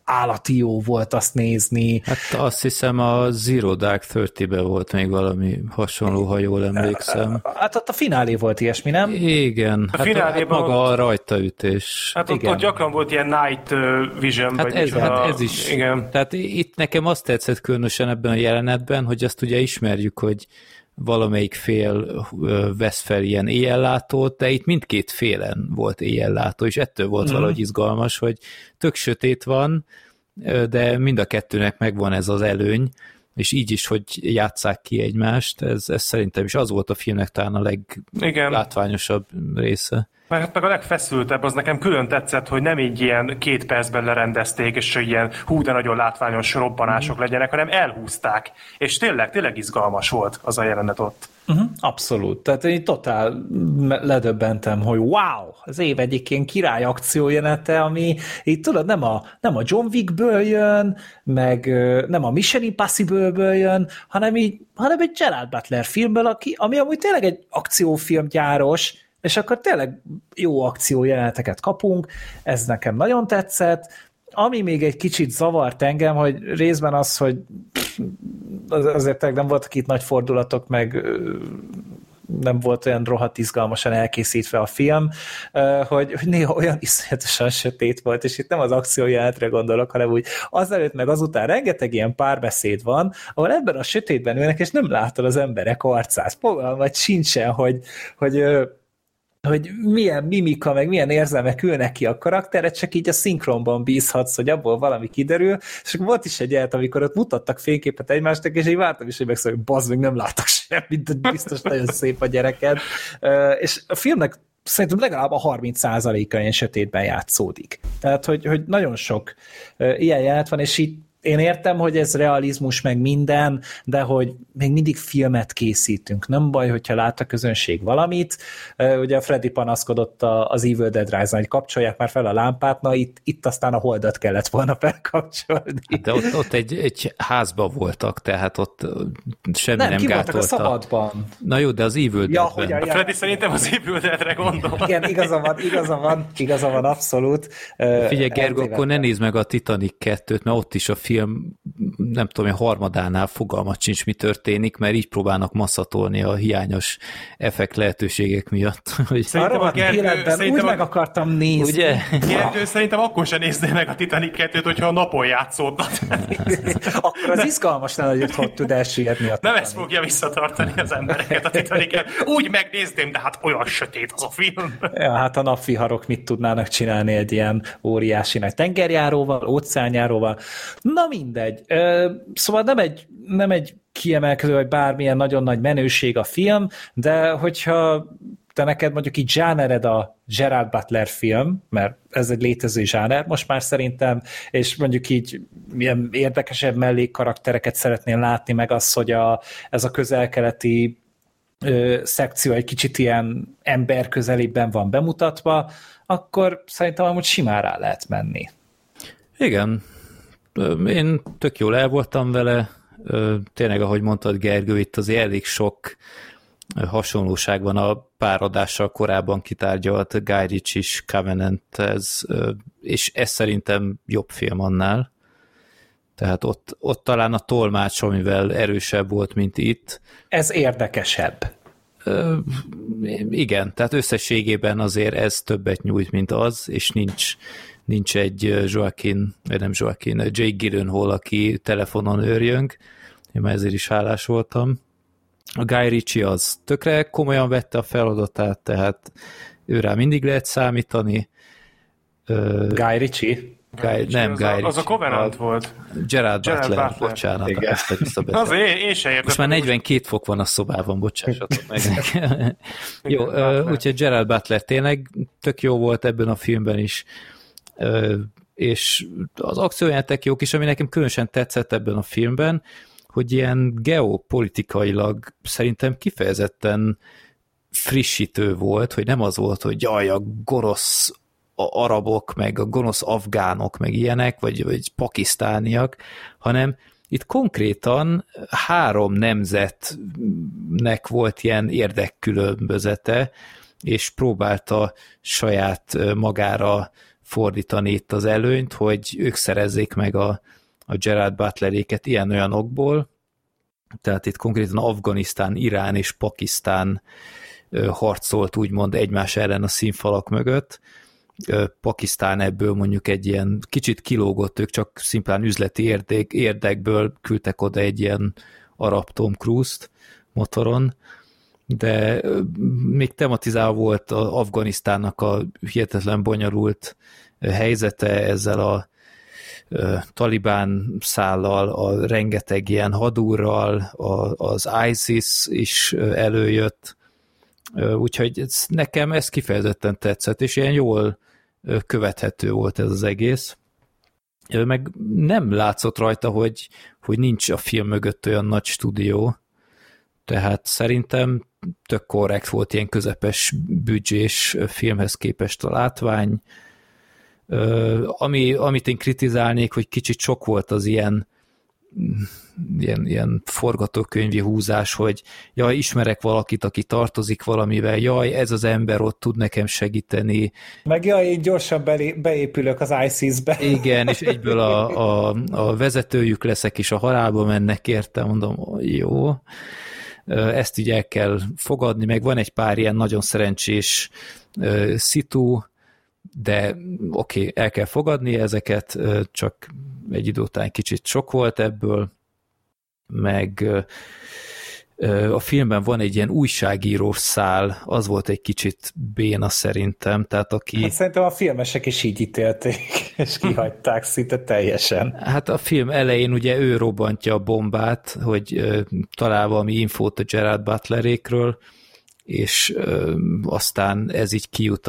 állati jó volt azt nézni. Hát azt hiszem a Zero Dark 30-ben volt még valami hasonló, ha jól emlékszem. Hát ott a finálé volt ilyesmi, nem? Igen, hát maga a rajtaütés. Hát ott gyakran volt ilyen Night Vision. Hát ez is. Igen. Tehát itt nekem azt tetszett különösen ebben a jelenetben, hogy azt ugye ismerjük, hogy valamelyik fél vesz fel ilyen éjjellátót, de itt mindkét félen volt éjjellátó, és ettől volt valahogy izgalmas, hogy tök sötét van, de mind a kettőnek megvan ez az előny, és így is, hogy játsszák ki egymást, ez szerintem is az volt a filmnek talán a leglátványosabb része. Meg a legfeszültebb, az nekem külön tetszett, hogy nem így ilyen 2 percben lerendezték, és ilyen de nagyon látványos robbanások legyenek, hanem elhúzták, és tényleg izgalmas volt az a jelenet ott. Abszolút. Tehát én totál ledöbbentem, hogy wow, az év egyik ilyen király akciójenete, ami így tudod, nem a John Wickből jön, meg nem a Mission Impossible-ből jön, hanem egy Gerard Butler filmből, ami amúgy tényleg egy akciófilmgyáros, és akkor tényleg jó akciójeleneteket kapunk, ez nekem nagyon tetszett. Ami még egy kicsit zavart engem, hogy részben az, hogy azért nem voltak itt nagy fordulatok, meg nem volt olyan rohadt izgalmasan elkészítve a film, hogy néha olyan iszonyatosan sötét volt, és itt nem az akciójelenetre gondolok, hanem úgy azelőtt meg azután rengeteg ilyen párbeszéd van, ahol ebben a sötétben ülnek, és nem látod az emberek arcát. Fogalmat sincsen, hogy milyen mimika, meg milyen érzelmek ülnek ki a karakterre, csak így a szinkronban bízhatsz, hogy abból valami kiderül, és akkor volt is egy jelenet, amikor ott mutattak fényképet egymásnak, és így vártam is, hogy megszólj, hogy bazd meg, nem látok semmit, de biztos nagyon szép a gyereked. És a filmnek szerintem legalább a 30%-a ilyen sötétben játszódik. Tehát, hogy nagyon sok ilyen jelenet van, és így én értem, hogy ez realizmus meg minden, de hogy még mindig filmet készítünk. Nem baj, hogyha lát a közönség valamit. Ugye a Freddy panaszkodott az Evil Dead Rise-nál, hogy kapcsolják már fel a lámpát, na itt aztán a holdat kellett volna felkapcsolni. De ott egy házban voltak, tehát ott semmi nem gátolta. Nem, ki voltak a szabadban. Na jó, de az Evil Deadben. A Freddy szerintem az Evil Deadre gondol. Igen, igaza van, abszolút. Figyelj, Gergő, akkor ne nézd meg a Titanic 2-t, mert ott is a film, nem tudom, a harmadánál fogalmat sincs, mi történik, mert így próbálnak masszatolni a hiányos effekt lehetőségek miatt. Szerintem a életben úgy meg akartam nézni. Ugye? Gergő, szerintem akkor sem nézné meg a Titanic 2-t, hogyha a napon játszódna. Akkor az izgalmas lenne, hogy tud elsüllyedni a Titanic. Nem ezt fogja visszatartani az embereket a Titanic-et. Úgy megnézném, de hát olyan sötét az a film. Ja, hát a napviharok mit tudnának csinálni egy ilyen óriási nagy tengerjáróval, óceánjáróval. Na mindegy. Szóval nem egy kiemelkedő, vagy bármilyen nagyon nagy menőség a film, de hogyha te neked mondjuk így zsánered a Gerard Butler film, mert ez egy létező zsáner most már szerintem, és mondjuk így milyen érdekesebb mellékkaraktereket szeretnél látni, meg az, hogy ez a közel-keleti szekció egy kicsit ilyen ember közelében van bemutatva, akkor szerintem amúgy simán rá lehet menni. Igen. Én tök jól el voltam vele, tényleg, ahogy mondtad, Gergő, itt azért elég sok hasonlóság van a pár adással korábban kitárgyalt Guy Ritchie-s Covenanthez, és ez szerintem jobb film annál. Tehát ott talán a tolmács, amivel erősebb volt, mint itt. Ez érdekesebb. Igen, tehát összességében azért ez többet nyújt, mint az, és nincs egy Jake Gyllenhaal, aki telefonon őrjöng, én már ezért is hálás voltam. A Guy Ritchie az tökre komolyan vette a feladatát, tehát őrá mindig lehet számítani. Guy Ritchie? Guy Ritchie. Az a Covenant volt. Gerard Butler, bocsánat. Az én se értem. Most már 42 fok van a szobában, bocsássatok meg. Jó, úgyhogy Gerard Butler tényleg tök jó volt ebben a filmben is, és az akciójáték jók is, ami nekem különösen tetszett ebben a filmben, hogy ilyen geopolitikailag szerintem kifejezetten frissítő volt, hogy nem az volt, hogy jaj, a gonosz arabok, meg a gonosz afgánok, meg ilyenek, vagy pakisztániak, hanem itt konkrétan 3 nemzetnek volt ilyen érdekkülönbözete, és próbálta saját magára fordítani itt az előnyt, hogy ők szerezzék meg a Gerard Butleréket ilyen-olyan okból, tehát itt konkrétan Afganisztán, Irán és Pakisztán harcolt úgymond egymás ellen a színfalak mögött. Pakisztán ebből mondjuk egy ilyen kicsit kilógott, ők csak szimplán üzleti érdekből küldtek oda egy ilyen arab Tom Cruise-t motoron, de még tematizálva volt az Afganisztánnak a hihetetlen bonyolult helyzete ezzel a talibán szállal, a rengeteg ilyen hadúrral, az ISIS is előjött, úgyhogy nekem ez kifejezetten tetszett, és ilyen jól követhető volt ez az egész. Meg nem látszott rajta, hogy nincs a film mögött olyan nagy stúdió, tehát szerintem tök korrekt volt ilyen közepes büdzsés filmhez képest a látvány. Amit én kritizálnék, hogy kicsit sok volt az ilyen forgatókönyvi húzás, hogy jaj, ismerek valakit, aki tartozik valamivel, jaj, ez az ember ott tud nekem segíteni. Meg jaj, én gyorsan beépülök az ISIS-be. Igen, és egyből a vezetőjük leszek, és a halálba mennek érte, mondom, jó. Ezt így el kell fogadni, meg van egy pár ilyen nagyon szerencsés szitu, de oké, el kell fogadni ezeket, csak egy idő után kicsit sok volt ebből, meg a filmben van egy ilyen újságírós szál, az volt egy kicsit béna szerintem, tehát aki... Hát szerintem a filmesek is így ítélték, és kihagyták szinte teljesen. Hát a film elején ugye ő robbantja a bombát, hogy talál valami infót a Gerard Butlerékről, és aztán ez így kijut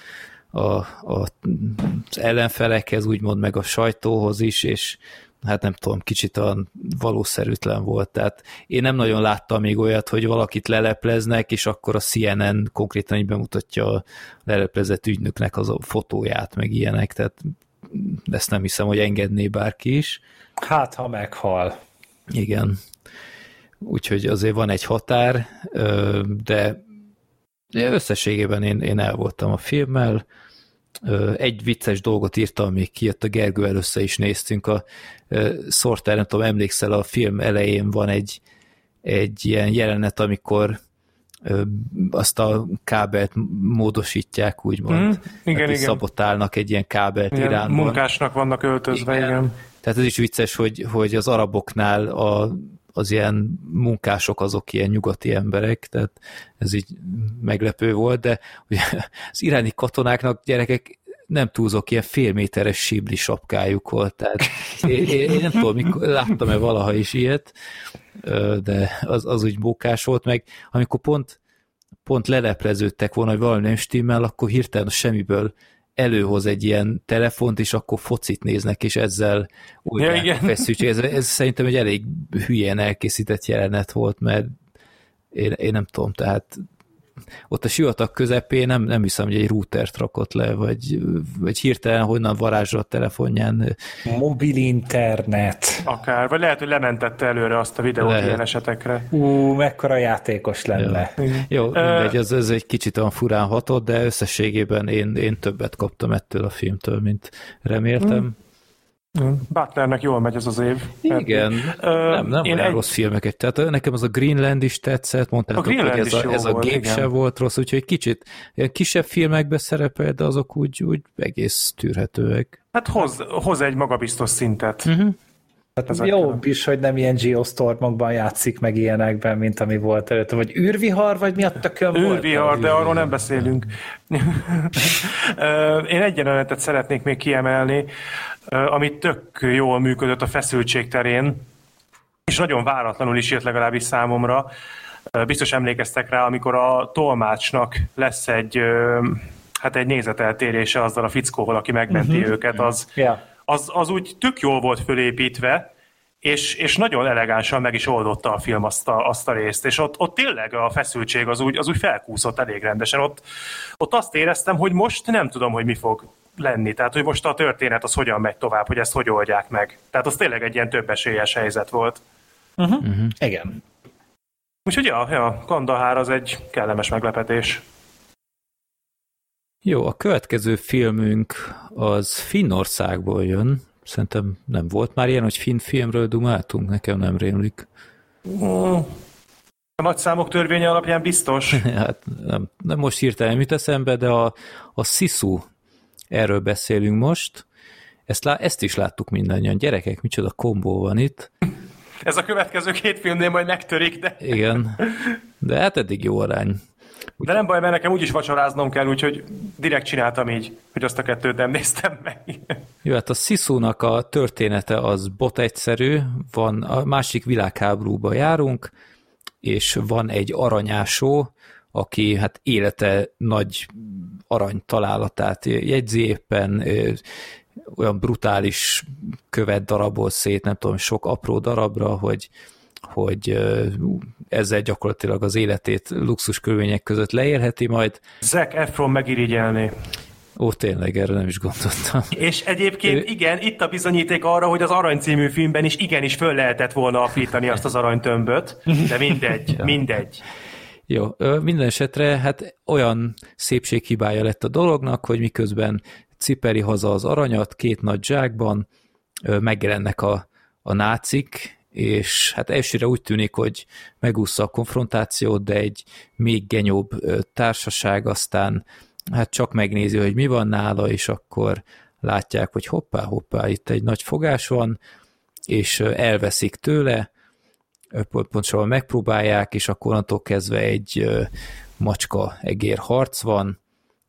az ellenfelekhez, úgymond meg a sajtóhoz is, és hát nem tudom, kicsit olyan valószerűtlen volt. Tehát én nem nagyon láttam még olyat, hogy valakit lelepleznek, és akkor a CNN konkrétan így bemutatja a leleplezett ügynöknek az a fotóját, meg ilyenek, tehát ezt nem hiszem, hogy engedné bárki is. Hát, ha meghal. Igen. Úgyhogy azért van egy határ, de összességében én el voltam a filmmel. Egy vicces dolgot írtam, amíg kijött a Gergő, először is néztünk a Sorter, nem tudom, emlékszel, a film elején van egy ilyen jelenet, amikor azt a kábelt módosítják, úgymond. Igen. Szabotálnak egy ilyen kábelt ilyen Iránban. Munkásnak vannak öltözve, igen. Tehát ez is vicces, hogy az araboknál az ilyen munkások azok ilyen nyugati emberek, tehát ez így meglepő volt, de ugye az iráni katonáknak, gyerekek, nem túlzok, ilyen félméteres síbli sapkájuk volt, tehát én nem tudom, mikor láttam-e valaha is ilyet, de az úgy mókás volt, meg amikor pont lelepleződtek volna, hogy valami nem stimmel, akkor hirtelen a semmiből előhoz egy ilyen telefont, és akkor focit néznek, és ezzel oldják a feszültség. Ez szerintem egy elég hülyén elkészített jelenet volt, mert én nem tudom, tehát ott a sivatag közepén nem hiszem, hogy egy routert rakott le, vagy hirtelen honnan varázsol a telefonján. Mobil internet. Akár, vagy lehet, hogy lementette előre azt a videót ilyen esetekre. Mekkora játékos lenne. Jó, mindegy, ez egy kicsit olyan furán hatott, de összességében én többet kaptam ettől a filmtől, mint reméltem. Butlernek jól megy ez az év. Igen, nem olyan rossz filmeket. Tehát nekem az a Greenland is tetszett, mondtátok, hogy ez a Gép se volt rossz, úgyhogy kicsit ilyen kisebb filmekbe szerepel, de azok úgy egész tűrhetőek. Hát hoz egy magabiztos szintet. Hát jó is, hogy nem ilyen Geostormokban játszik meg ilyenekben, mint ami volt előtt. Vagy űrvihar, vagy mi a tökön volt? Űrvihar, de arról nem beszélünk. Én egy jelenetet szeretnék még kiemelni, amit tök jól működött a feszültség terén, és nagyon váratlanul is jött legalábbis számomra. Biztos emlékeztek rá, amikor a tolmácsnak lesz egy nézeteltérése azzal a fickóval, aki megmenti őket, az úgy tök jól volt fölépítve, és nagyon elegánsan meg is oldotta a film azt a részt, és ott tényleg a feszültség az úgy felkúszott elég rendesen. Ott azt éreztem, hogy most nem tudom, hogy mi fog lenni, tehát hogy most a történet az hogyan megy tovább, hogy ezt hogy oldják meg. Tehát az tényleg egy ilyen többesélyes helyzet volt. Igen. Úgyhogy ja, Kandahár az egy kellemes meglepetés. Jó, a következő filmünk az Finnországból jön. Szerintem nem volt már ilyen, hogy finn filmről dumáltunk, nekem nem rémlik. A nagy számok törvénye alapján biztos. Hát nem most hirtelen jut eszembe, de a Sisu, erről beszélünk most. Ezt is láttuk mindannyian. Gyerekek, micsoda kombó van itt. Ez a következő 2 filmnél majd megtörik, de... Igen, de hát eddig jó arány. De nem baj, mert nekem úgyis vacsoráznom kell, úgyhogy direkt csináltam így, hogy azt a 2-t nem néztem meg. Jó, hát a Sisu-nak a története az bot egyszerű, van a másik világháborúba járunk, és van egy aranyásó, aki hát élete nagy arany találatát jegyzi éppen, olyan brutális követ darabol szét, nem tudom, sok apró darabra, hogy ezzel gyakorlatilag az életét luxus körülmények között leélheti majd. Zac Efron megirigyelné. Ó, tényleg, erre nem is gondoltam. És egyébként igen, itt a bizonyíték arra, hogy az Arany című filmben is igenis föl lehetett volna aprítani azt az aranytömböt, de mindegy, ja. Mindegy. Jó, minden esetre hát olyan szépséghibája lett a dolognak, hogy miközben cipeli haza az aranyat 2 nagy zsákban, megjelennek a nácik, és hát elsőre úgy tűnik, hogy megúszza a konfrontációt, de egy még genyóbb társaság aztán hát csak megnézi, hogy mi van nála, és akkor látják, hogy hoppá, itt egy nagy fogás van, és elveszik tőle, pontosabban megpróbálják, és akkor onnantól kezdve egy macska-egér harc van,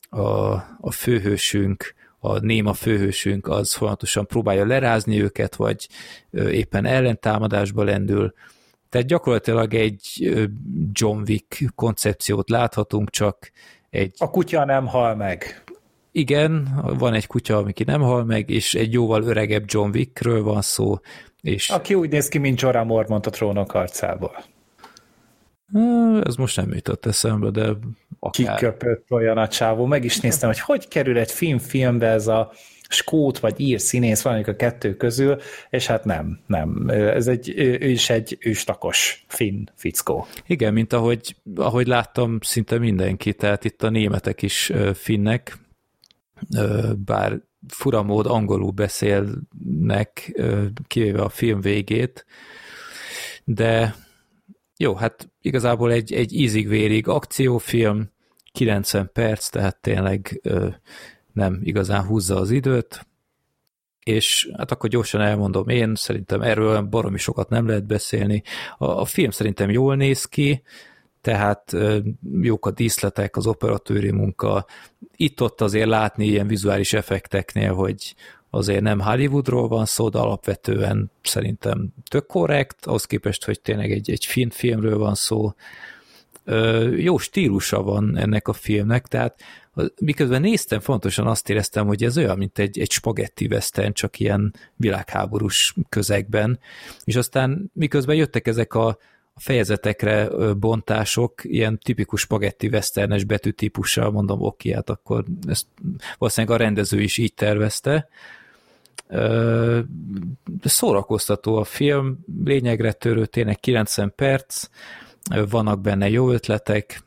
a főhősünk, a néma főhősünk az folyamatosan próbálja lerázni őket, vagy éppen ellentámadásba lendül. Tehát gyakorlatilag egy John Wick koncepciót láthatunk, csak egy... A kutya nem hal meg. Igen, van egy kutya, aki nem hal meg, és egy jóval öregebb John Wickről van szó. És... Aki úgy néz ki, mint Jorah Mormont a Trónok harcából. Ez most nem jutott eszembe, de akár... Kiköpött olyan a csávó. Meg is néztem, hogy kerül egy filmbe ez a skót vagy ír színész, valamelyik a 2 közül, és hát nem. Ez ő is egy őstakos finn fickó. Igen, mint ahogy láttam szinte mindenki, tehát itt a németek is finnek, bár furamód angolul beszélnek, kivéve a film végét, de jó, hát igazából egy ízig-vérig akciófilm, 90 perc, tehát tényleg nem igazán húzza az időt, és hát akkor gyorsan elmondom én, szerintem erről baromi sokat nem lehet beszélni. A film szerintem jól néz ki, tehát jók a díszletek, az operatőri munka. Itt-ott azért látni ilyen vizuális effekteknél, hogy azért nem Hollywoodról van szó, de alapvetően szerintem tök korrekt, ahhoz képest, hogy tényleg egy finn filmről van szó. Jó stílusa van ennek a filmnek, tehát miközben néztem, fontosan azt éreztem, hogy ez olyan, mint egy spagetti western, csak ilyen világháborús közegben, és aztán miközben jöttek ezek a fejezetekre bontások, ilyen tipikus spagetti westernes betűtípussal, mondom, oké, hát akkor ezt valószínűleg a rendező is így tervezte. De szórakoztató a film, lényegre törő, tényleg 90 perc, vannak benne jó ötletek.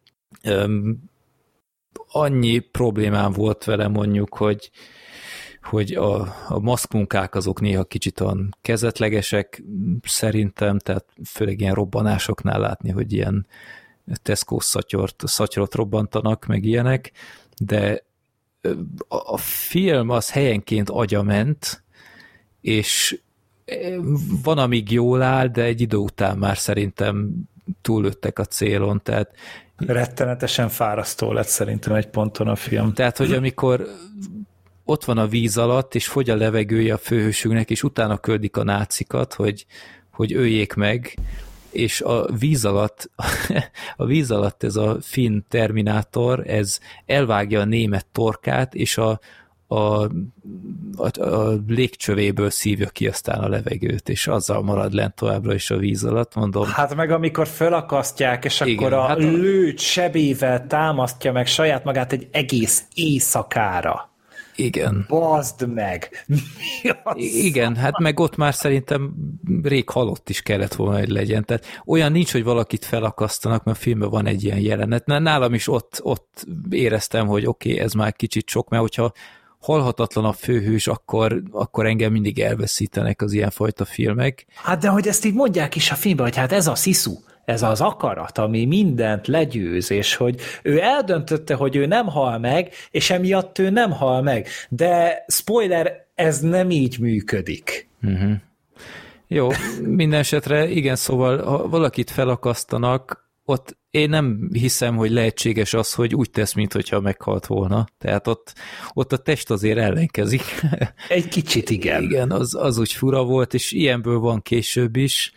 Annyi problémám volt vele mondjuk, hogy a maszkmunkák azok néha kicsit olyan kezetlegesek szerintem, tehát főleg ilyen robbanásoknál látni, hogy ilyen Tesco szatyrot robbantanak, meg ilyenek, de a film az helyenként agyament, és van, amíg jól áll, de egy idő után már szerintem túllőttek a célon, tehát rettenetesen fárasztó lett szerintem egy ponton a film. Tehát, hogy amikor ott van a víz alatt, és fogy a levegője a főhősünknek, és utána küldik a nácikat, hogy öljék meg, és a víz alatt ez a finn terminátor, ez elvágja a német torkát, és a légcsövéből szívja ki aztán a levegőt, és azzal marad lent továbbra is a víz alatt, mondom. Hát meg amikor fölakasztják, és igen, akkor a lőtt sebével támasztja meg saját magát egy egész éjszakára. Igen. Bazd meg! Igen, hát meg ott már szerintem rég halott is kellett volna, hogy legyen. Tehát olyan nincs, hogy valakit felakasztanak, mert a filmben van egy ilyen jelenet. Nálam is ott éreztem, hogy oké, ez már kicsit sok, mert hogyha halhatatlan a főhős, akkor engem mindig elveszítenek az ilyenfajta filmek. Hát de hogy ezt így mondják is a filmben, hogy hát ez a sziszu, ez az akarat, ami mindent legyőz, és hogy ő eldöntötte, hogy ő nem hal meg, és emiatt ő nem hal meg. De spoiler, ez nem így működik. Uh-huh. Jó, minden esetre igen, szóval ha valakit felakasztanak, ott én nem hiszem, hogy lehetséges az, hogy úgy tesz, mintha meghalt volna. Tehát ott a test azért ellenkezik. Egy kicsit igen. Igen, az úgy fura volt, és ilyenből van később is.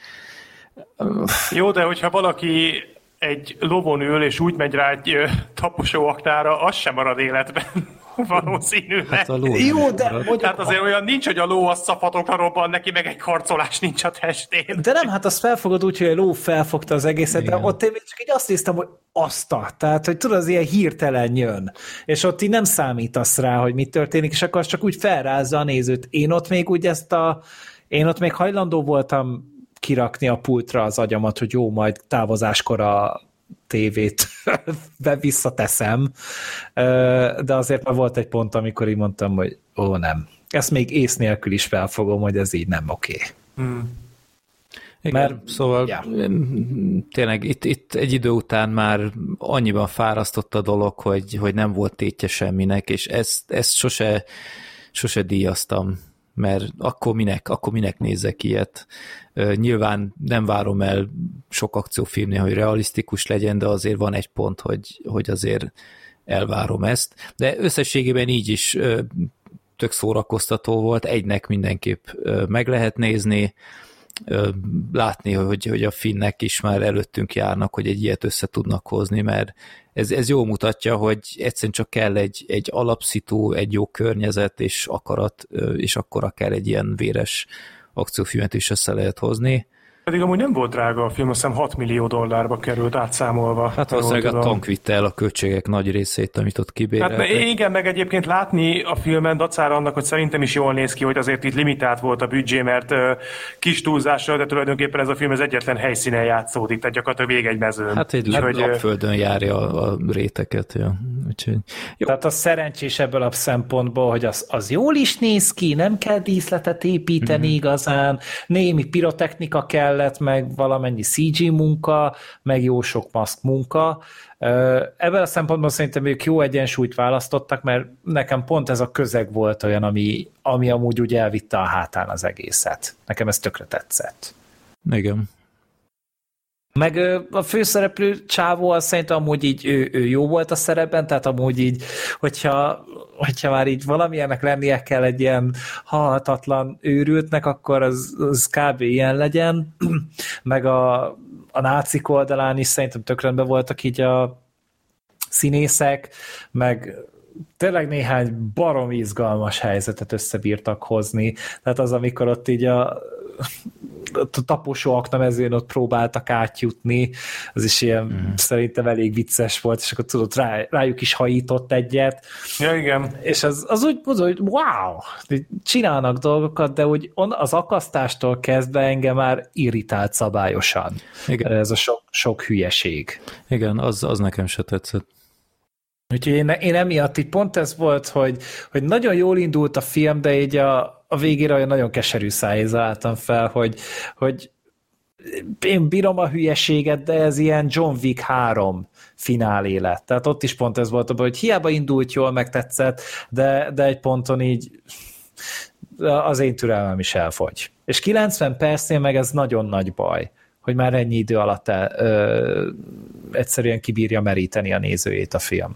Jó, de hogyha valaki egy lovon ül, és úgy megy rá egy taposó aknára, az sem marad életben. Valószínűleg. Hát a ló jó, de tehát azért olyan nincs, hogy a ló a szafatokra robban neki, meg egy karcolás nincs a testén. De nem, hát azt felfogod úgy, hogy a ló felfogta az egészet, igen. De ott én csak így azt néztem, hogy tehát, hogy tudod, az ilyen hirtelen jön, és ott így nem számítasz rá, hogy mi történik, és akkor az csak úgy felrázza a nézőt. Én ott még hajlandó voltam kirakni a pultra az agyamat, hogy jó, majd távozáskor a tévét visszateszem, de azért már volt egy pont, amikor így mondtam, hogy nem. Ezt még ész nélkül is felfogom, hogy ez így nem oké. Igen, szóval tényleg itt egy idő után már annyiban fárasztott a dolog, hogy nem volt tétje semminek, és ezt sose díjaztam, mert akkor minek nézzek ilyet. Nyilván nem várom el sok akciófilmnél, hogy realisztikus legyen, de azért van egy pont, hogy azért elvárom ezt. De összességében így is tök szórakoztató volt, egynek mindenképp meg lehet nézni, látni, hogy a finnek is már előttünk járnak, hogy egy ilyet össze tudnak hozni, mert ez jól mutatja, hogy egyszerűen csak kell egy alapszitu, egy jó környezet és akarat, és akkor akár egy ilyen véres akciófilmet is össze lehet hozni. Pedig amúgy nem volt drága a film, azt hiszem $6 millió került átszámolva. Hát valószínűleg a tank vitte el a költségek nagy részét, amit ott kibéreltek. Hát igen, meg egyébként látni a filmen dacára annak, hogy szerintem is jól néz ki, hogy azért itt limitált volt a büdzsé, mert kis túlzással, de tulajdonképpen ez a film az egyetlen helyszínen játszódik, tehát gyakorlatilag végig egy mezőn. Hát egy lapföldön járja a réteket. Ja. Úgyhogy, jó. Tehát az szerencsés ebből a szempontból, hogy az jól is néz ki, nem kell díszletet építeni igazán, némi pirotechnika kellett, meg valamennyi CG munka, meg jó sok maszk munka. Ebből a szempontból szerintem ők jó egyensúlyt választottak, mert nekem pont ez a közeg volt olyan, ami amúgy úgy elvitte a hátán az egészet. Nekem ez tökre tetszett. Igen. Meg a főszereplő csávó, az szerintem amúgy így ő jó volt a szerepben, tehát amúgy így, hogyha már így valamilyennek lennie kell egy ilyen halhatatlan őrültnek, akkor az kb. Ilyen legyen. Meg a nácik oldalán is szerintem tök rendben voltak így a színészek, meg tényleg néhány baromi izgalmas helyzetet összebírtak hozni. Tehát az, amikor ott így a taposó aknamezőn ott próbáltak átjutni, az is ilyen szerintem elég vicces volt, és akkor tudod, rájuk is hajított egyet. Ja, igen. És az úgy mondja, hogy wow, csinálnak dolgokat, de úgy az akasztástól kezdve engem már irritált szabályosan. Igen. Ez a sok hülyeség. Igen, az nekem se tetszett. Úgyhogy én emiatt így pont ez volt, hogy nagyon jól indult a film, de így a végére olyan nagyon keserű szájézzel álltam fel, hogy én bírom a hülyeséget, de ez ilyen John Wick 3 finálé lett. Tehát ott is pont ez volt, hogy hiába indult jól, megtetszett, de egy ponton így az én türelmem is elfogy. És 90 percnél meg ez nagyon nagy baj, hogy már ennyi idő alatt egyszerűen kibírja meríteni a nézőjét a film.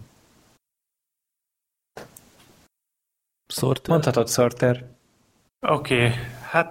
Sorter? Mondhatod, Sorter. Oké, hát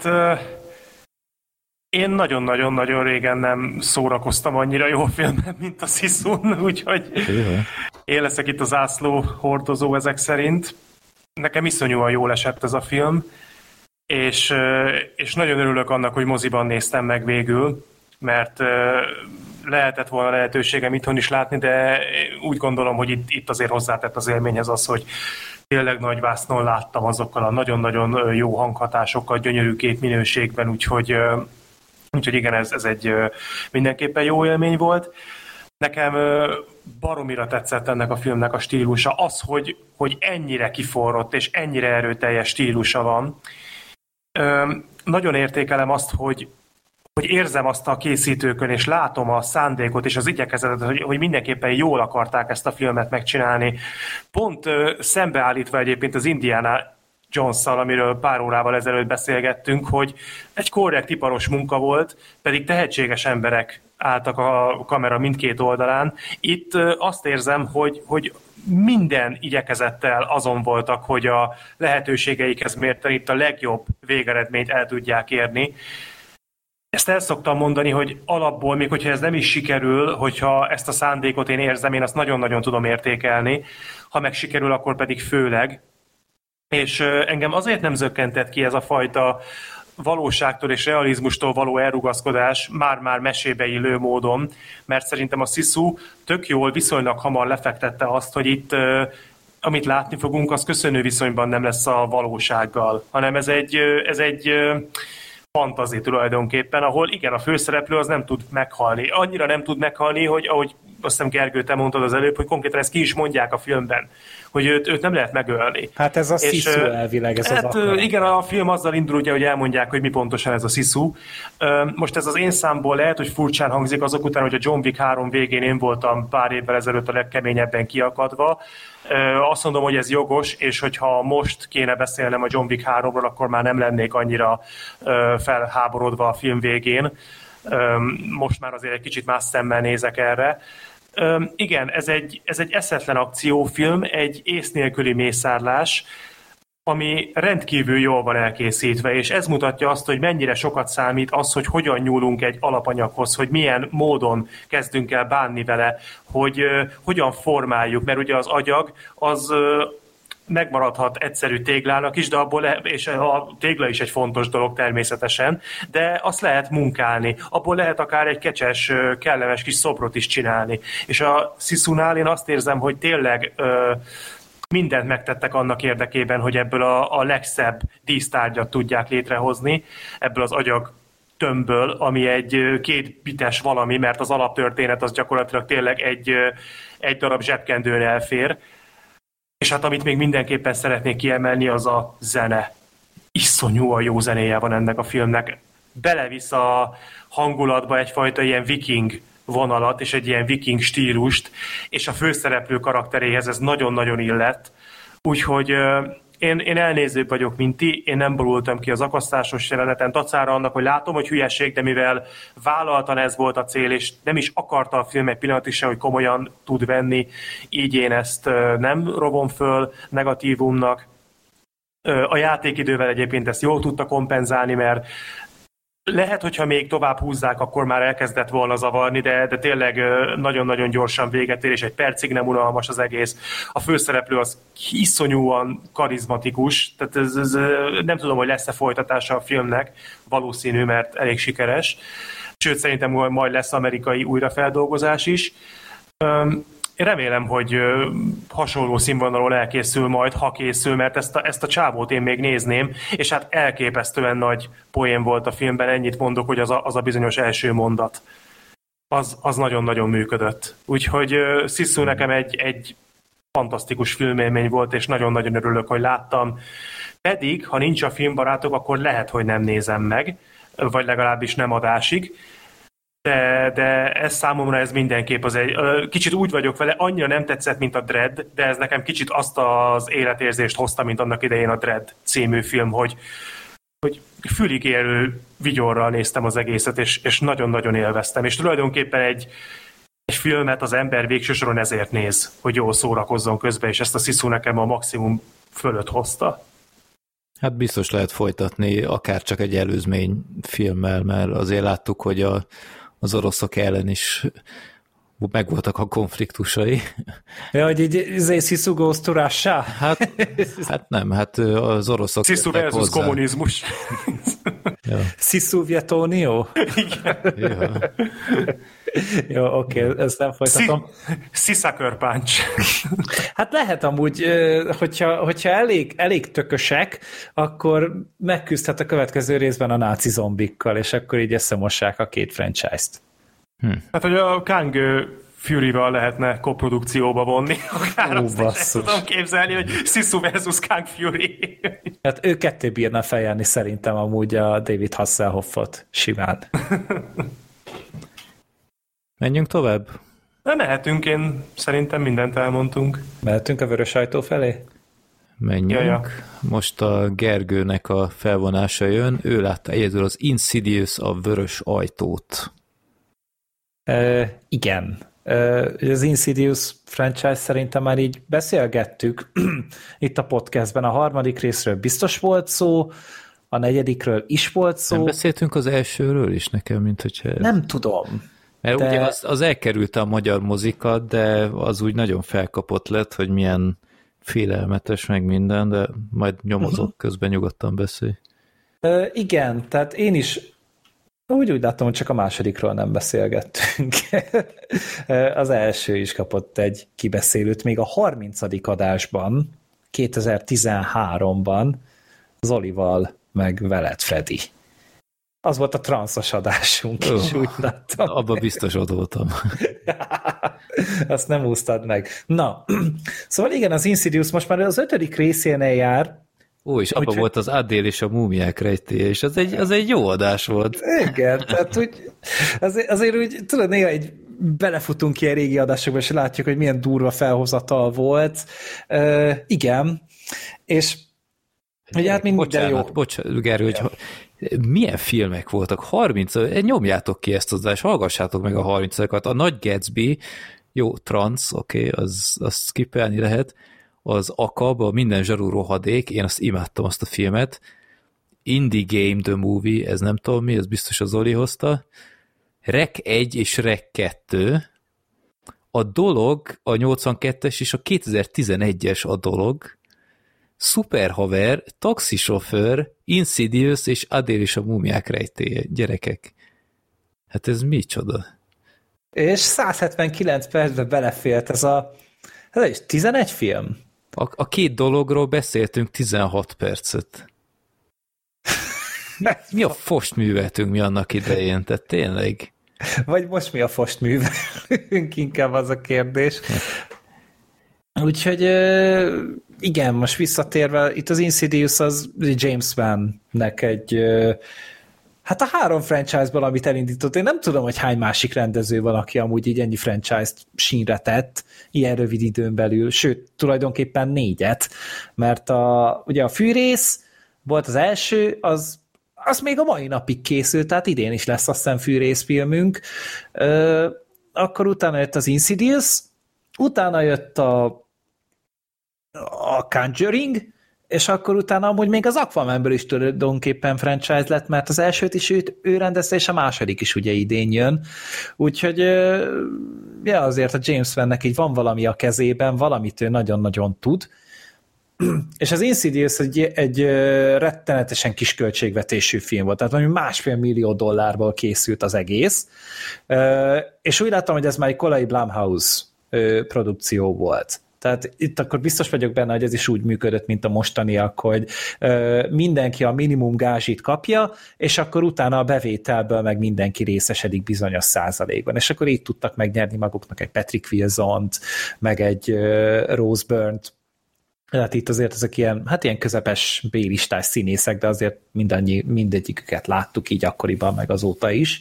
én nagyon-nagyon-nagyon régen nem szórakoztam annyira jó filmben, mint a Sisun, úgyhogy én leszek itt a zászló hordozó ezek szerint. Nekem iszonyúan jól esett ez a film, és nagyon örülök annak, hogy moziban néztem meg végül, mert lehetett volna lehetőségem itthon is látni, de úgy gondolom, hogy itt azért hozzátett az élményhez az, hogy tényleg nagy vásznon láttam azokkal a nagyon-nagyon jó hanghatásokkal, gyönyörű képminőségben, úgyhogy igen, ez egy mindenképpen jó élmény volt. Nekem baromira tetszett ennek a filmnek a stílusa. Az, hogy ennyire kiforrott és ennyire erőteljes stílusa van. Nagyon értékelem azt, hogy érzem azt a készítőkön, és látom a szándékot és az igyekezetet, hogy mindenképpen jól akarták ezt a filmet megcsinálni. Pont szembeállítva egyébként az Indiana Jones-szal, amiről pár órával ezelőtt beszélgettünk, hogy egy korrekt iparos munka volt, pedig tehetséges emberek álltak a kamera mindkét oldalán. Itt azt érzem, hogy minden igyekezettel azon voltak, hogy a lehetőségeikhez mérten itt a legjobb végeredményt el tudják érni. Ezt el szoktam mondani, hogy alapból, még hogyha ez nem is sikerül, hogyha ezt a szándékot én érzem, én azt nagyon-nagyon tudom értékelni, ha meg sikerül, akkor pedig főleg. És engem azért nem zökkentett ki ez a fajta valóságtól és realizmustól való elrugaszkodás már-már mesébe illő módon, mert szerintem a Sisu tök jól, viszonylag hamar lefektette azt, hogy itt amit látni fogunk, az köszönő viszonyban nem lesz a valósággal, hanem ez egy fantazi tulajdonképpen, ahol igen, a főszereplő az nem tud meghalni. Annyira nem tud meghalni, hogy ahogy azt hiszem Gergő, te mondtad az előbb, hogy konkrétan ezt ki is mondják a filmben, hogy őt nem lehet megölni. Hát ez a Sisu elvileg, ez az igen, a film azzal indul, ugye, hogy elmondják, hogy mi pontosan ez a Sisu. Most ez az én számból lehet, hogy furcsán hangzik azok után, hogy a John Wick 3 végén én voltam pár évvel ezelőtt a legkeményebben kiakadva. Azt mondom, hogy ez jogos, és hogyha most kéne beszélnem a John Wick 3-ról, akkor már nem lennék annyira felháborodva a film végén. Most már azért egy kicsit más szemmel nézek erre. Igen, ez egy eszetlen akciófilm, egy ész nélküli mészárlás, ami rendkívül jól van elkészítve, és ez mutatja azt, hogy mennyire sokat számít az, hogy hogyan nyúlunk egy alapanyaghoz, hogy milyen módon kezdünk el bánni vele, hogy hogyan formáljuk, mert ugye az agyag az megmaradhat egyszerű téglának is, de és a tégla is egy fontos dolog természetesen, de azt lehet munkálni. Abból lehet akár egy kecses, kellemes kis szobrot is csinálni. És a Sisunál én azt érzem, hogy tényleg mindent megtettek annak érdekében, hogy ebből a legszebb dísztárgyat tudják létrehozni, ebből az agyag tömbből, ami egy kétbites valami, mert az alaptörténet az gyakorlatilag tényleg egy darab zsebkendőn elfér. És hát amit még mindenképpen szeretnék kiemelni, az a zene. Iszonyúan jó zenéje van ennek a filmnek. Belevisz a hangulatba egyfajta ilyen viking vonalat, és egy ilyen viking stílust, és a főszereplő karakteréhez ez nagyon-nagyon illett. Úgyhogy én elnézőbb vagyok, mint ti, én nem borultam ki az akasztásos jeleneten, tacára annak, hogy látom, hogy hülyeség, de mivel vállaltan ez volt a cél, és nem is akarta a film egy pillanatig se, hogy komolyan tud venni, így én ezt nem rovom föl negatívumnak. A játékidővel egyébként ezt jól tudta kompenzálni, mert lehet, hogyha még tovább húzzák, akkor már elkezdett volna zavarni, de tényleg nagyon-nagyon gyorsan véget ér, és egy percig nem unalmas az egész. A főszereplő az iszonyúan karizmatikus, tehát ez nem tudom, hogy lesz-e folytatása a filmnek, valószínű, mert elég sikeres. Sőt, szerintem majd lesz amerikai újrafeldolgozás is. Én remélem, hogy hasonló színvonalon elkészül majd, ha készül, mert ezt a csávót én még nézném, és hát elképesztően nagy poén volt a filmben, ennyit mondok, hogy az a bizonyos első mondat. Az nagyon-nagyon működött. Úgyhogy Sisu nekem egy fantasztikus filmélmény volt, és nagyon-nagyon örülök, hogy láttam. Pedig, ha nincs a filmbarátok, akkor lehet, hogy nem nézem meg, vagy legalábbis nem adásig. De ez számomra ez mindenképp kicsit úgy vagyok vele, annyira nem tetszett, mint a Dredd, de ez nekem kicsit azt az életérzést hozta, mint annak idején a Dredd című film, hogy fülig érő vigyorral néztem az egészet, és nagyon-nagyon élveztem. És tulajdonképpen egy filmet az ember végső soron ezért néz, hogy jól szórakozzon közben, és ezt a Sisu nekem a maximum fölött hozta. Hát biztos lehet folytatni akár csak egy előzmény filmmel, mert azért láttuk, hogy az oroszok ellen is megvoltak a konfliktusai. Ja, hogy így Sisu goes to Russia? Hát nem, hát az oroszok... Sisu versus kommunizmus. Ja. Sisu Vietónió? Igen. Ja. Jó, oké, ezt nem folytatom. Sucker Punch. Hát lehet amúgy, hogyha elég tökösek, akkor megküzdhet a következő részben a náci zombikkal, és akkor így összemossák a két franchise-t. Hát, hogy a Kang Fury-val lehetne koprodukcióba vonni. Akár azt is tudom képzelni, hogy Sisu versus Kang Fury. Hát ő ketté bírna fejelni szerintem amúgy a David Hasselhoffot simán. Menjünk tovább? Nem mehetünk, én szerintem mindent elmondtunk. Mehetünk a vörös ajtó felé? Menjünk. Ja. Most a Gergőnek a felvonása jön. Ő látta egyedül az Insidious, a vörös ajtót. Igen. Az Insidious franchise szerintem már így beszélgettük itt a podcastben. A harmadik részről biztos volt szó, a negyedikről is volt szó. Nem beszéltünk az elsőről is nekem, mint hogyha... Nem tudom. Mert ugye az elkerülte a magyar mozikat, de az úgy nagyon felkapott lett, hogy milyen félelmetes meg minden, de majd nyomozok közben nyugodtan beszélj. Igen, tehát én is úgy látom, hogy csak a másodikról nem beszélgettünk. Az első is kapott egy kibeszélőt, még a 30. adásban, 2013-ban Zolival meg veled, Freddy. Az volt a transzos adásunk is, úgy láttam. Abba biztos ott voltam. Azt nem úsztad meg. Na, szóval igen, az Insidious most már az 5. részénél jár. Ó, és abban volt az Adél és a múmiák rejtélye, és az egy jó adás volt. Igen, tehát úgy, azért úgy, tudod, néha egy belefutunk ilyen régi adásokba, és látjuk, hogy milyen durva felhozatal volt. Igen, és ugye hát minden jó. Bocsánat, Gerő, hogy milyen filmek voltak? 30, nyomjátok ki ezt az adást, hallgassátok meg a 30-akat. A Nagy Gatsby, jó, transz, oké, az skippelni lehet, az Akab, a Minden zsarú rohadék, én azt imádtam, azt a filmet. Indie Game The Movie, ez nem tudom mi, ez biztos az Zoli hozta. Rek 1 és Rek 2. A Dolog, a 82-es és a 2011-es a Dolog. Szuperhaver, Taxisofőr, Insidious és Adél és a múmiák rejtélye. Gyerekek, hát ez micsoda? És 179 percbe belefélt ez is 11 film? A két dologról beszéltünk 16 percet. Mi a fost műveltünk mi annak idején? Tehát tényleg? Vagy most mi a fost művelünk, inkább az a kérdés. Úgyhogy igen, most visszatérve, itt az Insidious az James Wan-nek egy hát a 3 franchise-ból, amit elindított, én nem tudom, hogy hány másik rendező van, aki amúgy így ennyi franchise-t sínre tett ilyen rövid időn belül, sőt, tulajdonképpen 4-et, mert ugye a Fűrész volt az első, az még a mai napig készült, tehát idén is lesz azt hiszem Fűrész filmünk, akkor utána jött az Insidious, utána jött a Conjuring, és akkor utána amúgy még az Aquamanből is tulajdonképpen franchise lett, mert az elsőt is ő rendezte, és a második is ugye idén jön. Úgyhogy ja, azért a James Wan-nek így van valami a kezében, valamit ő nagyon-nagyon tud. És az Insidious egy rettenetesen kis költségvetésű film volt, tehát valami $1,5 millió készült az egész, és úgy láttam, hogy ez már egy korai Blumhouse produkció volt. Tehát itt akkor biztos vagyok benne, hogy ez is úgy működött, mint a mostaniak, hogy mindenki a minimum gázsit kapja, és akkor utána a bevételből meg mindenki részesedik bizonyos százalékban. És akkor így tudtak megnyerni maguknak egy Patrick Wilsont, meg egy Rose Byrne-t. Tehát itt azért ezek ilyen közepes B-listás színészek, de azért mindegyiküket láttuk így akkoriban, meg azóta is.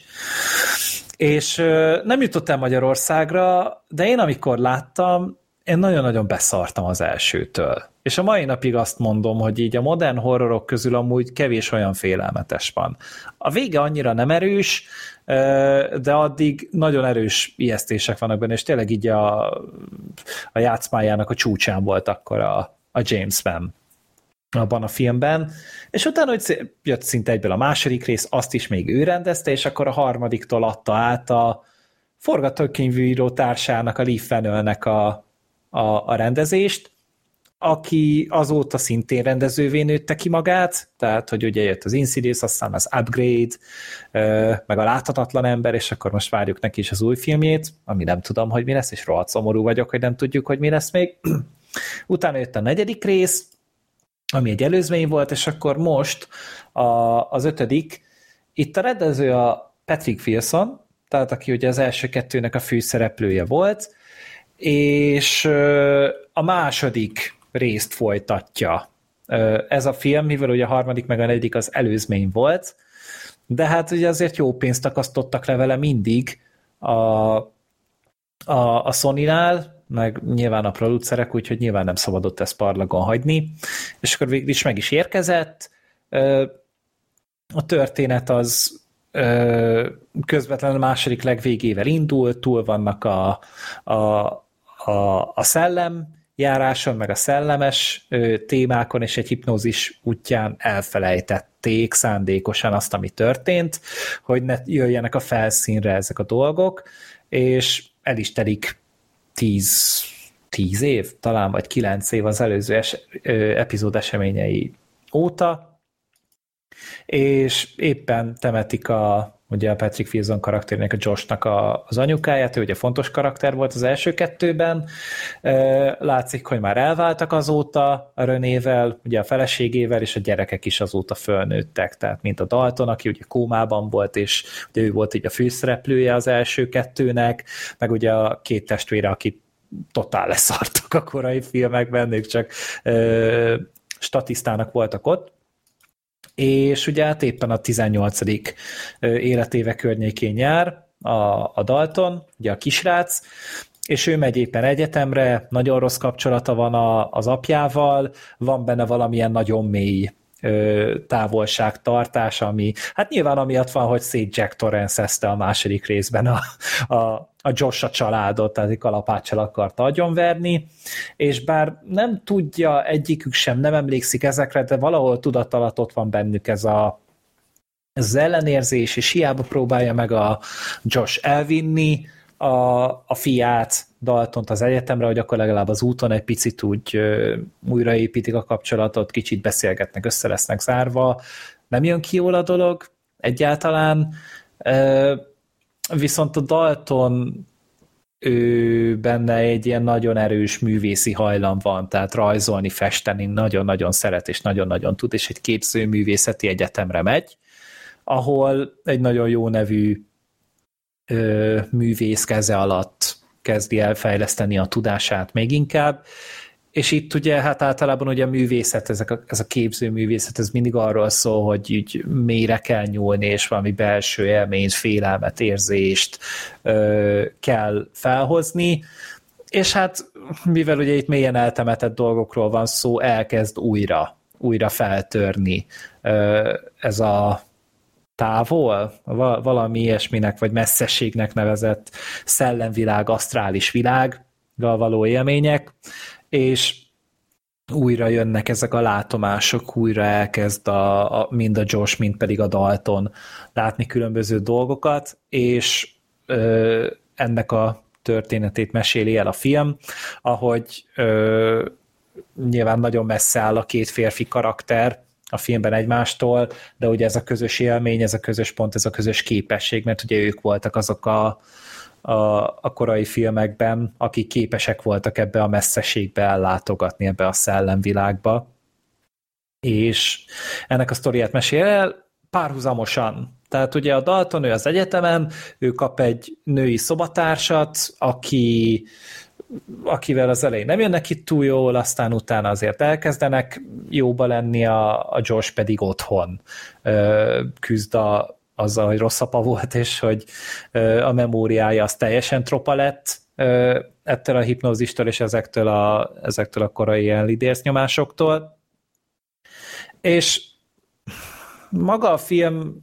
És nem jutott el Magyarországra, de én amikor láttam, én nagyon-nagyon beszartam az elsőtől. És a mai napig azt mondom, hogy így a modern horrorok közül amúgy kevés olyan félelmetes van. A vége annyira nem erős, de addig nagyon erős ijesztések vannak benne, és tényleg így a játszmájának a csúcsán volt akkor a James Wan abban a filmben, és utána, hogy jött szinte egyből a második rész, azt is még ő rendezte, és akkor a harmadiktól adta át a forgatókönyvíró társának, a Leigh Whannellnek a rendezést, aki azóta szintén rendezővé nőtte ki magát, tehát, hogy ugye jött az Insidious, aztán az Upgrade, meg a Láthatatlan ember, és akkor most várjuk neki is az új filmjét, ami nem tudom, hogy mi lesz, és rohadt szomorú vagyok, hogy nem tudjuk, hogy mi lesz még. Utána jött a 4. rész, ami egy előzmény volt, és akkor most az 5. Itt a rendező a Patrick Wilson, tehát aki ugye az első 2-nek a főszereplője volt, és a 2. részt folytatja. Ez a film, mivel ugye a 3. meg a 4. az előzmény volt, de hát ugye azért jó pénzt akasztottak le vele mindig a Sony-nál, meg nyilván a producerek, úgyhogy nyilván nem szabadott ezt parlagon hagyni, és akkor végül is meg is érkezett. A történet az közvetlenül a 2. legvégével indul, túl vannak a szellemjáráson, meg a szellemes témákon, és egy hipnózis útján elfelejtették szándékosan azt, ami történt, hogy ne jöjjenek a felszínre ezek a dolgok, és el is telik 10 év, talán vagy 9 év az előző epizód eseményei óta, és éppen temetik ugye a Patrick Wilson karakterének, a Joshnak az anyukáját, ő ugye fontos karakter volt az első 2-ben, látszik, hogy már elváltak azóta a Renével, ugye a feleségével, és a gyerekek is azóta fölnőttek, tehát mint a Dalton, aki ugye kómában volt, és ugye ő volt így a főszereplője az első 2-nek, meg ugye a 2 testvére, aki totál leszartak a korai filmekben, ők csak statisztának voltak ott, és ugye hát éppen a 18. életéve környékén jár a Dalton, ugye a kisrác, és ő megy éppen egyetemre, nagyon rossz kapcsolata van az apjával, van benne valamilyen nagyon mély távolságtartás, ami hát nyilván amiatt van, hogy szét Jack Torrance-ezte a 2. részben a Josh a családot, tehát egy kalapáccsal akart agyonverni, és bár nem tudja egyikük sem, nem emlékszik ezekre, de valahol tudatalatt ott van bennük ez az ellenérzés, és hiába próbálja meg a Josh elvinni a fiát, Daltont az egyetemre, hogy akkor legalább az úton egy picit úgy újraépítik a kapcsolatot, kicsit beszélgetnek, össze lesznek zárva. Nem jön ki jól a dolog egyáltalán, viszont a Dalton benne egy ilyen nagyon erős művészi hajlam van, tehát rajzolni, festeni nagyon-nagyon szeret, és nagyon-nagyon tud, és egy képzőművészeti egyetemre megy, ahol egy nagyon jó nevű művész keze alatt kezdi el fejleszteni a tudását még inkább, és itt ugye hát általában ugye a művészet, ez a képzőművészet, ez mindig arról szól, hogy így mélyre kell nyúlni, és valami belső élményt, félelmet, érzést kell felhozni, és hát mivel ugye itt mélyen eltemetett dolgokról van szó, elkezd újra feltörni ez a távol, valami ilyesminek, vagy messzeségnek nevezett szellemvilág, asztrális világgal való élmények, és újra jönnek ezek a látomások, újra elkezd mind a Josh, mind pedig a Dalton látni különböző dolgokat, és ennek a történetét meséli el a film, ahogy nyilván nagyon messze áll a 2 férfi karakter a filmben egymástól, de ugye ez a közös élmény, ez a közös pont, ez a közös képesség, mert ugye ők voltak azok a korai filmekben, akik képesek voltak ebbe a messzeségbe ellátogatni, ebbe a szellemvilágba. És ennek a sztoriát mesél el párhuzamosan. Tehát ugye a Dalton, ő az egyetemen, ő kap egy női szobatársat, akivel az elején nem jönnek itt túl jól, aztán utána azért elkezdenek jóba lenni, a Josh pedig otthon küzd azzal, hogy rossz apa volt, és hogy a memóriája az teljesen tropa lett ettől a hipnózistől, és ezektől a korai ilyen lidércnyomásoktól. És maga a film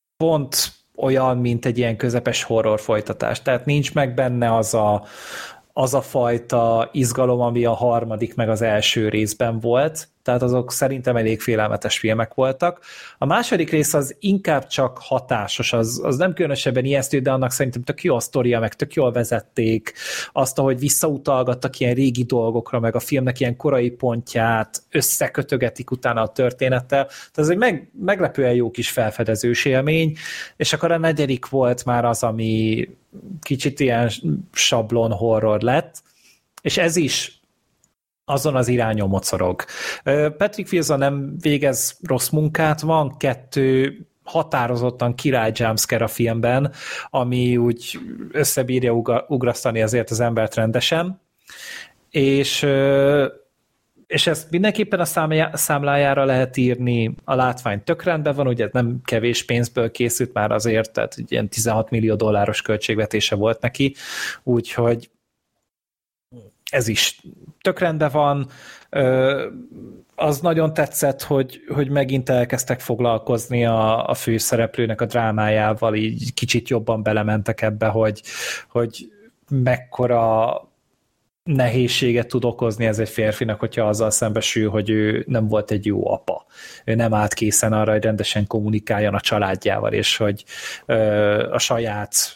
pont olyan, mint egy ilyen közepes horror folytatás. Tehát nincs meg benne az a fajta izgalom, ami a harmadik meg az első részben volt, tehát azok szerintem elég félelmetes filmek voltak. A második rész az inkább csak hatásos, az nem különösebben ijesztő, de annak szerintem tök jó a sztoria, meg tök jól vezették azt, ahogy visszautalgattak ilyen régi dolgokra, meg a filmnek ilyen korai pontját összekötögetik utána a történettel. Tehát ez egy meglepően jó kis felfedezős élmény, és akkor a negyedik volt már az, ami kicsit ilyen sablon horror lett, és ez is azon az irányon mocorog. Patrick Wilson nem végez rossz munkát, van 2 határozottan király jumpscare a filmben, ami úgy összebírja ugrasztani azért az embert rendesen, és ezt mindenképpen a számlájára lehet írni, a látvány tök rendben van, ugye nem kevés pénzből készült már azért, tehát ilyen $16 millió költségvetése volt neki, úgyhogy ez is tök rendben van. Az nagyon tetszett, hogy megint elkezdtek foglalkozni a főszereplőnek a drámájával, így kicsit jobban belementek ebbe, hogy mekkora nehézséget tud okozni ez egy férfinak, hogyha azzal szembesül, hogy ő nem volt egy jó apa. Ő nem állt készen arra, hogy rendesen kommunikáljon a családjával, és hogy a saját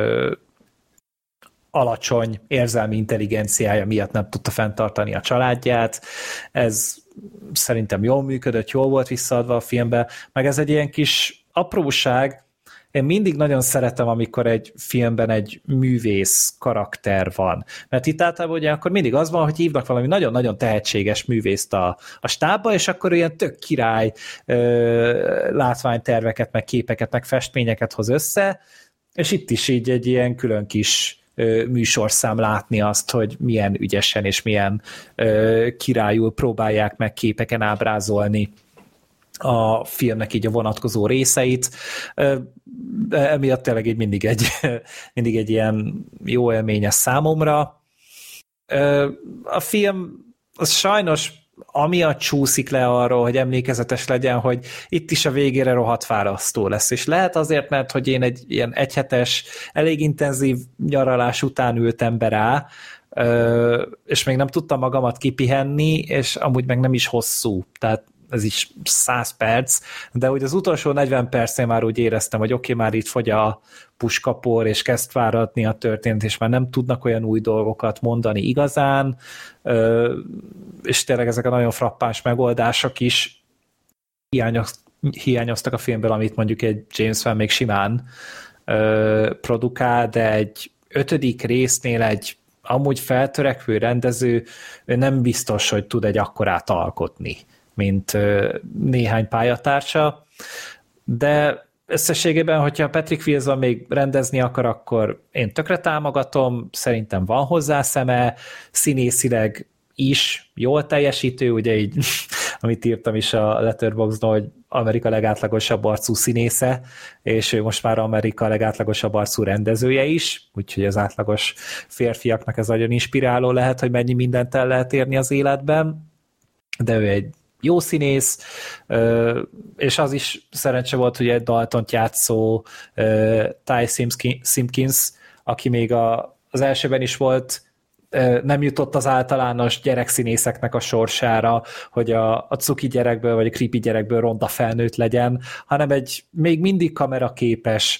alacsony érzelmi intelligenciája miatt nem tudta fenntartani a családját. Ez szerintem jól működött, jól volt visszaadva a filmbe, meg ez egy ilyen kis apróság. Én mindig nagyon szeretem, amikor egy filmben egy művész karakter van. Mert itt általában ugye akkor mindig az van, hogy hívnak valami nagyon-nagyon tehetséges művészt a stábba, és akkor ilyen tök király látványterveket, meg képeket, meg festményeket hoz össze, és itt is így egy ilyen külön kis műsorszám látni azt, hogy milyen ügyesen és milyen királyul próbálják meg képeken ábrázolni a filmnek így a vonatkozó részeit. Emiatt tényleg így mindig egy ilyen jó élményes számomra. A film az sajnos amiatt csúszik le arról, hogy emlékezetes legyen, hogy itt is a végére rohadt fárasztó lesz. És lehet azért, mert hogy én egy ilyen egyhetes, elég intenzív nyaralás után ültem be rá, és még nem tudtam magamat kipihenni, és amúgy meg nem is hosszú. Tehát ez is 100 perc, de úgy az utolsó 40 percnél már úgy éreztem, hogy oké, már itt fogy a puskapor, és kezd váratni a történet, és már nem tudnak olyan új dolgokat mondani igazán, és tényleg ezek a nagyon frappáns megoldások is hiányoztak a filmből, amit mondjuk egy James Wan még simán produkál, de egy 5. résznél egy amúgy feltörekvő rendező nem biztos, hogy tud egy akkorát alkotni, mint néhány pályatársa, de összességében, hogyha Patrick Wilson még rendezni akar, akkor én tökre támogatom, szerintem van hozzá szeme, színészileg is jól teljesítő, ugye így, amit írtam is a Letterboxdon, hogy Amerika legátlagosabb arcú színésze, és ő most már Amerika legátlagosabb arcú rendezője is, úgyhogy az átlagos férfiaknak ez nagyon inspiráló lehet, hogy mennyi mindent el lehet érni az életben, de ő egy jó színész, és az is szerencse volt, hogy egy Daltont játszó Ty Simpkins, aki még az elsőben is volt, nem jutott az általános gyerekszínészeknek a sorsára, hogy a cuki gyerekből, vagy a creepy gyerekből ronda felnőtt legyen, hanem egy még mindig kameraképes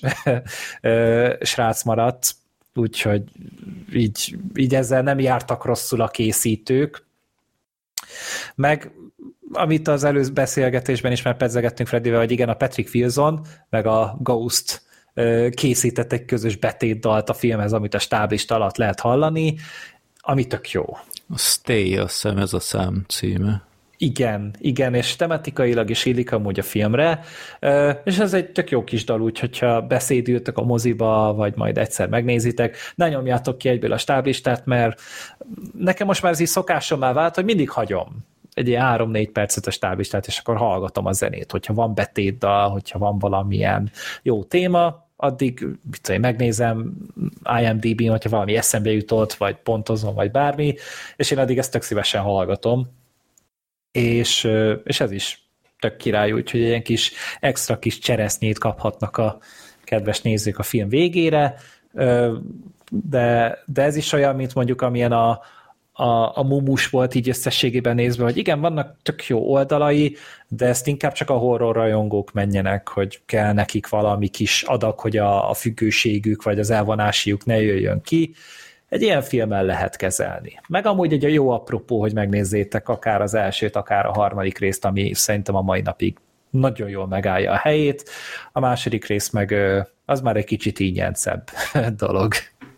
srác maradt, úgyhogy így ezzel nem jártak rosszul a készítők. Meg amit az előző beszélgetésben is már pedzegettünk Freddyvel, hogy igen, a Patrick Wilson, meg a Ghost készített egy közös betétdalt a filmhez, amit a stáblista alatt lehet hallani, ami tök jó. A Stay, azt hiszem ez a szám címe. Igen, és tematikailag is illik amúgy a filmre, és ez egy tök jó kis dal, úgyhogy ha beszédültök a moziba, vagy majd egyszer megnézitek, ne nyomjátok ki egyből a stáblistát, mert nekem most már ez így szokásommá vált, hogy mindig hagyom egy ilyen 3-4 percet a stáblistát, és akkor hallgatom a zenét, hogyha van betétdal, hogyha van valamilyen jó téma, addig megnézem IMDb-n, hogyha valami eszembe jutott, vagy pontozom, vagy bármi, és én addig ezt tök szívesen hallgatom. És ez is tök király, úgyhogy egy ilyen kis extra kis cseresznyét kaphatnak a kedves nézők a film végére. de ez is olyan, mint mondjuk amilyen a Mumus volt így összességében nézve, hogy igen, vannak tök jó oldalai, de ezt inkább csak a horror rajongók menjenek, hogy kell nekik valami kis adag, hogy a függőségük vagy az elvonásiuk ne jöjjön ki. Egy ilyen filmmel lehet kezelni. Meg amúgy egy jó apropó, hogy megnézzétek akár az elsőt, akár a harmadik részt, ami szerintem a mai napig nagyon jól megállja a helyét. A második rész meg az már egy kicsit ingyencebb dolog.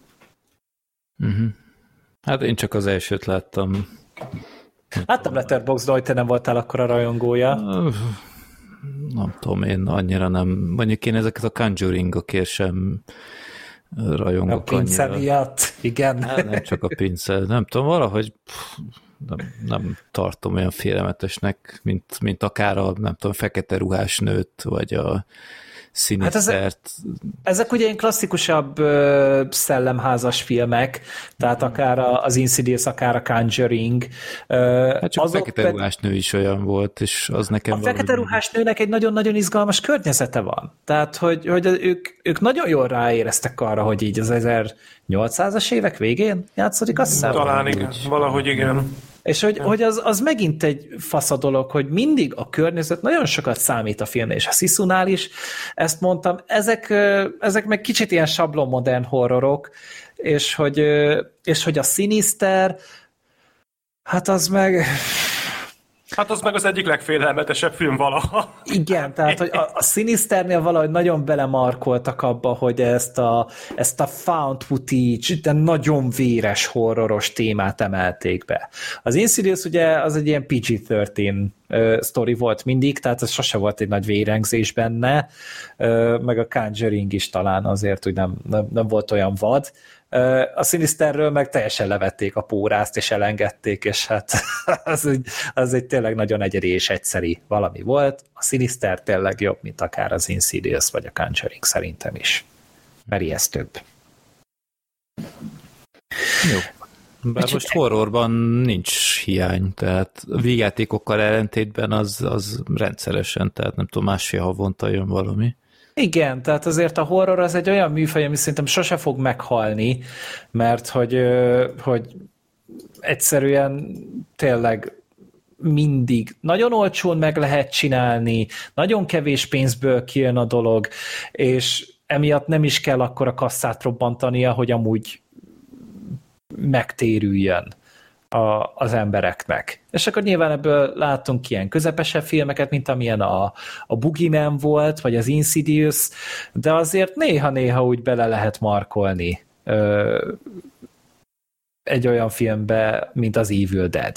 Hát én csak az elsőt láttam. Láttam Letterboxdon, hogy te nem voltál akkora rajongója. Nem tudom, én annyira nem. Mondjuk én ezeket a Conjuringokért sem rajongok a pince annyira. miatt, igen. Hát nem csak a pince, nem tudom, valahogy nem tartom olyan félelmetesnek, mint akár a, nem tudom, fekete ruhás nőt, vagy a Sinistert. Hát ezek ugye ilyen klasszikusabb szellemházas filmek, tehát akár az Insidious, akár a Conjuring. Hát csak a fekete ruhás nő is olyan volt, és az nekem a fekete ruhás nőnek egy nagyon-nagyon izgalmas környezete van. Tehát, hogy ők nagyon jól ráéreztek arra, hogy így az 1800-as évek végén játszódik, azt hiszem. Talán igen, valahogy igen. És hogy az megint egy fasz a dolog, hogy mindig a környezet nagyon sokat számít a filmnél, és a Sisunál is, ezt mondtam, ezek meg kicsit ilyen sablon modern horrorok, és hogy a Sinister, hát az meg... Hát az meg az egyik legfélelmetesebb film valaha. Igen, tehát hogy a Sinisternél valahogy nagyon belemarkoltak abba, hogy ezt a found footage, de nagyon véres horroros témát emelték be. Az Insidious ugye az egy ilyen PG-13 sztori volt mindig, tehát ez sose volt egy nagy vérengzés benne, meg a Conjuring is talán azért, hogy nem volt olyan vad. A Sinisterről meg teljesen levették a pórázt, és elengedték, és hát az egy tényleg nagyon egyedi és egyszeri valami volt. A Sinister tényleg jobb, mint akár az Insidious vagy a Conjuring szerintem is. Mert ijesztőbb. Jó. Bár most horrorban nincs hiány, tehát a vígjátékokkal ellentétben az rendszeresen, tehát nem tudom, másfél havonta jön valami. Igen, tehát azért a horror az egy olyan műfaj, ami szerintem sose fog meghalni, mert hogy egyszerűen tényleg mindig nagyon olcsón meg lehet csinálni, nagyon kevés pénzből kijön a dolog, és emiatt nem is kell akkor a kasszát robbantania, hogy amúgy megtérüljön az embereknek. És akkor nyilván ebből láttunk ilyen közepesebb filmeket, mint amilyen a Boogeyman volt, vagy az Insidious, de azért néha-néha úgy bele lehet markolni egy olyan filmbe, mint az Evil Dead.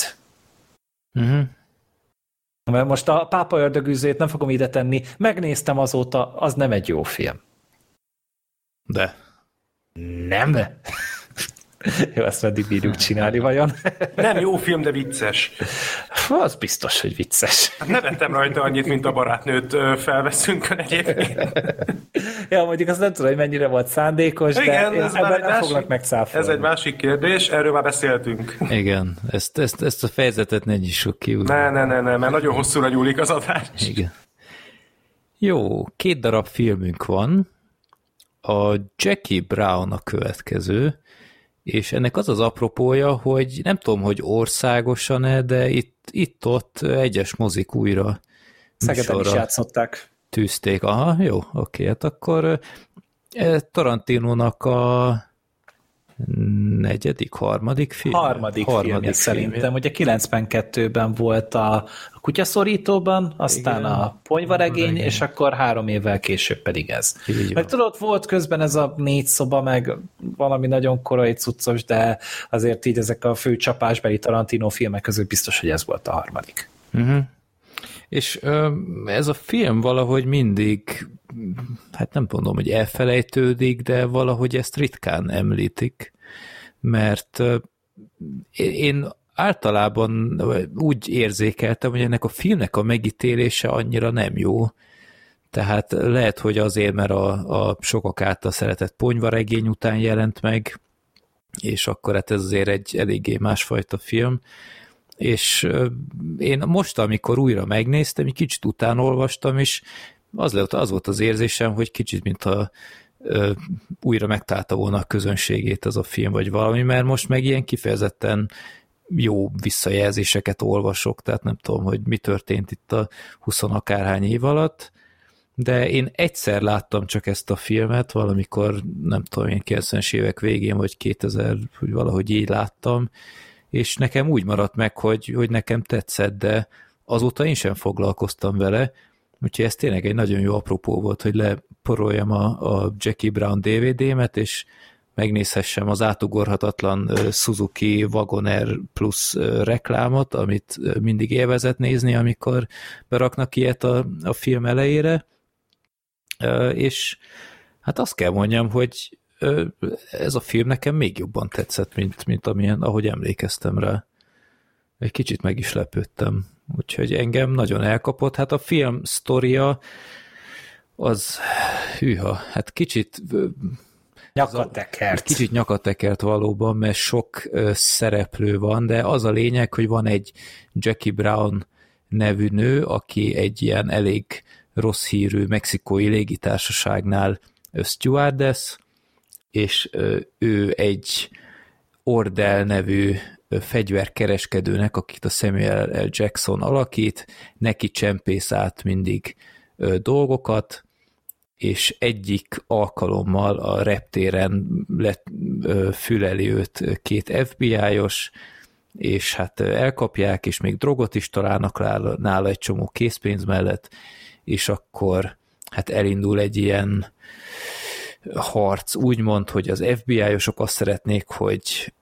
Mert most a Pápa ördögűzőjét nem fogom ide tenni, megnéztem azóta, az nem egy jó film. De. Nem? Jó, ezt meddig bírjuk csinálni, vajon? Nem jó film, de vicces. Az biztos, hogy vicces. Hát nevettem rajta annyit, mint a barátnőt felveszünk egyébként. Ja, mondjuk azt nem tudom, hogy mennyire volt szándékos, igen, de ebben nem foglak megcáfolni. Ez egy másik kérdés, erről már beszéltünk. Igen, ezt a fejezetet ne nyissuk ki. Ne, mert nagyon hosszúra nyúlik az adás. Igen. Jó, 2 darab filmünk van. A Jackie Brown a következő, és ennek az az apropója, hogy nem tudom, hogy országosan-e, de itt-ott egyes mozik újra Szegeden is játszották. Tűzték. Aha, jó, oké, hát akkor Tarantinónak a harmadik film? Harmadik filmje szerintem. Ugye 92-ben volt a Kutyaszorítóban, aztán igen, a Ponyvaregény, és akkor 3 évvel később pedig ez. Meg tudod, volt közben ez a 4 szoba, meg valami nagyon korai cuccos, de azért így ezek a fő csapásbeli Tarantino filmek közül biztos, hogy ez volt a harmadik. És ez a film valahogy mindig, hát nem mondom, hogy elfelejtődik, de valahogy ezt ritkán említik, mert én általában úgy érzékeltem, hogy ennek a filmnek a megítélése annyira nem jó. Tehát lehet, hogy azért, mert a sokak által szeretett Ponyvaregény után jelent meg, és akkor hát ez azért egy eléggé másfajta film. És én most, amikor újra megnéztem, egy kicsit utánolvastam, és az volt az érzésem, hogy kicsit, mintha újra megtalálta volna a közönségét ez a film, vagy valami, mert most meg ilyen kifejezetten jó visszajelzéseket olvasok, tehát nem tudom, hogy mi történt itt a 20 akárhány év alatt, de én egyszer láttam csak ezt a filmet, valamikor, nem tudom, én 90-es évek végén, vagy 2000, hogy valahogy így láttam, és nekem úgy maradt meg, hogy nekem tetszett, de azóta én sem foglalkoztam vele, úgyhogy ez tényleg egy nagyon jó apropó volt, hogy leporoljam a Jackie Brown DVD-met, és megnézhessem az átugorhatatlan Suzuki Wagoner Plus reklámot, amit mindig élvezett nézni, amikor beraknak ilyet a film elejére, és hát azt kell mondjam, hogy ez a film nekem még jobban tetszett, mint amilyen, ahogy emlékeztem rá. Egy kicsit meg is lepődtem, úgyhogy engem nagyon elkapott. Hát a film sztoria az, hát kicsit nyakatekert. Kicsit nyakatekert valóban, mert sok szereplő van, de az a lényeg, hogy van egy Jackie Brown nevű nő, aki egy ilyen elég rossz hírű mexikói légitársaságnál stewardess, és ő egy Ordell nevű fegyverkereskedőnek, akit a Samuel L. Jackson alakít, neki csempész át mindig dolgokat, és egyik alkalommal a reptéren füleli őt két FBI-os, és hát elkapják, és még drogot is találnak nála egy csomó készpénz mellett, és akkor hát elindul egy ilyen harc, úgymond, hogy az FBI-osok azt szeretnék, hogy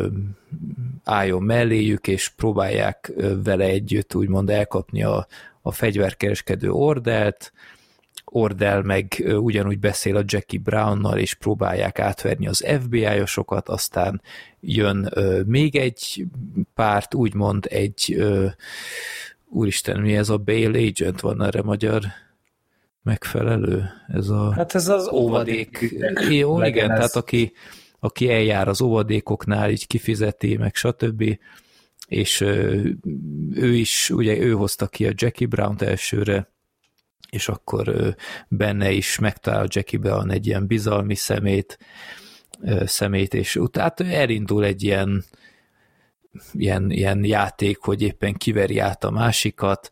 álljon melléjük, és próbálják vele együtt úgymond elkapni a fegyverkereskedő Ordellt. Ordell meg ugyanúgy beszél a Jackie Brownnal, és próbálják átverni az FBI-osokat, aztán jön még egy párt, úgymond egy úristen, mi ez a bail agent, van erre magyar megfelelő? Hát ez az óvadék. Jó, igen, tehát aki eljár az óvadékoknál, így kifizeti, meg stb. És ő is, ugye ő hozta ki a Jackie Brownt elsőre, és akkor benne is megtalál Jackie Brown egy ilyen bizalmi szemét, és utána elindul egy ilyen játék, hogy éppen kiveri át a másikat,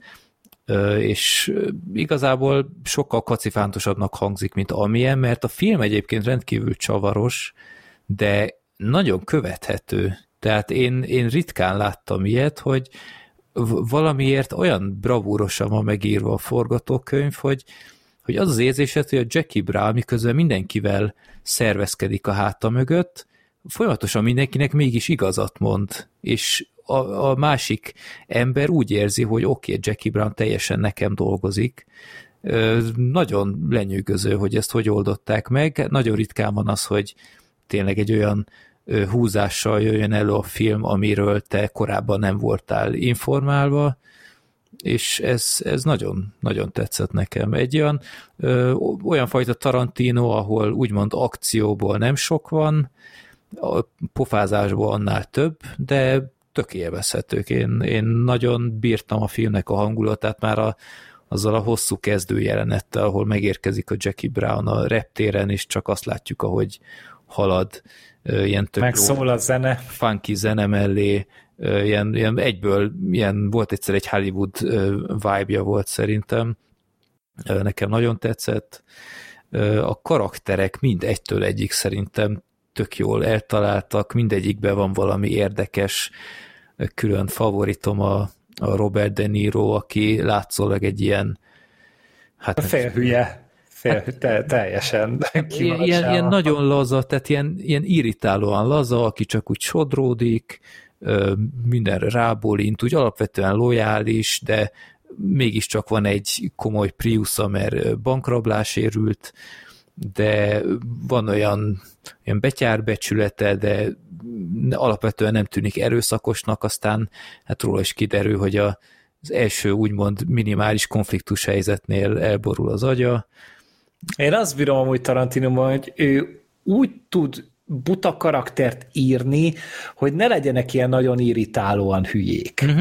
és igazából sokkal kacifántosabbnak hangzik, mint amilyen, mert a film egyébként rendkívül csavaros, de nagyon követhető. Tehát én ritkán láttam ilyet, hogy valamiért olyan bravúrosan van megírva a forgatókönyv, hogy az érzésed, hogy a Jackie Brown miközben mindenkivel szervezkedik a háta mögött, folyamatosan mindenkinek mégis igazat mond, és a másik ember úgy érzi, hogy oké, Jackie Brown teljesen nekem dolgozik. Nagyon lenyűgöző, hogy ezt hogy oldották meg. Nagyon ritkán van az, hogy tényleg egy olyan húzással jöjjön elő a film, amiről te korábban nem voltál informálva, és ez nagyon, nagyon tetszett nekem. Egy olyan fajta Tarantino, ahol úgymond akcióból nem sok van, a pofázásból annál több, de tök élvezhetők. Én nagyon bírtam a filmnek a hangulatát már azzal a hosszú kezdő jelenettel, ahol megérkezik a Jackie Brown a reptéren, és csak azt látjuk, ahogy halad, ilyen tök megszól a zene. Funky zene mellé, ilyen egyből, volt egyszer egy Hollywood vibe-ja volt szerintem. Nekem nagyon tetszett. A karakterek mind egytől egyik szerintem tök jól eltaláltak, mindegyikben van valami érdekes, külön favoritom a Robert De Niro, aki látszólag egy ilyen félhülye. Teljesen ilyen nagyon laza, tehát ilyen irritálóan laza, aki csak úgy sodródik, mindenre rábólint, úgy alapvetően lojális, de mégiscsak van egy komoly Priusza, mert bankrablás érült, de van olyan betyárbecsülete, de alapvetően nem tűnik erőszakosnak, aztán hát róla is kiderül, hogy az első úgymond minimális konfliktus helyzetnél elborul az agya. Én azt bírom amúgy Tarantinóban, hogy ő úgy tud buta karaktert írni, hogy ne legyenek ilyen nagyon irritálóan hülyék.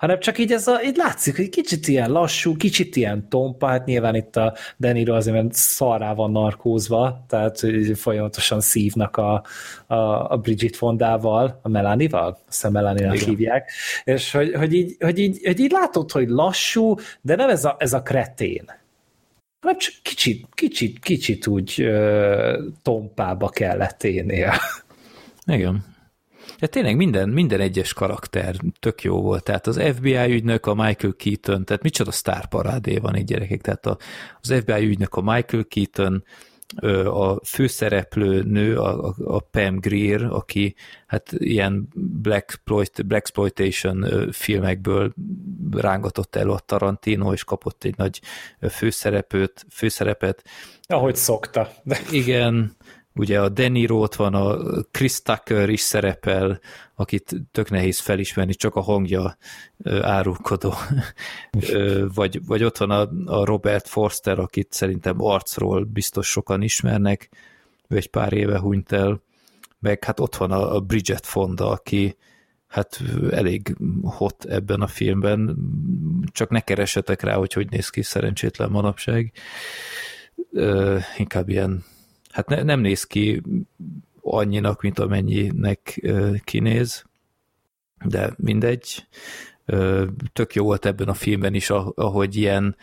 hanem csak így így látszik, hogy kicsit ilyen lassú, kicsit ilyen tompa, hát nyilván itt a De Niro azért, mert szarrá van narkózva, tehát folyamatosan szívnak a Bridget Fondával, a Melanie-val, azt hiszem Melanie-nak hívják, és hogy így látod, hogy lassú, de nem ez a kretén, hanem csak kicsit úgy tompába kellett tennie. Igen. De tényleg minden egyes karakter tök jó volt. Tehát az FBI ügynök, a Michael Keaton, tehát micsoda sztárparádé van itt, gyerekek. Tehát az FBI ügynök, a Michael Keaton, a főszereplő nő, a Pam Grier, aki hát ilyen blaxploitation filmekből rángatott elő a Tarantino, és kapott egy nagy főszerepet. Ahogy szokta. Igen, ugye a De Niro ott van, a Chris Tucker is szerepel, akit tök nehéz felismerni, csak a hangja árulkodó. vagy ott van a Robert Forster, akit szerintem arcról biztos sokan ismernek, ő egy pár éve hunyt el, meg hát ott van a Bridget Fonda, aki hát elég hot ebben a filmben, csak ne keressetek rá, hogy néz ki szerencsétlen manapság. Inkább ilyen, hát nem néz ki annyinak, mint amennyinek kinéz, de mindegy. Tök jó volt ebben a filmben is, ahogy ilyen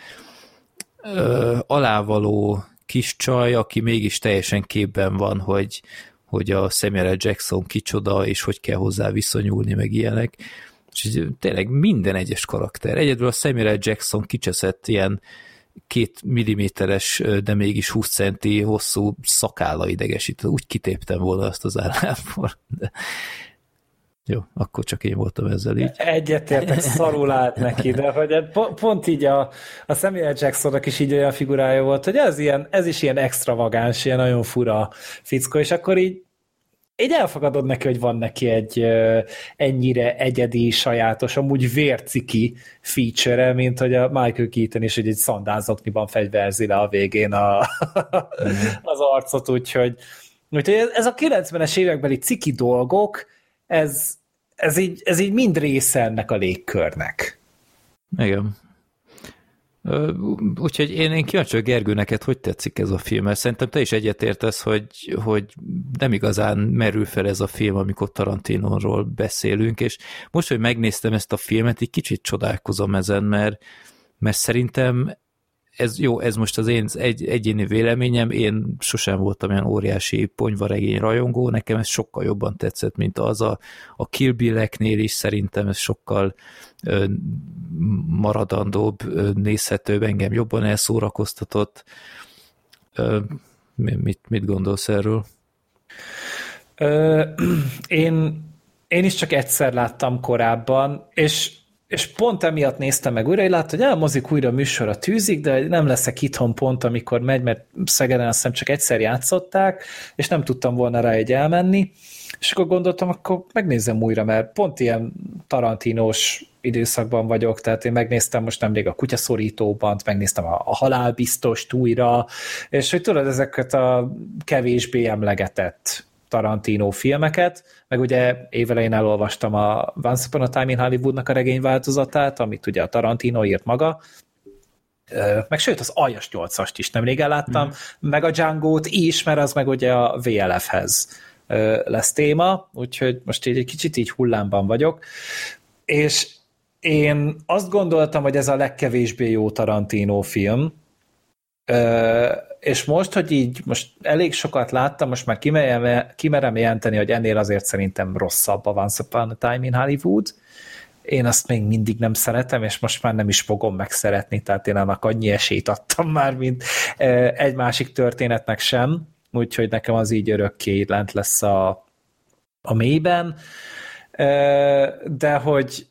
alávaló kis csaj, aki mégis teljesen képben van, hogy a Samuel L. Jackson kicsoda, és hogy kell hozzá viszonyulni, meg ilyenek. És tényleg minden egyes karakter. Egyedül a Samuel L. Jackson kicseszett ilyen 2 milliméteres, de mégis 20 centi hosszú szakálla idegesít. Úgy kitéptem volna azt az állából. De... Jó, akkor csak én voltam ezzel így. Egyetértek, szarul állt neki, de hogy pont így a Samuel Jacksonnak is így olyan figurája volt, hogy ez is ilyen extravagáns, ilyen nagyon fura fickó, és akkor így elfogadod neki, hogy van neki egy ennyire egyedi, sajátos, amúgy vérciki feature-e, mint hogy a Michael Keaton is egy szandázokniban fegyverzi le a végén az arcot, úgyhogy ez a 90-es évekbeli ciki dolgok, ez így mind része ennek a légkörnek. Igen. Úgyhogy én kíváncsi vagyok, Gergő, neked hogy tetszik ez a film? Mert szerintem te is egyetértesz, hogy nem igazán merül fel ez a film, amikor Tarantinóról beszélünk, és most, hogy megnéztem ezt a filmet, így kicsit csodálkozom ezen, mert szerintem ez most az én egyéni véleményem, én sosem voltam olyan óriási ponyvaregény rajongó, nekem ez sokkal jobban tetszett, mint az a Kill Bill-eknél is, szerintem ez sokkal maradandóbb, nézhetőbb, engem jobban elszórakoztatott. Mit gondolsz erről? Én is csak egyszer láttam korábban, és pont emiatt néztem meg újra, hogy látta, hogy a mozik újra műsorra tűzik, de nem leszek itthon pont, amikor megy, mert Szegeden azt hiszem csak egyszer játszották, és nem tudtam volna rá egy elmenni, és akkor gondoltam, akkor megnézem újra, mert pont ilyen Tarantinós időszakban vagyok, tehát én megnéztem most nemrég a Kutyaszorítóban, megnéztem a Halálbiztost újra, és hogy tudod, ezeket a kevésbé emlegetett Tarantino filmeket, meg ugye évelején elolvastam a Once Upon a Time in Hollywoodnak a regényváltozatát, amit ugye a Tarantino írt maga, meg sőt az Aljas 8-ast is nemrég elláttam, meg a Django-t is, mert az meg ugye a VLF-hez lesz téma, úgyhogy most így egy kicsit így hullámban vagyok, és én azt gondoltam, hogy ez a legkevésbé jó Tarantino film, és most, hogy így most elég sokat láttam, most már kimerem jelenteni, hogy ennél azért szerintem rosszabb a Once Upon a Time in Hollywood. Én azt még mindig nem szeretem, és most már nem is fogom megszeretni, tehát én annak annyi esélyt adtam már, mint egy másik történetnek sem, úgyhogy nekem az így örökké lent lesz a mélyben, de hogy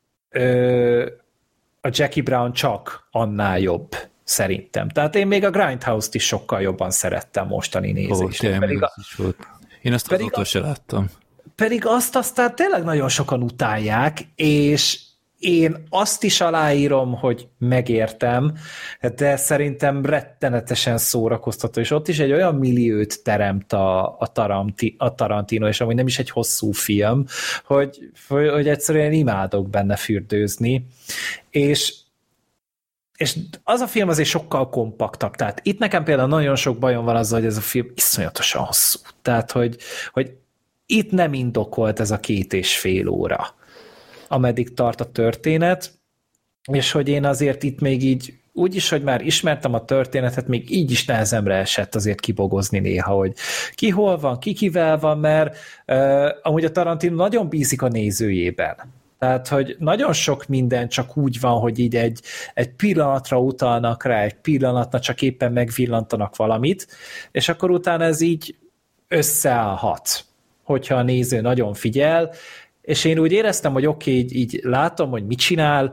a Jackie Brown csak annál jobb szerintem. Tehát én még a Grindhouse-t is sokkal jobban szerettem mostani nézésre. Én azt azóta se láttam. Pedig azt aztán tényleg nagyon sokan utálják, és én azt is aláírom, hogy megértem, de szerintem rettenetesen szórakoztató, és ott is egy olyan milliót teremt a Tarantino, és amúgy nem is egy hosszú film, hogy egyszerűen imádok benne fürdőzni, és az a film azért sokkal kompaktabb. Tehát itt nekem például nagyon sok bajom van azzal, hogy ez a film iszonyatosan hosszú. Tehát, hogy itt nem indokolt ez a 2,5 óra, ameddig tart a történet, és hogy én azért itt még így úgyis, hogy már ismertem a történetet, még így is nehezemre esett azért kibogozni néha, hogy ki hol van, ki kivel van, mert amúgy a Tarantino nagyon bízik a nézőjében. Tehát, hogy nagyon sok minden csak úgy van, hogy így egy pillanatra utalnak rá, egy pillanatra csak éppen megvillantanak valamit, és akkor utána ez így összeállhat, hogyha a néző nagyon figyel, és én úgy éreztem, hogy oké, így látom, hogy mit csinál,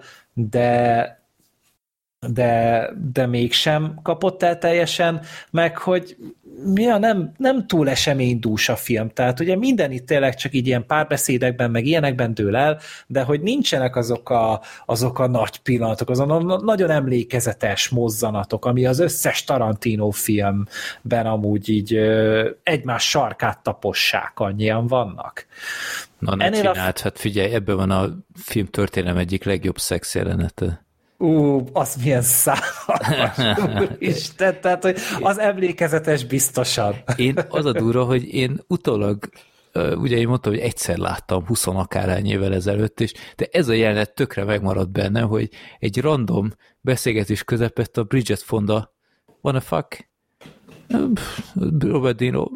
de mégsem kapott el teljesen, meg hogy nem túl eseménydús a film, tehát ugye minden itt tényleg csak így ilyen párbeszédekben, meg ilyenekben dől el, de hogy nincsenek azok a nagy pillanatok, azon a nagyon emlékezetes mozzanatok, ami az összes Tarantino filmben amúgy így egymás sarkát tapossák, annyian vannak. Na, ne csináld, hát figyelj, ebben van a film történelem egyik legjobb szex jelenete. Az milyen szállalmas, úristen, tehát, hogy az emlékezetes biztosan. Az a durva, hogy én utólag, ugye én mondtam, hogy egyszer láttam 20 akárhány évvel ezelőtt is, de ez a jelenet tökre megmaradt benne, hogy egy random beszélgetés közepett a Bridget Fonda, wanna fuck? Robert De Niro,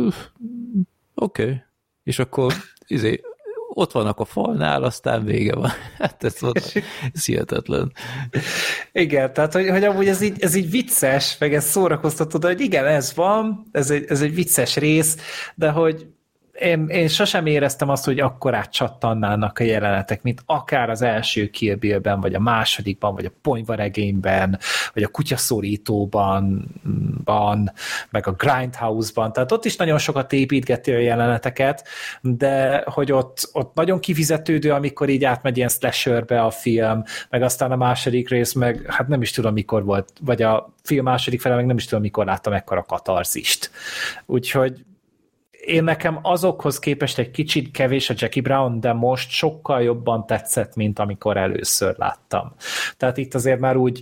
oké. És akkor ott vannak a falnál, aztán vége van. Hát ez hihetetlen. Igen, tehát hogy amúgy ez így vicces, meg ez szórakoztató, de hogy igen, ez van, ez egy vicces rész, de hogy én sosem éreztem azt, hogy akkorát csattannának a jelenetek, mint akár az első Kill Bill-ben, vagy a másodikban, vagy a Ponyvaregényben, vagy a Kutyaszorítóban, meg a Grindhouse-ban, tehát ott is nagyon sokat építgeti a jeleneteket, de hogy ott nagyon kifizetődő, amikor így átmegy ilyen slasherbe a film, meg aztán a második rész, meg hát nem is tudom mikor volt, vagy a film második fele, meg nem is tudom mikor láttam ekkora katarzist. Úgyhogy én nekem azokhoz képest egy kicsit kevés a Jackie Brown, de most sokkal jobban tetszett, mint amikor először láttam. Tehát itt azért már úgy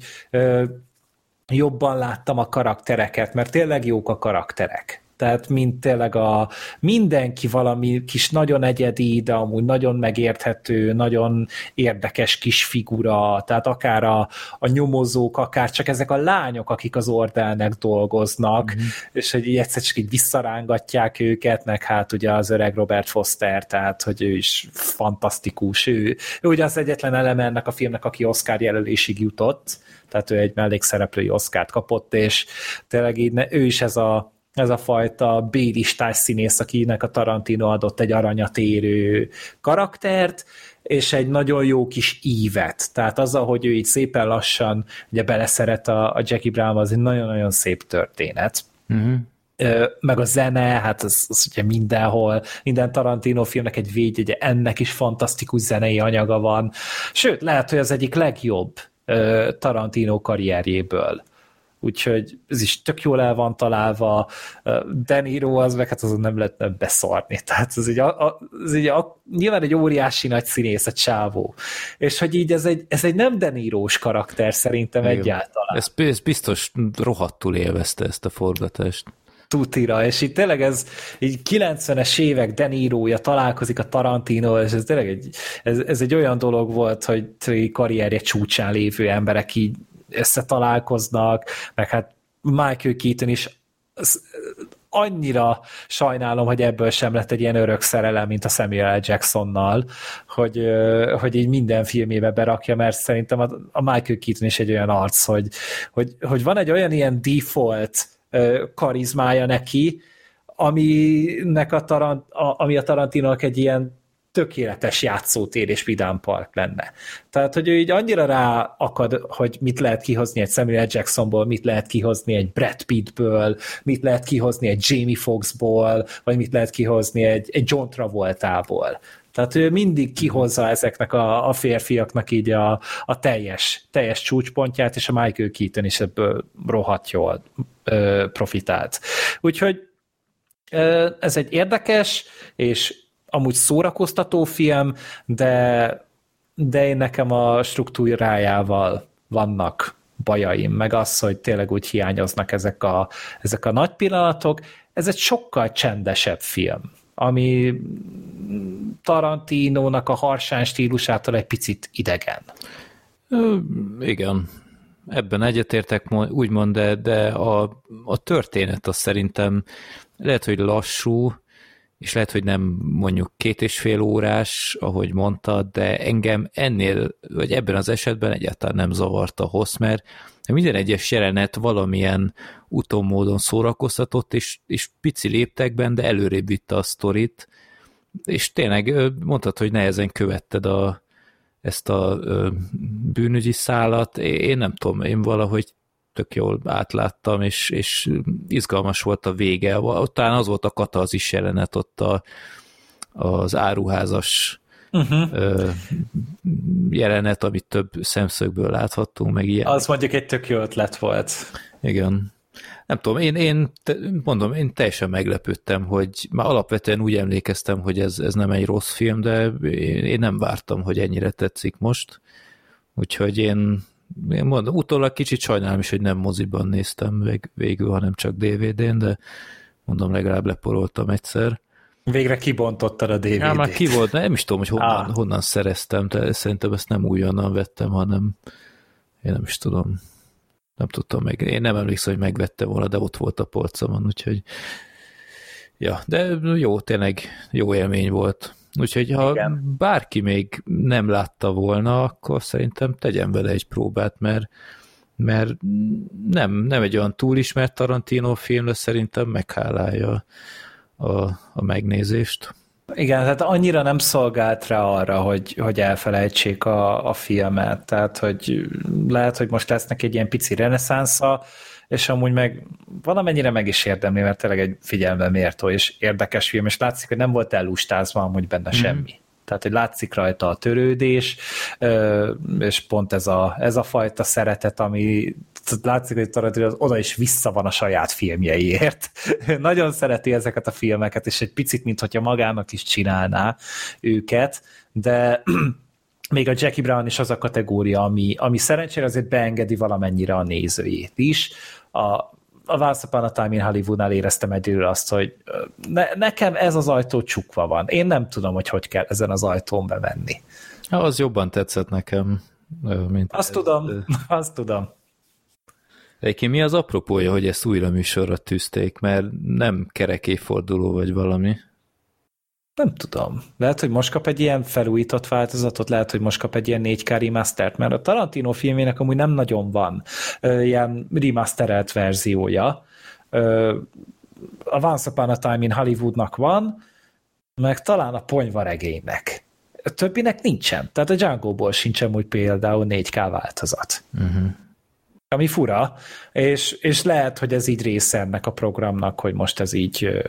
jobban láttam a karaktereket, mert tényleg jók a karakterek. Tehát mint tényleg mindenki valami kis nagyon egyedi, de amúgy nagyon megérthető, nagyon érdekes kis figura, tehát akár a nyomozók, akár csak ezek a lányok, akik az ordelnek dolgoznak, és hogy így egyszer csak így visszarángatják őket, meg hát ugye az öreg Robert Foster, tehát hogy ő is fantasztikus. Ő ugye az egyetlen eleme ennek a filmnek, aki Oscar jelölésig jutott, tehát ő egy mellékszereplői Oscart kapott, és tényleg így ő is ez a fajta B-listás színész, akinek a Tarantino adott egy aranyat érő karaktert, és egy nagyon jó kis ívet. Tehát azzal, hogy ő így szépen lassan ugye beleszeret a Jackie Brown, az egy nagyon-nagyon szép történet. Meg a zene, hát az ugye mindenhol, minden Tarantino filmnek egy védjegye, ennek is fantasztikus zenei anyaga van. Sőt, lehet, hogy az egyik legjobb Tarantino karrierjéből. Úgyhogy ez is tök jól el van találva. De Niro az meg, hát azon nem lehetne beszarni. Tehát ez így nyilván egy óriási nagy színész, a csávó. És hogy így ez egy nem De Nirós karakter szerintem egyáltalán. Ez biztos rohadtul élvezte ezt a forgatást. Tutira, és itt tényleg ez így 90-es évek De Niroja találkozik a Tarantino, és ez tényleg ez egy olyan dolog volt, hogy karrierje csúcsán lévő emberek így összetalálkoznak, meg hát Michael Keaton is annyira sajnálom, hogy ebből sem lett egy ilyen örök szerelem, mint a Samuel L. Jacksonnal, hogy így minden filmébe berakja, mert szerintem a Michael Keaton is egy olyan arc, hogy van egy olyan ilyen default karizmája neki, ami a Tarantinónak egy ilyen tökéletes játszótér és Vidám Park lenne. Tehát, hogy ő így annyira ráakad, hogy mit lehet kihozni egy Samuel Jacksonból, mit lehet kihozni egy Brad Pittből, mit lehet kihozni egy Jamie Foxxból, vagy mit lehet kihozni egy John Travoltából. Tehát ő mindig kihozza ezeknek a férfiaknak így a teljes csúcspontját, és a Michael Keaton is ebből rohadt jól profitált. Úgyhogy ez egy érdekes, és amúgy szórakoztató film, de én nekem a struktúrájával vannak bajaim, meg az, hogy tényleg úgy hiányoznak ezek a nagy pillanatok. Ez egy sokkal csendesebb film, ami Tarantinónak a harsány stílusától egy picit idegen. Igen, ebben egyetértek úgymond, de a történet az szerintem lehet, hogy lassú, és lehet, hogy nem mondjuk 2,5 órás, ahogy mondtad, de engem ennél, vagy ebben az esetben egyáltalán nem zavarta a hossz, mert minden egyes jelenet valamilyen úton módon szórakoztatott, és pici léptekben, de előrébb vitte a sztorit, és tényleg mondtad, hogy nehezen követted ezt a bűnügyi szálat, én nem tudom, én valahogy tök jól átláttam, és izgalmas volt a vége. Talán az volt a katarzis jelenet ott az áruházas jelenet, amit több szemszögből láthattunk, meg ilyen. Az mondjuk egy tök jó ötlet volt. Igen. Nem tudom, én teljesen meglepődtem, hogy már alapvetően úgy emlékeztem, hogy ez nem egy rossz film, de én nem vártam, hogy ennyire tetszik most. Úgyhogy én mondom, utólag kicsit sajnálom is, hogy nem moziban néztem végül, hanem csak DVD-n, de mondom, legalább leporoltam egyszer. Végre kibontottad a DVD-t. Ja, már ki volt, nem is tudom, hogy honnan szereztem, de szerintem ezt nem újonnan vettem, hanem én nem is tudom. Nem tudtam meg. Én nem emlékszem, hogy megvettem volna, de ott volt a polcomon, úgyhogy ja, de jó, tényleg jó élmény volt. Úgyhogy ha bárki még nem látta volna, akkor szerintem tegyen vele egy próbát, mert nem egy olyan túl ismert Tarantino film, de szerintem meghálálja a megnézést. Igen, tehát annyira nem szolgált rá arra, hogy elfelejtsék a filmet, tehát hogy lehet, hogy most lesznek egy ilyen pici reneszánsza, és amúgy meg valamennyire meg is érdemli, mert tényleg egy figyelembe méltó és érdekes film, és látszik, hogy nem volt ellustázva amúgy benne semmi. Tehát, hogy látszik rajta a törődés, és pont ez a fajta szeretet, ami látszik, hogy Tarantino oda is vissza van a saját filmjeiért. Nagyon szereti ezeket a filmeket, és egy picit, mintha magának is csinálná őket, de még a Jackie Brown is az a kategória, ami szerencsére azért beengedi valamennyire a nézőjét is. A Once Upon a Time in Hollywoodnál éreztem egyről azt, hogy nekem ez az ajtó csukva van. Én nem tudom, hogy kell ezen az ajtón bemenni. Az jobban tetszett nekem. Mint azt tudom. Egyébként mi az apropója, hogy ezt újra műsorra tűzték, mert nem kerek évforduló vagy valami? Nem tudom. Lehet, hogy most kap egy ilyen felújított változatot, lehet, hogy most kap egy ilyen 4K remastert, mert a Tarantino filmének amúgy nem nagyon van ilyen remasterelt verziója. A Once Upon a Time in Hollywoodnak van, meg talán a Ponyvaregénynek. A többinek nincsen. Tehát a Django-ból sincsen úgy például 4K változat. Ami fura, és lehet, hogy ez így része ennek a programnak, hogy most ez így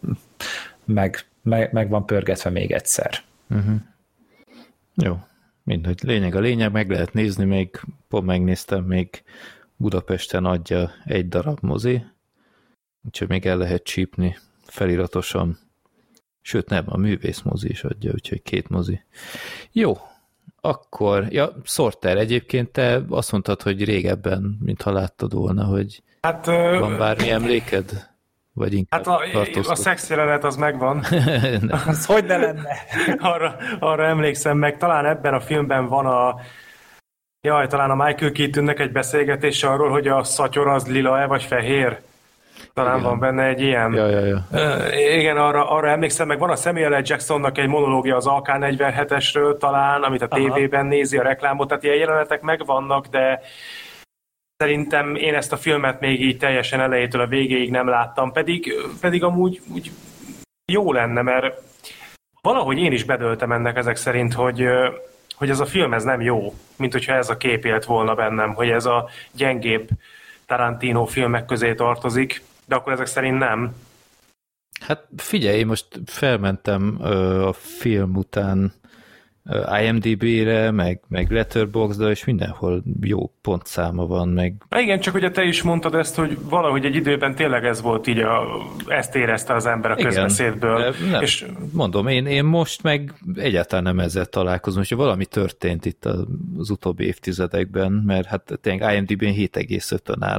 meg van pörgetve még egyszer. Jó, mindegy. Lényeg a lényeg, meg lehet nézni, még pont megnéztem, még Budapesten adja egy darab mozi, úgyhogy még el lehet csípni feliratosan. Sőt nem, a művész mozi is adja, úgyhogy 2 mozi. Jó, akkor, Sorter, egyébként te azt mondtad, hogy régebben, mintha láttad volna, hogy van bármi emléked? Vagy inkább a szex jelenet az megvan. Az hogy ne lenne? arra emlékszem meg. Talán ebben a filmben van talán a Michael Keatonnek egy beszélgetés arról, hogy a szatyor az lila-e vagy fehér. Talán van benne egy ilyen. Igen, arra emlékszem, meg van a Samuel L. Jacksonnak egy monológia az AK-47-esről talán, amit a tévében nézi, a reklámot, tehát ilyen jelenetek megvannak, de szerintem én ezt a filmet még így teljesen elejétől a végéig nem láttam, pedig amúgy úgy jó lenne, mert valahogy én is bedöltem ennek ezek szerint, hogy ez a film ez nem jó, mint hogyha ez a kép élt volna bennem, hogy ez a gyengébb Tarantino filmek közé tartozik, de akkor ezek szerint nem. Hát figyelj, most felmentem a film után IMDb-re, meg Letterboxdra, és mindenhol jó pontszáma van, meg... Igen, csak ugye te is mondtad ezt, hogy valahogy egy időben tényleg ez volt így, ezt érezte az ember a közbeszédből. Nem, és mondom, én most meg egyáltalán nem ezzel találkozom, és valami történt itt az utóbbi évtizedekben, mert hát tényleg IMDb-n 7,5-ön áll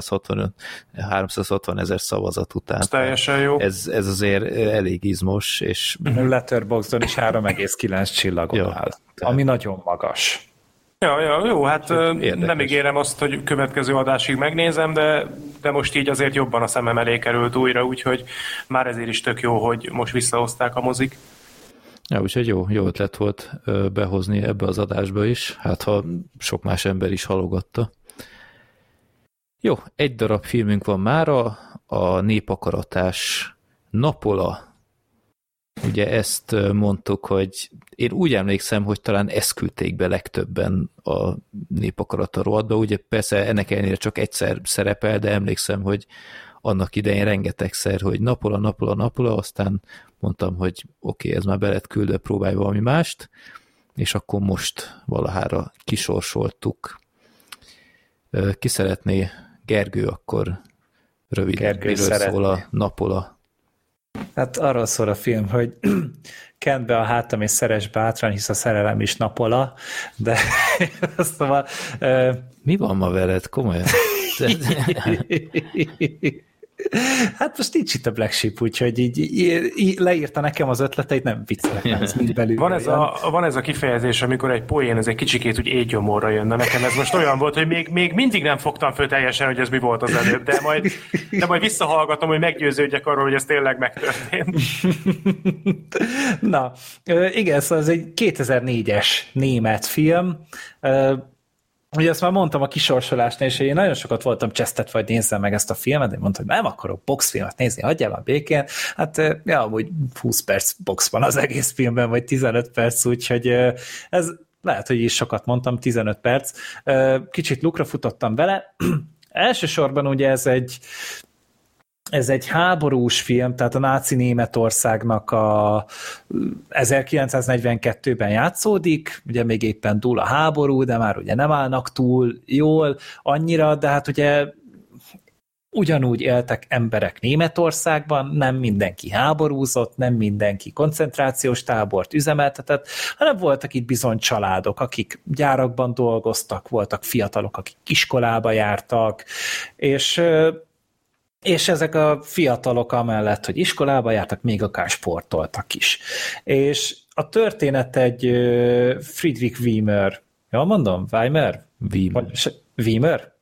360 ezer szavazat után. Ez teljesen jó. Ez azért elég izmos, és... Letterboxdon is 3,9 csillag. Ami nagyon magas. Ja, jó, hát nem ígérem azt, hogy következő adásig megnézem, de most így azért jobban a szemem elé került újra, úgyhogy már ezért is tök jó, hogy most visszahozták a mozik. Ja, úgyhogy jó ötlet volt behozni ebbe az adásba is, hát ha sok más ember is halogatta. Jó, egy darab filmünk van mára, a Népakaratás Napola. Ugye ezt mondtuk, hogy én úgy emlékszem, hogy talán ezt küldték be legtöbben a Népakarata rovatba, ugye persze ennek ellenére csak egyszer szerepel, de emlékszem, hogy annak idején rengetegszer, hogy napola, aztán mondtam, hogy oké, ez már be lett küldve, próbálj valami mást, és akkor most valahára kisorsoltuk. Ki szeretné, Gergő, akkor röviden, miről szól a Napola? Hát arról szól a film, hogy kend be a hátam és szeress bátran, hisz a szerelem is napola, de szóval... Mi van ma veled? Komolyan? Hát most nincs itt a Black Sheep, úgyhogy így leírta nekem az ötleteit, nem viccelek, ez mind belül. Van ez a kifejezés, amikor egy poén ez egy kicsikét úgy égyomorra jön. Na nekem ez most olyan volt, hogy még mindig nem fogtam föl teljesen, hogy ez mi volt az előbb, de majd visszahallgatom, hogy meggyőződjek arról, hogy ez tényleg megtörtént. Na, igen, szóval ez egy 2004-es német film. Ugye azt már mondtam a kisorsolásnál, és én nagyon sokat voltam csesztetve, hogy nézzem meg ezt a filmet, de mondtam, hogy nem akarok boxfilmet nézni, hagyjál már békén. Hát ja, amúgy 20 perc box van az egész filmben, vagy 15 perc, úgyhogy ez lehet, hogy is sokat mondtam, 15 perc. Kicsit lukra futottam vele. Elsősorban ugye ez egy háborús film, tehát a náci Németországnak a 1942-ben játszódik, ugye még éppen dúl a háború, de már ugye nem állnak túl jól annyira, de hát ugye ugyanúgy éltek emberek Németországban, nem mindenki háborúzott, nem mindenki koncentrációs tábort üzemeltetett, hanem voltak itt bizony családok, akik gyárakban dolgoztak, voltak fiatalok, akik iskolába jártak, és ezek a fiatalok amellett, hogy iskolába jártak, még akár sportoltak is. És a történet egy Friedrich Wiemer, jól mondom? Weimer? Wiemer?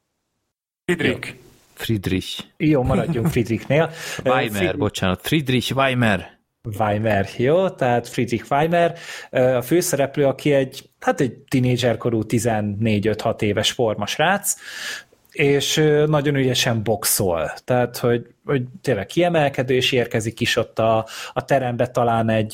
Friedrich. Jó, maradjunk Friedrichnél. Friedrich Weimer. Weimer, jó, tehát Friedrich Weimer, a főszereplő, aki egy tínédzserkorú 14-5-6 éves formasrác, és nagyon ügyesen boxol. Tehát, hogy tényleg kiemelkedő, és érkezik is ott a terembe talán egy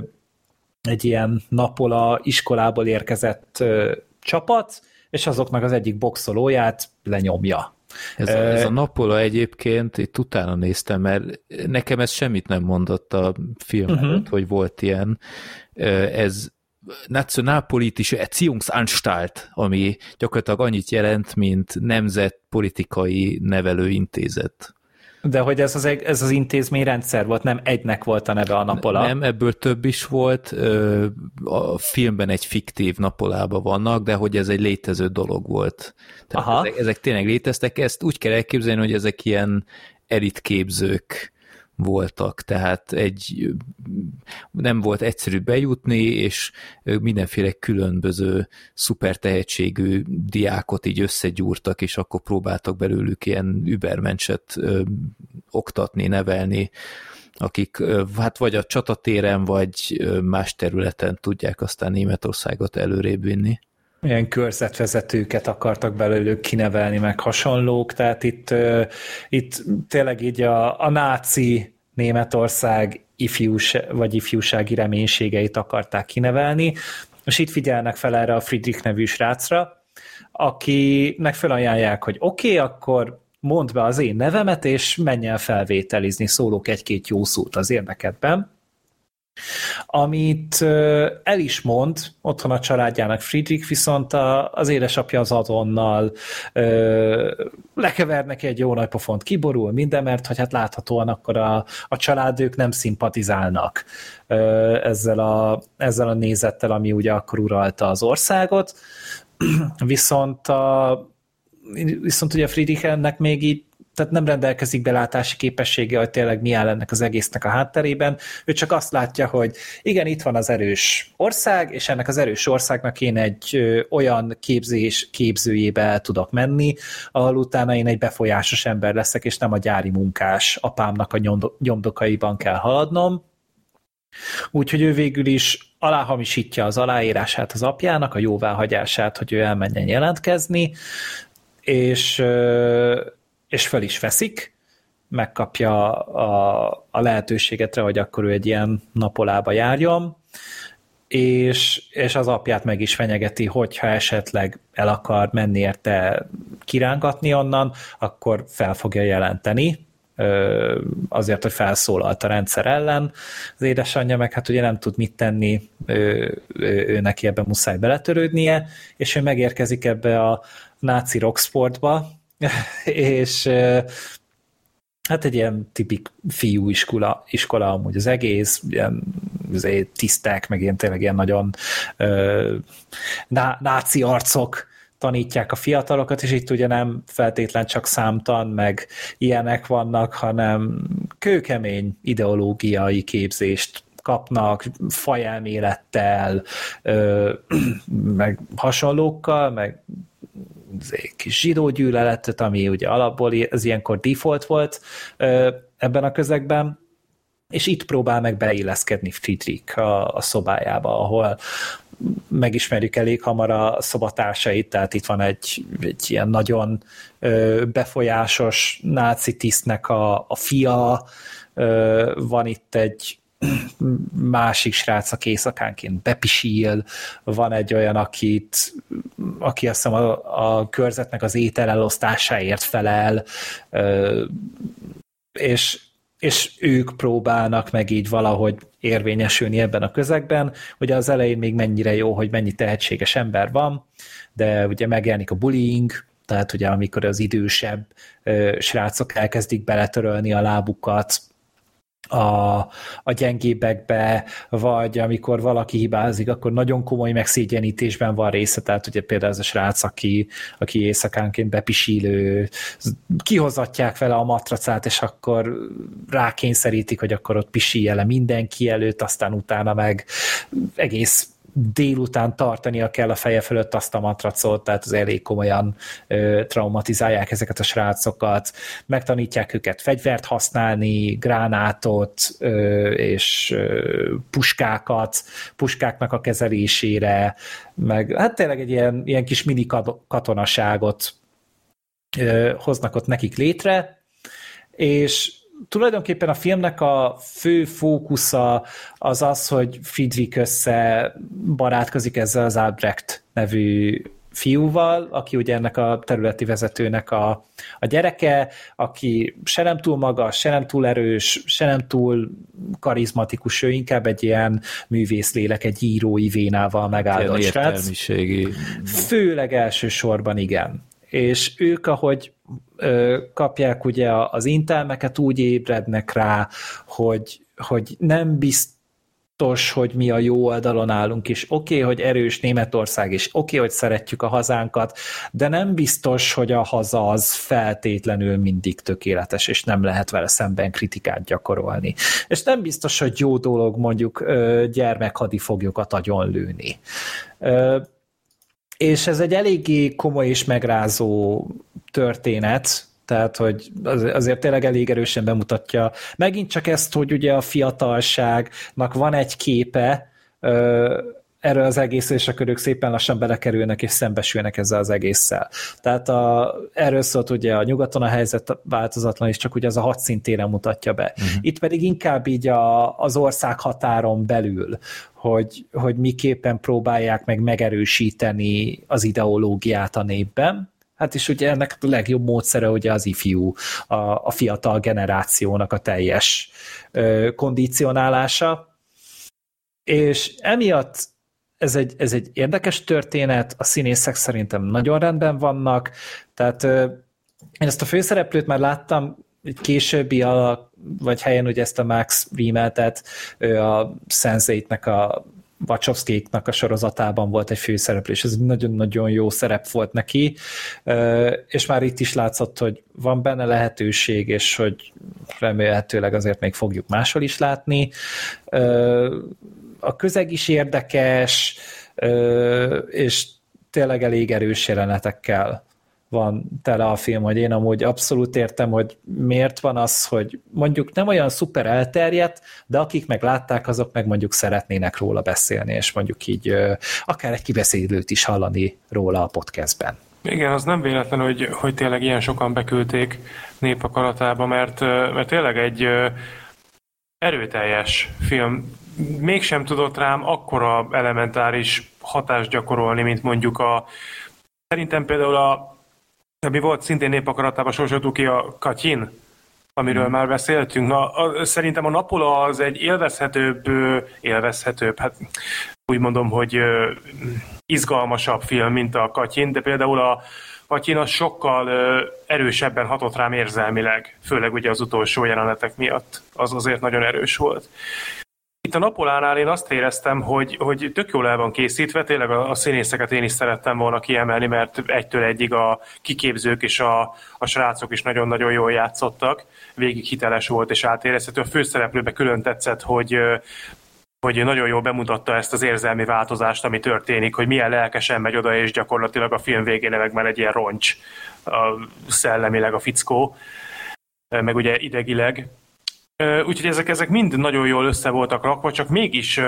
ilyen Napola iskolából érkezett csapat, és azoknak az egyik boxolóját lenyomja. Ez a Napola egyébként, itt utána néztem, mert nekem ez semmit nem mondott a film előtt, hogy volt ilyen. Ez Nationalpolitische Erziehungsanstalt, ami gyakorlatilag annyit jelent, mint Nemzetpolitikai Nevelőintézet. De hogy ez az intézményrendszer volt, nem egynek volt a neve a Napola? Nem, ebből több is volt. A filmben egy fiktív Napolában vannak, de hogy ez egy létező dolog volt. Tehát ezek tényleg léteztek. Ezt úgy kell elképzelni, hogy ezek ilyen elitképzők voltak, tehát nem volt egyszerű bejutni, és mindenféle különböző szuper tehetségű diákot így összegyúrtak, és akkor próbáltak belőlük ilyen übermencset oktatni, nevelni, akik hát vagy a csatatéren, vagy más területen tudják aztán Németországot előrébb vinni. Ilyen körzetvezetőket akartak belőlük kinevelni, meg hasonlók, tehát itt tényleg így a náci Németország ifjúsági reménységeit akarták kinevelni, és itt figyelnek fel erre a Friedrich nevű srácra, akinek felajánlják, hogy oké, akkor mondd be az én nevemet, és menj el felvételizni, szólok egy-két jó szót az érdekedben. Amit el is mond otthon a családjának Friedrich, viszont az édesapja az azonnal lekever neki egy jó nagy pofont, kiborul minden, mert hogy hát láthatóan akkor a család, ők nem szimpatizálnak ezzel a nézettel, ami ugye akkor uralta az országot, viszont ugye Friedrich ennek még így, tehát nem rendelkezik belátási képessége, hogy tényleg mi áll ennek az egésznek a hátterében. Ő csak azt látja, hogy igen, itt van az erős ország, és ennek az erős országnak én egy olyan képzőjébe el tudok menni, ahol utána én egy befolyásos ember leszek, és nem a gyári munkás apámnak a nyomdokaiban kell haladnom. Úgyhogy ő végül is aláhamisítja az aláírását az apjának, a jóváhagyását, hogy ő elmenjen jelentkezni, és föl is veszik, megkapja a lehetőséget rá, hogy akkor ő egy ilyen napolába járjon, és az apját meg is fenyegeti, hogyha esetleg el akar menni érte kirángatni onnan, akkor fel fogja jelenteni, azért, hogy felszólalt a rendszer ellen. Az édesanyja meg hát ugye nem tud mit tenni, ő neki ebben muszáj beletörődnie, és ő megérkezik ebbe a náci rocksportba, és hát egy ilyen tipik fiú iskola amúgy az egész, ilyen tiszták, meg ilyen tényleg ilyen nagyon náci arcok tanítják a fiatalokat, és itt ugye nem feltétlen csak számtan, meg ilyenek vannak, hanem kőkemény ideológiai képzést kapnak, fajelmélettel, meg hasonlókkal, meg kis zsidó gyűlöletet, ami ugye alapból ez ilyenkor default volt ebben a közegben, és itt próbál meg beilleszkedni Friedrich a szobájába, ahol megismerjük elég hamar a szobatársait, tehát itt van egy ilyen nagyon befolyásos náci tisztnek a fia, van itt egy másik srác, aki éjszakánként bepisíl, van egy olyan, aki azt hiszem a körzetnek az étel elosztásáért felel, és ők próbálnak meg így valahogy érvényesülni ebben a közegben. Ugye az elején még mennyire jó, hogy mennyi tehetséges ember van, de ugye megjelenik a bullying, tehát ugye amikor az idősebb srácok elkezdik beletörölni a lábukat a gyengébbekbe, vagy amikor valaki hibázik, akkor nagyon komoly megszégyenítésben van része, tehát ugye például ez a srác, aki éjszakánként bepisílő, kihozatják vele a matracát, és akkor rákényszerítik, hogy akkor ott pisíje le mindenki előtt, aztán utána meg egész délután tartania kell a feje fölött azt a matracot, tehát az elég komolyan traumatizálják ezeket a srácokat, megtanítják őket fegyvert használni, gránátot és puskáknak a kezelésére, meg hát tényleg egy ilyen kis mini katonaságot hoznak ott nekik létre, és tulajdonképpen a filmnek a fő fókusza az, hogy Friedrich összebarátkozik ezzel az Albrecht nevű fiúval, aki ugye ennek a területi vezetőnek a gyereke, aki se nem túl magas, se nem túl erős, se nem túl karizmatikus, ő inkább egy ilyen művészlélek, egy írói vénával megáldott srác. Főleg elsősorban igen. És ők, ahogy kapják ugye az intelmeket, úgy ébrednek rá, hogy nem biztos, hogy mi a jó oldalon állunk, és oké, hogy erős Németország, és oké, hogy szeretjük a hazánkat, de nem biztos, hogy a haza az feltétlenül mindig tökéletes, és nem lehet vele szemben kritikát gyakorolni. És nem biztos, hogy jó dolog mondjuk gyermekhadifoglyokat agyonlőni. És ez egy eléggé komoly és megrázó történet, tehát, hogy azért tényleg elég erősen bemutatja megint csak ezt, hogy ugye a fiatalságnak van egy képe erről az egész, és akkor ők szépen lassan belekerülnek és szembesülnek ezzel az egésszel. Tehát erről szólt ugye a nyugaton a helyzet változatlan, és csak ugye az a hadszintéren mutatja be. Itt pedig inkább így az ország határon belül, hogy miképpen próbálják meg megerősíteni az ideológiát a népben, Hát is ugye ennek a legjobb módszere ugye az ifjú, a fiatal generációnak a teljes kondicionálása, és emiatt ez egy érdekes történet, a színészek szerintem nagyon rendben vannak, tehát én ezt a főszereplőt már láttam egy későbbi vagy helyen, ugye ezt a Max Riemeltet, a Sense8-nek a Wachowskiknak a sorozatában volt egy főszereplő, és ez egy nagyon-nagyon jó szerep volt neki, és már itt is látszott, hogy van benne lehetőség, és hogy remélhetőleg azért még fogjuk máshol is látni. A közeg is érdekes, és tényleg elég erős jelenetekkel van tele a film, hogy én amúgy abszolút értem, hogy miért van az, hogy mondjuk nem olyan szuper elterjedt, de akik meg látták, azok meg mondjuk szeretnének róla beszélni, és mondjuk így akár egy kibeszélőt is hallani róla a podcastben. Igen, az nem véletlen, hogy tényleg ilyen sokan beküldték Népakaratába, mert tényleg egy erőteljes film. Mégsem tudott rám akkora elementáris hatást gyakorolni, mint mondjuk szerintem például ami volt szintén Népakaratában, sorsoltuk ki a Katyin, amiről már beszéltünk. Szerintem a Napola az egy élvezhetőbb, hát úgy mondom, hogy izgalmasabb film, mint a Katyin, de például a Katyin az sokkal erősebben hatott rám érzelmileg, főleg ugye az utolsó jelenetek miatt. Az azért nagyon erős volt. Itt a Napolánál én azt éreztem, hogy tök jól el van készítve, tényleg a színészeket én is szerettem volna kiemelni, mert egytől egyig a kiképzők és a srácok is nagyon-nagyon jól játszottak, végig hiteles volt és átérezhető. A főszereplőbe külön tetszett, hogy nagyon jól bemutatta ezt az érzelmi változást, ami történik, hogy milyen lelkesen megy oda, és gyakorlatilag a film végén meg már egy ilyen roncs szellemileg a fickó, meg ugye idegileg. Úgyhogy ezek mind nagyon jól össze voltak rakva, csak mégis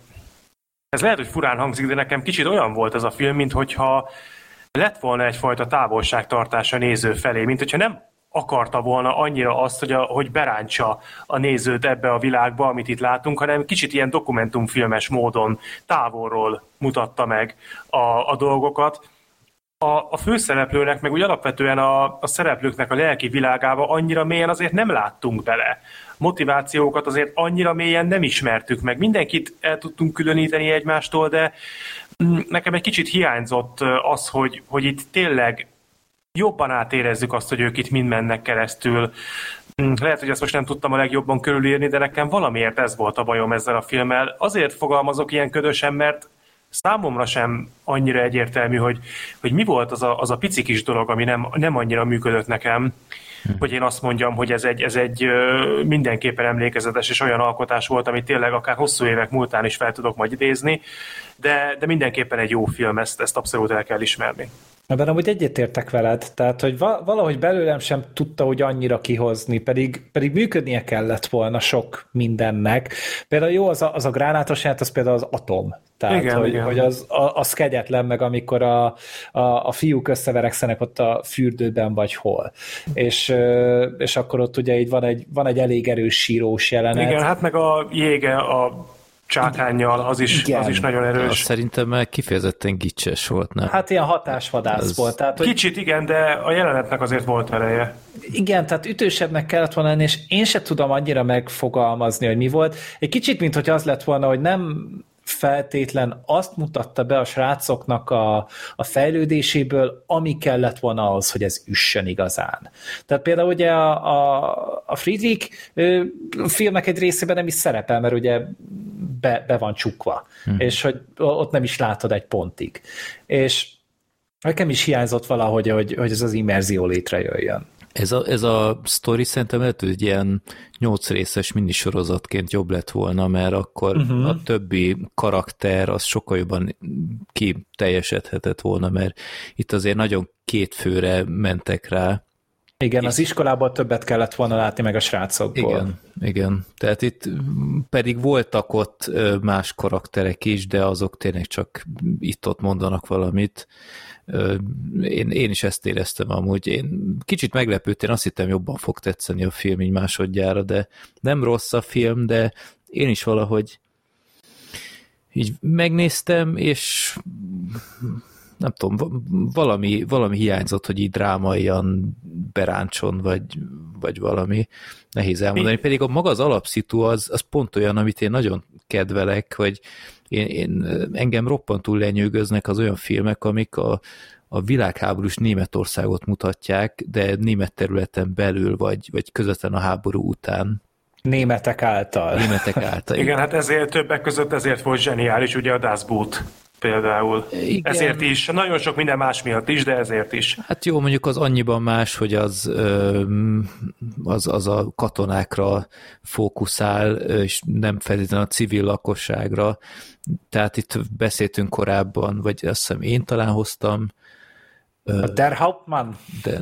ez lehet, hogy furán hangzik, de nekem kicsit olyan volt ez a film, minthogyha lett volna egyfajta távolságtartás a néző felé, mint hogyha nem akarta volna annyira azt, hogy berántsa a nézőt ebbe a világba, amit itt látunk, hanem kicsit ilyen dokumentumfilmes módon távolról mutatta meg a dolgokat. A főszereplőnek, meg úgy alapvetően a szereplőknek a lelki világába annyira mélyen azért nem láttunk bele. Motivációkat azért annyira mélyen nem ismertük meg. Mindenkit el tudtunk különíteni egymástól, de nekem egy kicsit hiányzott az, hogy itt tényleg jobban átérezzük azt, hogy ők itt mind mennek keresztül. Lehet, hogy ezt most nem tudtam a legjobban körülírni, de nekem valamiért ez volt a bajom ezzel a filmmel. Azért fogalmazok ilyen ködösen, mert számomra sem annyira egyértelmű, hogy mi volt az a pici kis dolog, ami nem annyira működött nekem, hogy én azt mondjam, hogy ez egy mindenképpen emlékezetes és olyan alkotás volt, amit tényleg akár hosszú évek múltán is fel tudok majd idézni, de mindenképpen egy jó film, ezt abszolút el kell ismerni. Ebben amúgy egyetértek veled, tehát hogy valahogy belőlem sem tudta, hogy annyira kihozni, pedig működnie kellett volna sok mindennek. Például jó az a gránátos jelent, az például az Atom. Tehát, igen. Hogy az kegyetlen meg, amikor a fiúk összeverekszenek ott a fürdőben, vagy hol. És akkor ott ugye így van egy elég erős sírós jelenet. Igen, hát meg a jége a csákánnyal, az is nagyon erős. Azt szerintem meg kifejezetten gicses volt, nem? Hát ilyen hatásvadász volt. Tehát, kicsit igen, de a jelenetnek azért volt ereje. Igen, tehát ütősebbnek kellett volna lenni, és én sem tudom annyira megfogalmazni, hogy mi volt. Egy kicsit, mint hogy az lett volna, hogy nem feltétlen azt mutatta be a srácoknak a fejlődéséből, ami kellett volna ahhoz, hogy ez üssön igazán. Tehát például ugye a Friedrich filmek egy részében nem is szerepel, mert ugye be van csukva, és hogy ott nem is látod egy pontig. És nekem is hiányzott valahogy, hogy ez az immerzió létrejöjjön. Ez a sztori szerintem lehet, hogy ilyen 8 részes minisorozatként jobb lett volna, mert akkor a többi karakter az sokkal jobban kiteljesedhetett volna, mert itt azért nagyon két főre mentek rá. Igen, az iskolában többet kellett volna látni meg a srácokból. Igen. Tehát itt pedig voltak ott más karakterek is, de azok tényleg csak itt-ott mondanak valamit. Én is ezt éreztem amúgy. Én kicsit meglepődtem, azt hittem jobban fog tetszeni a film így másodjára, de nem rossz a film, de én is valahogy így megnéztem, és nem tudom, valami hiányzott, hogy így drámaian beráncson, vagy valami. Nehéz elmondani. Pedig maga az alapszitu az pont olyan, amit én nagyon kedvelek, hogy engem roppantul lenyűgöznek az olyan filmek, amik a világháborús Németországot mutatják, de német területen belül, vagy közvetlen a háború után. Németek által. Igen, hát ezért többek között ezért volt zseniális, ugye a Das Boot például. Igen. Ezért is, nagyon sok minden más miatt is, de ezért is. Hát jó, mondjuk az annyiban más, hogy az a katonákra fókuszál, és nem feltétlenül a civil lakosságra. Tehát itt beszéltünk korábban, vagy azt hiszem én talán hoztam. Der Hauptmann. De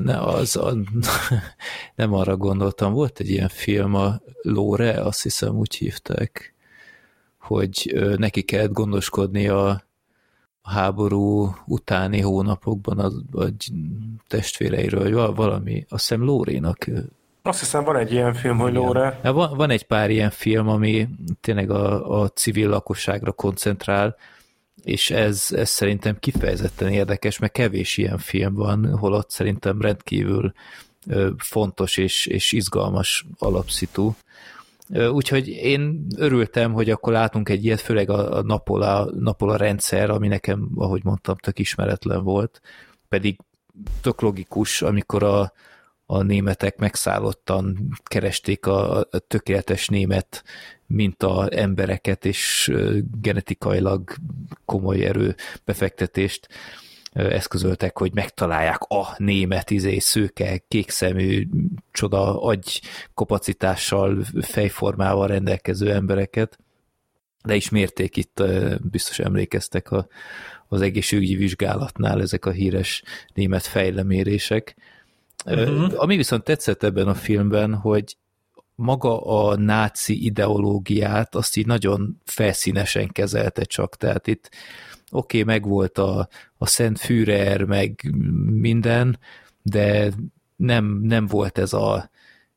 nem arra gondoltam. Volt egy ilyen film, a Lore, azt hiszem úgy hívták, hogy neki kellett gondoskodni a háború utáni hónapokban a testvéreiről, valami, azt hiszem Lórénak. Azt hiszem van egy ilyen film, hogy Lóre. Van egy pár ilyen film, ami tényleg a civil lakosságra koncentrál, és ez szerintem kifejezetten érdekes, mert kevés ilyen film van, holott szerintem rendkívül fontos és izgalmas alapszitu. Úgyhogy én örültem, hogy akkor látunk egy ilyet, főleg a Napola rendszer, ami nekem, ahogy mondtam, tök ismeretlen volt, pedig tök logikus, amikor a németek megszállottan keresték a tökéletes német minta embereket, és genetikailag komoly erőbefektetést eszközöltek, hogy megtalálják a német szőke, kékszemű, csoda agy kapacitással, fejformával rendelkező embereket, de is mérték itt, biztos emlékeztek az egészségügyi vizsgálatnál ezek a híres német fejlemérések. Ami viszont tetszett ebben a filmben, hogy maga a náci ideológiát azt így nagyon felszínesen kezelte csak, tehát itt oké, megvolt a Szent Führer, meg minden, de nem volt ez a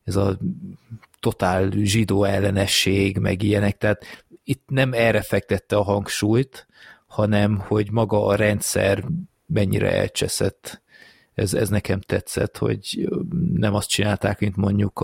totál zsidó ellenesség, meg ilyenek, tehát itt nem erre fektette a hangsúlyt, hanem hogy maga a rendszer mennyire elcseszett. Ez nekem tetszett, hogy nem azt csinálták, mint mondjuk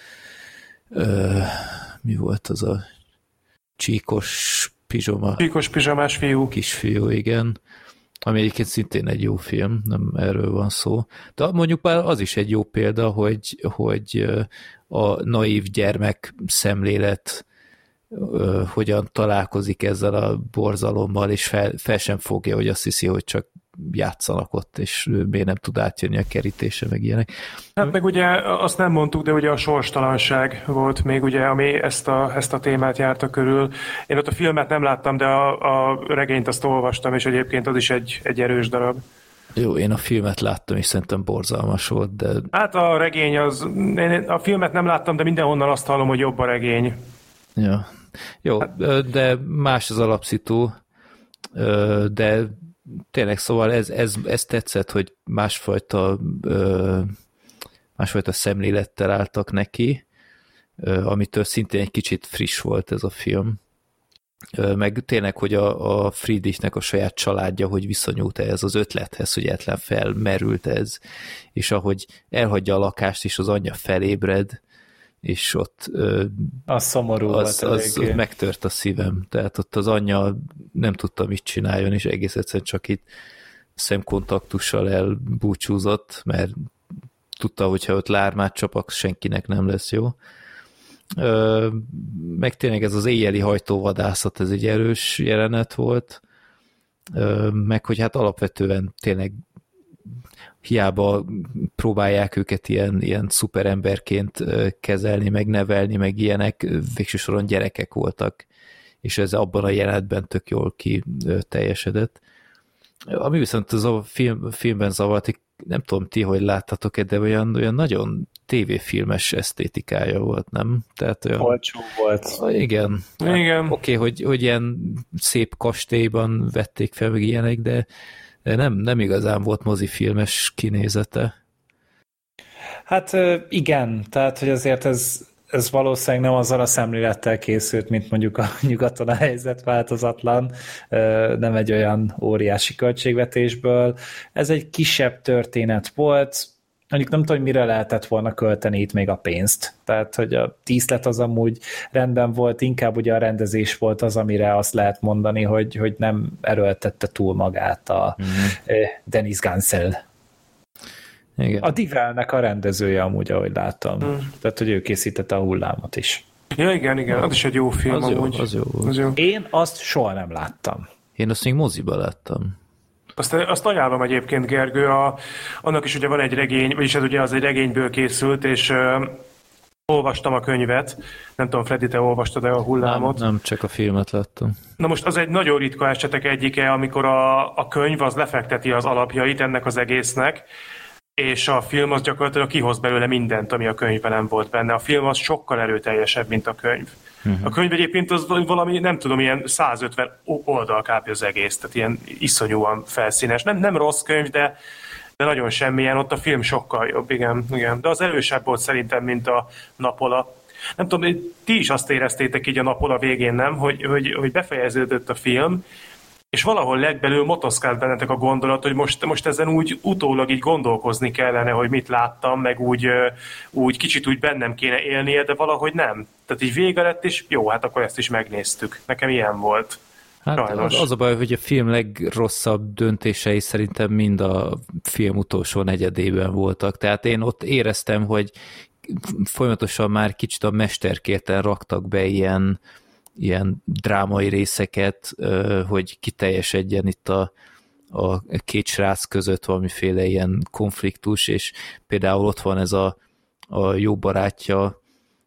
mi volt az a csíkos pizsamás fiú. Kisfiú, igen. Ami egyébként szintén egy jó film, nem erről van szó. De mondjuk már az is egy jó példa, hogy a naív gyermek szemlélet hogyan találkozik ezzel a borzalommal, és fel sem fogja, hogy azt hiszi, hogy csak játszanak ott, és miért nem tud átjönni a kerítése, meg ilyenek. Hát meg ugye azt nem mondtuk, de ugye a sorstalanság volt még ugye, ami ezt a témát járta körül. Én ott a filmet nem láttam, de a regényt azt olvastam, és egyébként az is egy erős darab. Jó, én a filmet láttam, és szerintem borzalmas volt, de... Hát a regény én a filmet nem láttam, de mindenhonnan azt hallom, hogy jobb a regény. Ja. Jó, de más az alapszitu, de tényleg, szóval ez tetszett, hogy másfajta szemlélettel álltak neki, amitől szintén egy kicsit friss volt ez a film. Meg tényleg, hogy a Friedrichnek a saját családja, hogy viszonyult ehhez az ötlethez, hogy egyetlen felmerült ez, és ahogy elhagyja a lakást, és az anyja felébred, és ott az szomorú volt az megtört a szívem. Tehát ott az anyja nem tudta, mit csináljon, és egész egyszerűen csak itt szemkontaktussal elbúcsúzott, mert tudta, hogyha ott lármát csap, senkinek nem lesz jó. Meg tényleg ez az éjjeli hajtóvadászat, ez egy erős jelenet volt, meg hogy hát alapvetően tényleg hiába próbálják őket ilyen szuperemberként kezelni, meg nevelni, meg ilyenek, végső soron gyerekek voltak, és ez abban a jelenetben tök jól kiteljesedett. Ami viszont az a filmben zavart, nem tudom ti, hogy láttatok-e, de olyan nagyon tévéfilmes esztétikája volt, nem? Tehát olyan... Olcsó volt. Igen. Oké, hogy ilyen szép kastélyban vették fel, meg ilyenek, de nem igazán volt mozifilmes kinézete. Hát igen, tehát hogy azért ez ez valószínűleg nem azzal a szemlélettel készült, mint mondjuk a nyugaton a helyzet változatlan, nem egy olyan óriási költségvetésből. Ez egy kisebb történet volt, mondjuk nem tudom, hogy mire lehetett volna költeni itt még a pénzt. Tehát, hogy a díszlet az amúgy rendben volt, inkább ugye a rendezés volt az, amire azt lehet mondani, hogy nem erőltette túl magát a Denis Gansel. Igen. A Divelnek a rendezője amúgy, ahogy láttam. Tehát, hogy ő készítette a Hullámot is. Ja, igen, az is egy jó film Az amúgy. jó, az jó. Az jó. Én azt soha nem láttam. Én azt még moziba láttam. Azt ajánlom egyébként, Gergő, annak is ugye van egy regény, vagyis ez ugye az egy regényből készült, és olvastam a könyvet. Nem tudom, Freddy, te olvastad-e a Hullámot? Nem, csak a filmet láttam. Na most az egy nagyon ritka esetek egyike, amikor a könyv az lefekteti az alapjait ennek az egésznek, és a film az gyakorlatilag kihoz belőle mindent, ami a könyvben nem volt benne. A film az sokkal erőteljesebb, mint a könyv. A könyv egyébként az valami, nem tudom, ilyen 150 oldal kb. Az egész, tehát ilyen iszonyúan felszínes. Nem rossz könyv, de nagyon semmilyen, ott a film sokkal jobb, igen. De az erősebb volt szerintem, mint a Napola. Nem tudom, ti is azt éreztétek így a Napola végén, nem? Hogy befejeződött a film, és valahol legbelül motoszkált bennetek a gondolat, hogy most ezen úgy utólag így gondolkozni kellene, hogy mit láttam, meg úgy kicsit úgy bennem kéne élnie, de valahogy nem. Tehát így vége lett, és jó, hát akkor ezt is megnéztük. Nekem ilyen volt. Hát az a baj, hogy a film legrosszabb döntései szerintem mind a film utolsó negyedében voltak. Tehát én ott éreztem, hogy folyamatosan már kicsit a mesterkérten raktak be ilyen drámai részeket, hogy kiteljesedjen itt a két srác között valamiféle ilyen konfliktus, és például ott van ez a jó barátja,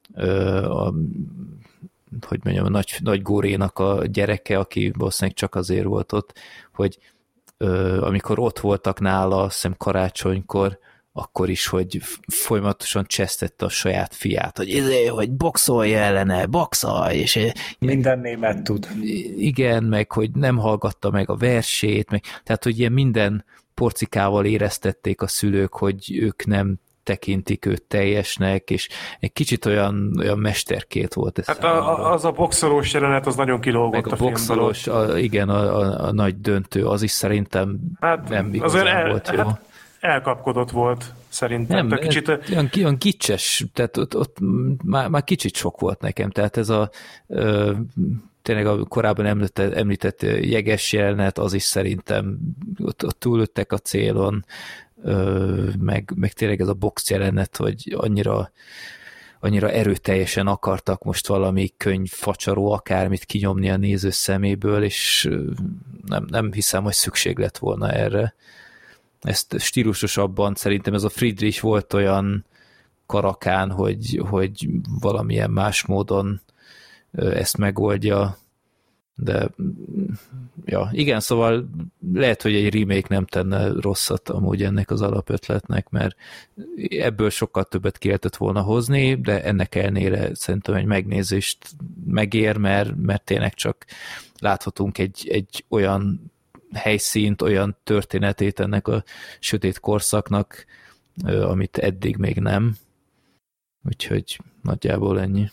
hogy mondjam, a nagy Górénak a gyereke, aki valószínűleg csak azért volt ott, hogy amikor ott voltak nála, azt hiszem karácsonykor, akkor is, hogy folyamatosan csesztette a saját fiát, hogy boxolj ellene, boxolj, és minden német tud. Igen, meg hogy nem hallgatta meg a versét, tehát, hogy ilyen minden porcikával éreztették a szülők, hogy ők nem tekintik őt teljesnek, és egy kicsit olyan mesterkét volt ez. Hát az a boxolós jelenet, az nagyon kilógott meg a boxolós, igen, a nagy döntő, az is szerintem nem igazán volt jó. Hát elkapkodott volt, szerintem. Nem, kicsit... olyan kicses, tehát ott már kicsit sok volt nekem, tehát ez tényleg a korábban említett jeges jelenet, az is szerintem ott túlöttek a célon, meg tényleg ez a box jelenet, hogy annyira erőteljesen akartak most valami könyvfacsaró akármit kinyomni a néző szeméből, és nem hiszem, hogy szükség lett volna erre. Ezt stílusosabban szerintem ez a Friedrich volt olyan karakán, hogy valamilyen más módon ezt megoldja, de ja, igen, szóval lehet, hogy egy remake nem tenne rosszat amúgy ennek az alapötletnek, mert ebből sokkal többet ki lehetett volna hozni, de ennek ellenére szerintem egy megnézést megér, mert tényleg csak láthatunk egy olyan helyszínt, olyan történetét ennek a sötét korszaknak, amit eddig még nem. Úgyhogy nagyjából ennyi.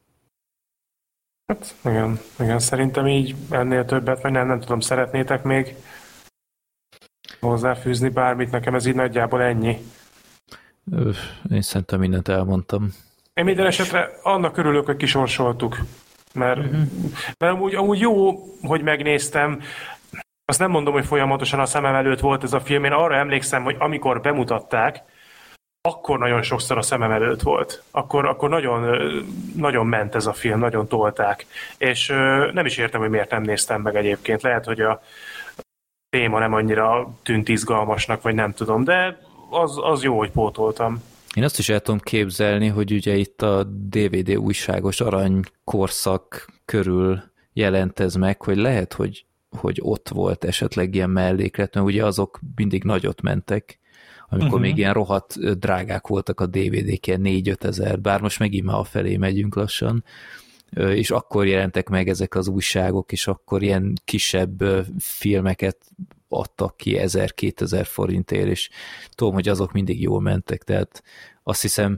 Hát igen, szerintem így ennél többet, vagy nem tudom, szeretnétek még hozzáfűzni bármit, nekem ez így nagyjából ennyi. Én szerintem mindent elmondtam. Én minden esetre annak örülök, hogy kisorsoltuk, mert amúgy jó, hogy megnéztem. Azt nem mondom, hogy folyamatosan a szemem előtt volt ez a film, én arra emlékszem, hogy amikor bemutatták, akkor nagyon sokszor a szemem előtt volt. Akkor nagyon, nagyon ment ez a film, nagyon tolták. És nem is értem, hogy miért nem néztem meg egyébként. Lehet, hogy a téma nem annyira tűnt izgalmasnak, vagy nem tudom, de az jó, hogy pótoltam. Én azt is el tudom képzelni, hogy ugye itt a DVD újságos aranykorszak körül jelent ez meg, hogy lehet, hogy ott volt esetleg ilyen melléklet, mert ugye azok mindig nagyot mentek, amikor még ilyen rohadt drágák voltak a DVD-k, ilyen 4-5 ezer, bár most megint már afelé megyünk lassan, és akkor jelentek meg ezek az újságok, és akkor ilyen kisebb filmeket adtak ki 1000-2000 forintért, és tudom, hogy azok mindig jól mentek, tehát azt hiszem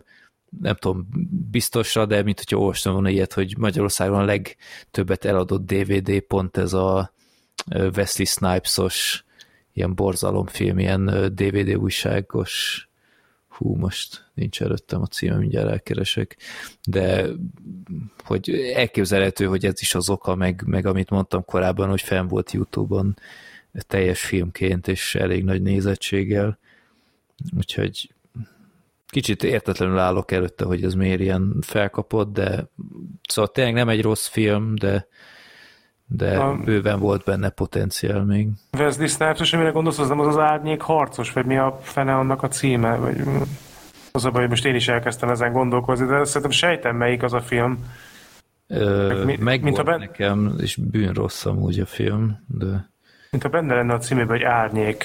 nem tudom biztosra, de mint hogyha olvastam volna ilyet, hogy Magyarországon a legtöbbet eladott DVD pont ez a Wesley Snipes-os ilyen borzalomfilm, ilyen DVD újságos, most nincs előttem a címe, mindjárt elkeresek, de hogy elképzelhető, hogy ez is az oka, meg amit mondtam korábban, hogy fenn volt YouTube-on teljes filmként, és elég nagy nézettséggel, úgyhogy kicsit értetlenül állok előtte, hogy ez miért ilyen felkapott, de szóval tényleg nem egy rossz film, de bőven volt benne potenciál még. Wesley Snipes, amire gondolsz, az nem az Árnyék harcos, vagy mi a fene annak a címe? Vagy az a baj, hogy most én is elkezdtem ezen gondolkozni, de szerintem sejtem, melyik az a film. Megvolt nekem, és bűnrossz amúgy a film, de... Mint ha benne lenne a címében, hogy Árnyék.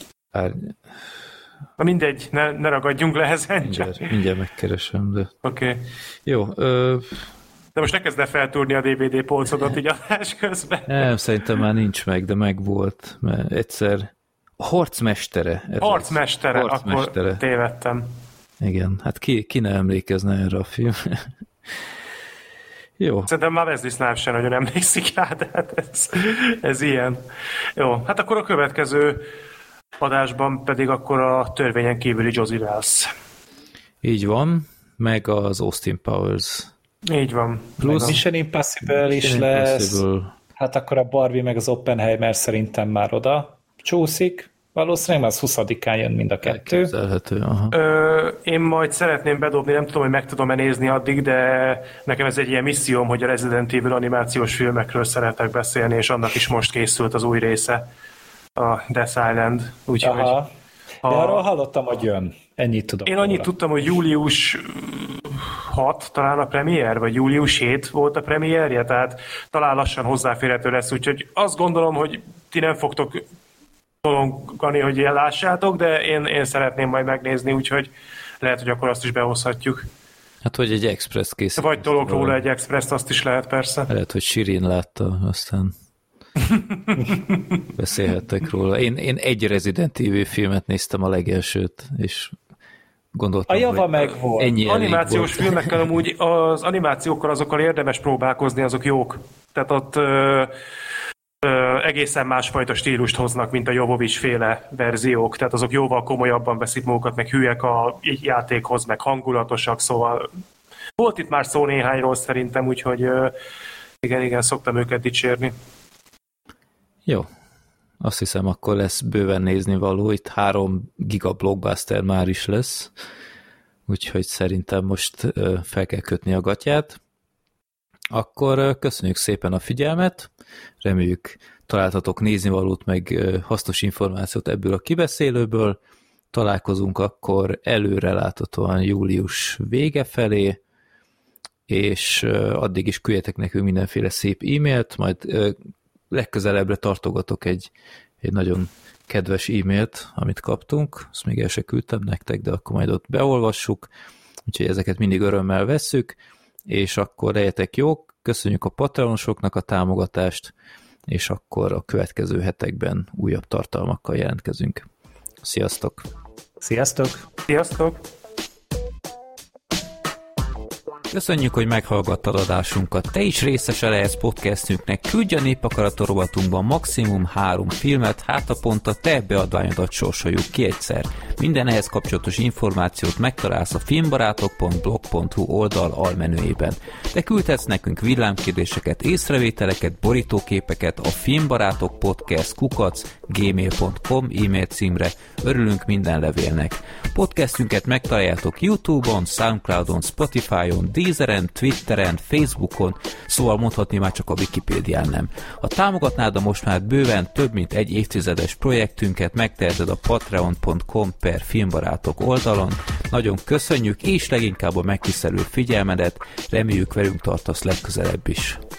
Na mindegy, ne ragadjunk le ezen. Mindjárt megkeresem, de... Oké. Jó. De most ne kezd el feltúrni a DVD polcodat így adás közben. Nem, szerintem már nincs meg, de megvolt, mert egyszer a Harcmestere. Harcmestere, akkor tévedtem. Igen, hát ki ne emlékezne erre a film. Jó. Szerintem már Wesley Snipes sem nagyon emlékszik rá, de hát ez ilyen. Jó, hát akkor a következő adásban pedig akkor a törvényen kívüli Josie Wells. Így van, meg az Austin Powers. Így van. Plusz Mission Impossible is lesz. Hát akkor a Barbie meg az Oppenheimer szerintem már oda csúszik. Valószínűleg az 20-án jön mind a kettő. Elképzelhető, aha. Én majd szeretném bedobni, nem tudom, hogy meg tudom-e nézni addig, de nekem ez egy ilyen misszióm, hogy a Resident Evil animációs filmekről szeretek beszélni, és annak is most készült az új része, a Death Island. Úgyhogy, de arról hallottam, hogy jön. Ennyit tudom. Én annyit tudtam, hogy július 6 talán a premier, vagy július 7 volt a premierje, tehát talán lassan hozzáférhető lesz, úgyhogy azt gondolom, hogy ti nem fogtok tolongani, hogy ilyen lássátok, de én szeretném majd megnézni, úgyhogy lehet, hogy akkor azt is behozhatjuk. Hát, hogy egy express készít. Vagy tolok róla egy express, azt is lehet persze. Lehet, hogy Sirin látta, aztán beszélhettek róla. Én egy Resident Evil filmet néztem, a legelsőt, és gondoltam, a java meg volt. Ennyi animációs volt. filmekkel amúgy az animációkkal azokkal érdemes próbálkozni, azok jók. Tehát ott egészen másfajta stílust hoznak, mint a Jovovich-féle verziók, tehát azok jóval komolyabban veszik magukat, meg hülyek a játékhoz, meg hangulatosak, szóval volt itt már szó néhányról szerintem, úgyhogy igen, szoktam őket dicsérni. Jó. Azt hiszem, akkor lesz bőven nézni való. Itt 3 giga blockbuster már is lesz, úgyhogy szerintem most fel kell kötni a gatyát. Akkor köszönjük szépen a figyelmet, reméljük találtatok néznivalót, meg hasznos információt ebből a kibeszélőből. Találkozunk akkor előreláthatóan július vége felé, és addig is küldjetek nekünk mindenféle szép e-mailt, majd legközelebbre tartogatok egy nagyon kedves e-mailt, amit kaptunk, azt még el se küldtem nektek, de akkor majd ott beolvassuk, úgyhogy ezeket mindig örömmel vesszük, és akkor legyetek jók, köszönjük a patronosoknak a támogatást, és akkor a következő hetekben újabb tartalmakkal jelentkezünk. Sziasztok! Sziasztok! Sziasztok! Köszönjük, hogy meghallgattad adásunkat. Te is részese lehetsz podcastünknek. Küldj a Népakarat rovatunkban maximum 3 filmet, hát a pont a te beadványodat sorsoljuk ki egyszer. Minden ehhez kapcsolatos információt megtalálsz a filmbarátok.blog.hu oldal almenüjében. De küldhetsz nekünk villámkérdéseket, észrevételeket, borítóképeket a filmbarátokpodcast@gmail.com e-mail címre. Örülünk minden levélnek. Podcastünket megtaláljátok YouTube-on, Soundcloudon, Spotify-on, Deezeren, Twitteren, Facebookon, szóval mondhatni már csak a Wikipédián nem. Ha támogatnád a most már bőven több mint egy évtizedes projektünket, megteheted a patreon.com/filmbarátok oldalon. Nagyon köszönjük, és leginkább a megtisztelő figyelmedet, reméljük velünk tartasz legközelebb is.